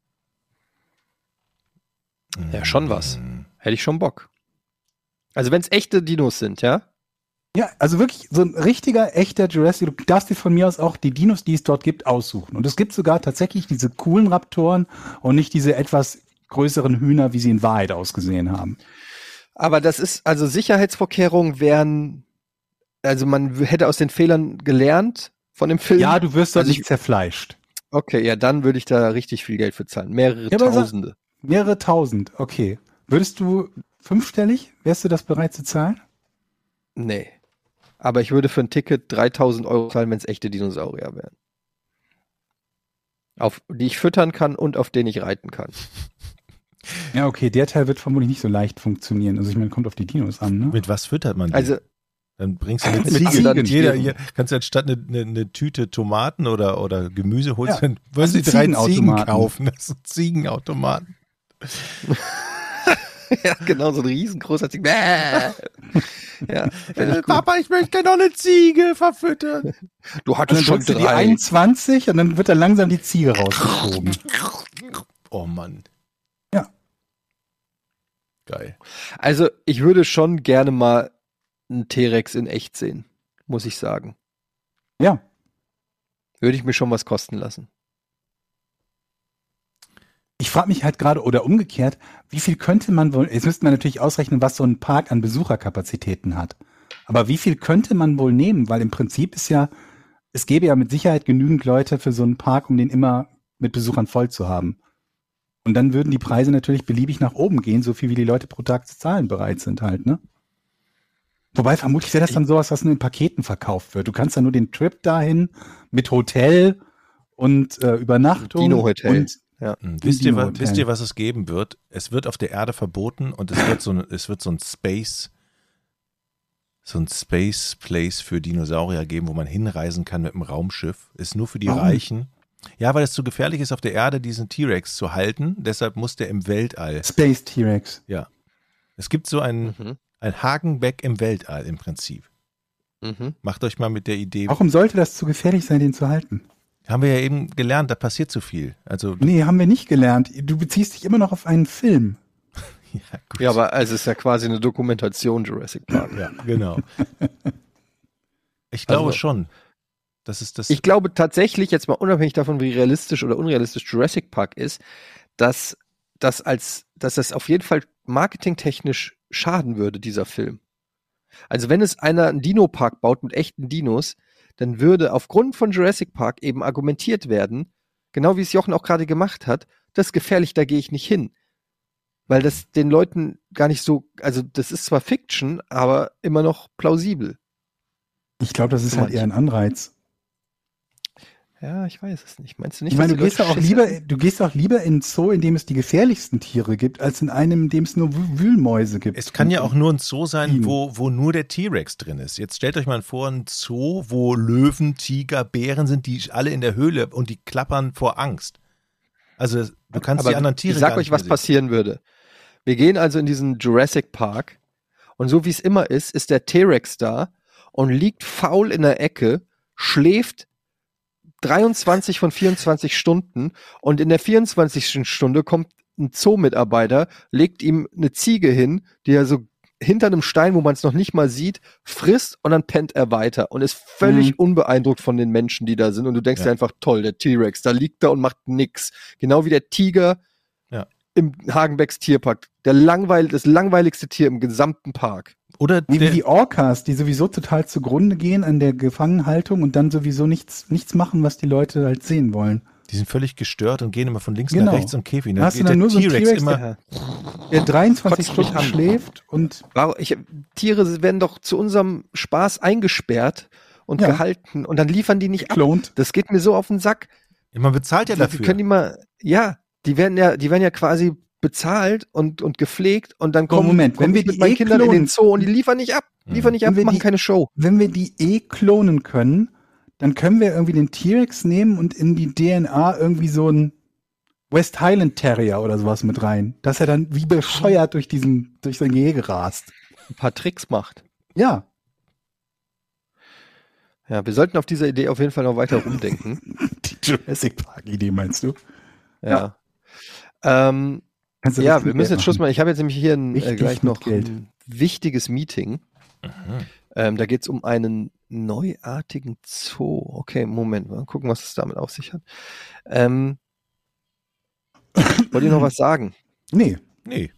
Ja, schon was. Hätte ich schon Bock. Also wenn es echte Dinos sind, ja? Ja, also wirklich so ein richtiger, echter Jurassic. Du darfst dir von mir aus auch die Dinos, die es dort gibt, aussuchen. Und es gibt sogar tatsächlich diese coolen Raptoren und nicht diese etwas größeren Hühner, wie sie in Wahrheit ausgesehen haben. Aber das ist, also Sicherheitsvorkehrungen wären, also man w- hätte aus den Fehlern gelernt von dem Film. Ja, du wirst dort Also ich- nicht zerfleischt. Okay, ja, dann würde ich da richtig viel Geld für zahlen. Mehrere Ja, aber sa- Tausende. Mehrere tausend, okay. Würdest du fünfstellig, wärst du das bereit zu zahlen? Nee. Aber ich würde für ein Ticket dreitausend Euro zahlen, wenn es echte Dinosaurier wären. Auf die ich füttern kann und auf denen ich reiten kann. Ja, okay, der Teil wird vermutlich nicht so leicht funktionieren. Also ich meine, kommt auf die Dinos an, ne? Mit was füttert man die? Also, Dann bringst du eine Mit Ziege. anderen Jeder, Tieren. hier, kannst du anstatt eine, eine, eine Tüte Tomaten oder, oder Gemüse holst, Ja, dann wirst du also drei Ziegen Ziegenautomaten. kaufen. Das sind Ziegenautomaten. ja, genau, so ein riesengroßer Ziegen. Bäh. Ja, fänd ich gut. Papa, ich möchte noch eine Ziege verfüttern. Du Und hattest dann schon drückst du die drei. einundzwanzig und dann wird dann langsam die Ziege rausgeschoben. Oh Mann. Ja. Geil. Also, ich würde schon gerne mal einen T-Rex in echt sehen, muss ich sagen. Ja. Würde ich mir schon was kosten lassen. Ich frage mich halt gerade, oder umgekehrt, wie viel könnte man wohl, jetzt müsste man natürlich ausrechnen, was so ein Park an Besucherkapazitäten hat. Aber wie viel könnte man wohl nehmen? Weil im Prinzip ist ja, es gäbe ja mit Sicherheit genügend Leute für so einen Park, um den immer mit Besuchern voll zu haben. Und dann würden die Preise natürlich beliebig nach oben gehen, so viel wie die Leute pro Tag zu zahlen bereit sind halt, ne? Wobei vermutlich wäre das dann sowas, was nur in Paketen verkauft wird. Du kannst ja nur den Trip dahin mit Hotel und äh, Übernachtung. Dino-Hotel. Und Ja. Hm, Wisst ihr, wa- Dino-Hotel. wisst ihr, was es geben wird? Es wird auf der Erde verboten und es wird so ein, es wird so ein Space, so ein Space Place für Dinosaurier geben, wo man hinreisen kann mit einem Raumschiff. Ist nur für die Warum? Reichen. Ja, weil es zu gefährlich ist, auf der Erde diesen T-Rex zu halten. Deshalb muss der im Weltall. Space T-Rex. Ja. Es gibt so ein, Mhm. ein Hagenbeck im Weltall im Prinzip. Mhm. Macht euch mal mit der Idee. Warum sollte das zu gefährlich sein, den zu halten? Haben wir ja eben gelernt, da passiert zu viel. Also, Nee, haben wir nicht gelernt. Du beziehst dich immer noch auf einen Film. ja, gut. Ja, aber also es ist ja quasi eine Dokumentation Jurassic Park. Ja, genau. Ich glaube Also- schon. Das ist das. Ich glaube tatsächlich, jetzt mal unabhängig davon, wie realistisch oder unrealistisch Jurassic Park ist, dass das als, dass das auf jeden Fall marketingtechnisch schaden würde, dieser Film. Also wenn es einer einen Dino-Park baut mit echten Dinos, dann würde aufgrund von Jurassic Park eben argumentiert werden, genau wie es Jochen auch gerade gemacht hat, das ist gefährlich, da gehe ich nicht hin. Weil das den Leuten gar nicht so, also das ist zwar Fiction, aber immer noch plausibel. Ich glaube, das ist Für halt eher ein Anreiz. Ja, ich weiß es nicht. Meinst du nicht, Ich meine, dass du die gehst, ja Leute auch Schiss lieber, hätten? du gehst auch lieber in einen Zoo, in dem es die gefährlichsten Tiere gibt, als in einem, in dem es nur Wü- Wühlmäuse gibt. Es kann ja auch nur ein Zoo sein, Bienen. wo, wo nur der T-Rex drin ist. Jetzt stellt euch mal vor, ein Zoo, wo Löwen, Tiger, Bären sind, die alle in der Höhle und die klappern vor Angst. Also du kannst Aber die anderen Tiere ich sag gar euch, nicht was mehr sehen. passieren würde. Wir gehen also in diesen Jurassic Park und so wie es immer ist, ist der T-Rex da und liegt faul in der Ecke, schläft dreiundzwanzig von vierundzwanzig Stunden und in der vierundzwanzigsten Stunde kommt ein Zoo-Mitarbeiter, legt ihm eine Ziege hin, die er so hinter einem Stein, wo man es noch nicht mal sieht, frisst und dann pennt er weiter und ist völlig Mhm. unbeeindruckt von den Menschen, die da sind und du denkst Ja. dir einfach, toll, der T-Rex, da liegt er und macht nix. Genau wie der Tiger Ja. im Hagenbecks Tierpark. Der langweil, das langweiligste Tier im gesamten Park. Oder Nee, wie der, die Orcas, die sowieso total zugrunde gehen an der Gefangenhaltung und dann sowieso nichts, nichts machen, was die Leute halt sehen wollen. die sind völlig gestört und gehen immer von links Genau. nach rechts im Käfig. Da Dann hast du geht dann der nur so einen T-Rex T-Rex, immer. Ja. Der dreiundzwanzig Kotzt mich Stunden an. schläft und Warum, ich, Tiere werden doch zu unserem Spaß eingesperrt und Ja. gehalten und dann liefern die nicht ab. klont. Das geht mir so auf den Sack. Ja, man bezahlt ja Die, dafür. die können die mal, ja, die werden ja, die werden ja quasi bezahlt und, und gepflegt und dann So, kommen Moment, komm wenn wir ich mit die meinen eh Kindern in den klonen- Zoo und die liefern nicht ab. Liefern nicht Wenn ab, wir machen die- keine Show. Wenn wir die eh klonen können, dann können wir irgendwie den T-Rex nehmen und in die D N A irgendwie so ein West Highland Terrier oder sowas mit rein, dass er dann wie bescheuert durch diesen, durch sein Gehege rast. Ein paar Tricks macht. Ja. Ja, wir sollten auf dieser Idee auf jeden Fall noch weiter rumdenken. Die Jurassic Park Idee meinst du? Ja. Ähm, Kannst du ja, richtig wir müssen Geld jetzt Schluss machen. machen. Ich habe jetzt nämlich hier ein, äh, Richtig gleich mit noch Geld. ein wichtiges Meeting. Mhm. Ähm, da geht es um einen neuartigen Zoo. Okay, Moment, mal gucken, was es damit auf sich hat. Ähm, wollt ihr noch was sagen? Nee. Nee.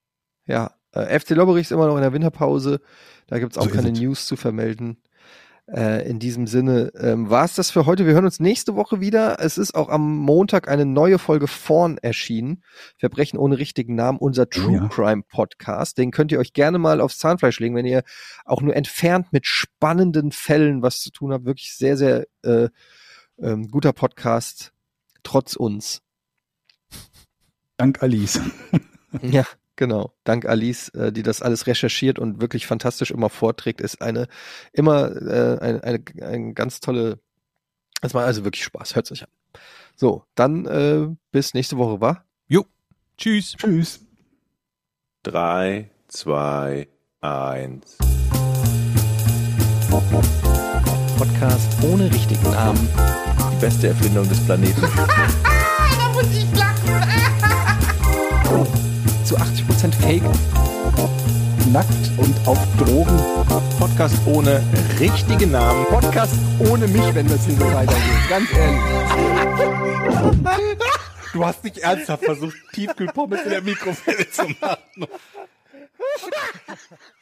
Ja, äh, F C Lobberich ist immer noch in der Winterpause. Da gibt es auch So ist keine es. News zu vermelden. Äh, in diesem Sinne ähm, war es das für heute. Wir hören uns nächste Woche wieder. Es ist auch am Montag eine neue Folge Vorn erschienen. Verbrechen ohne richtigen Namen, unser True ja. Crime Podcast. Den könnt ihr euch gerne mal aufs Zahnfleisch legen, wenn ihr auch nur entfernt mit spannenden Fällen was zu tun habt. Wirklich sehr, sehr äh, ähm, guter Podcast, trotz uns. Dank Alice. Ja, genau. Dank Alice, äh, die das alles recherchiert und wirklich fantastisch immer vorträgt, ist eine immer äh, eine, eine, eine ganz tolle, es macht also wirklich Spaß, hört sich an. So, dann äh, bis nächste Woche, wa? Jo, tschüss. Tschüss. drei, zwei, eins. Podcast ohne richtigen Namen. Die beste Erfindung des Planeten. Da muss ich lachen. Zu achtzig Prozent Fake. Nackt und auf Drogen. Podcast ohne richtigen Namen. Podcast ohne mich, wenn das hier so weitergeht. Ganz ehrlich. Du hast nicht ernsthaft versucht, Tiefkühlpommes in der Mikrowelle zu machen.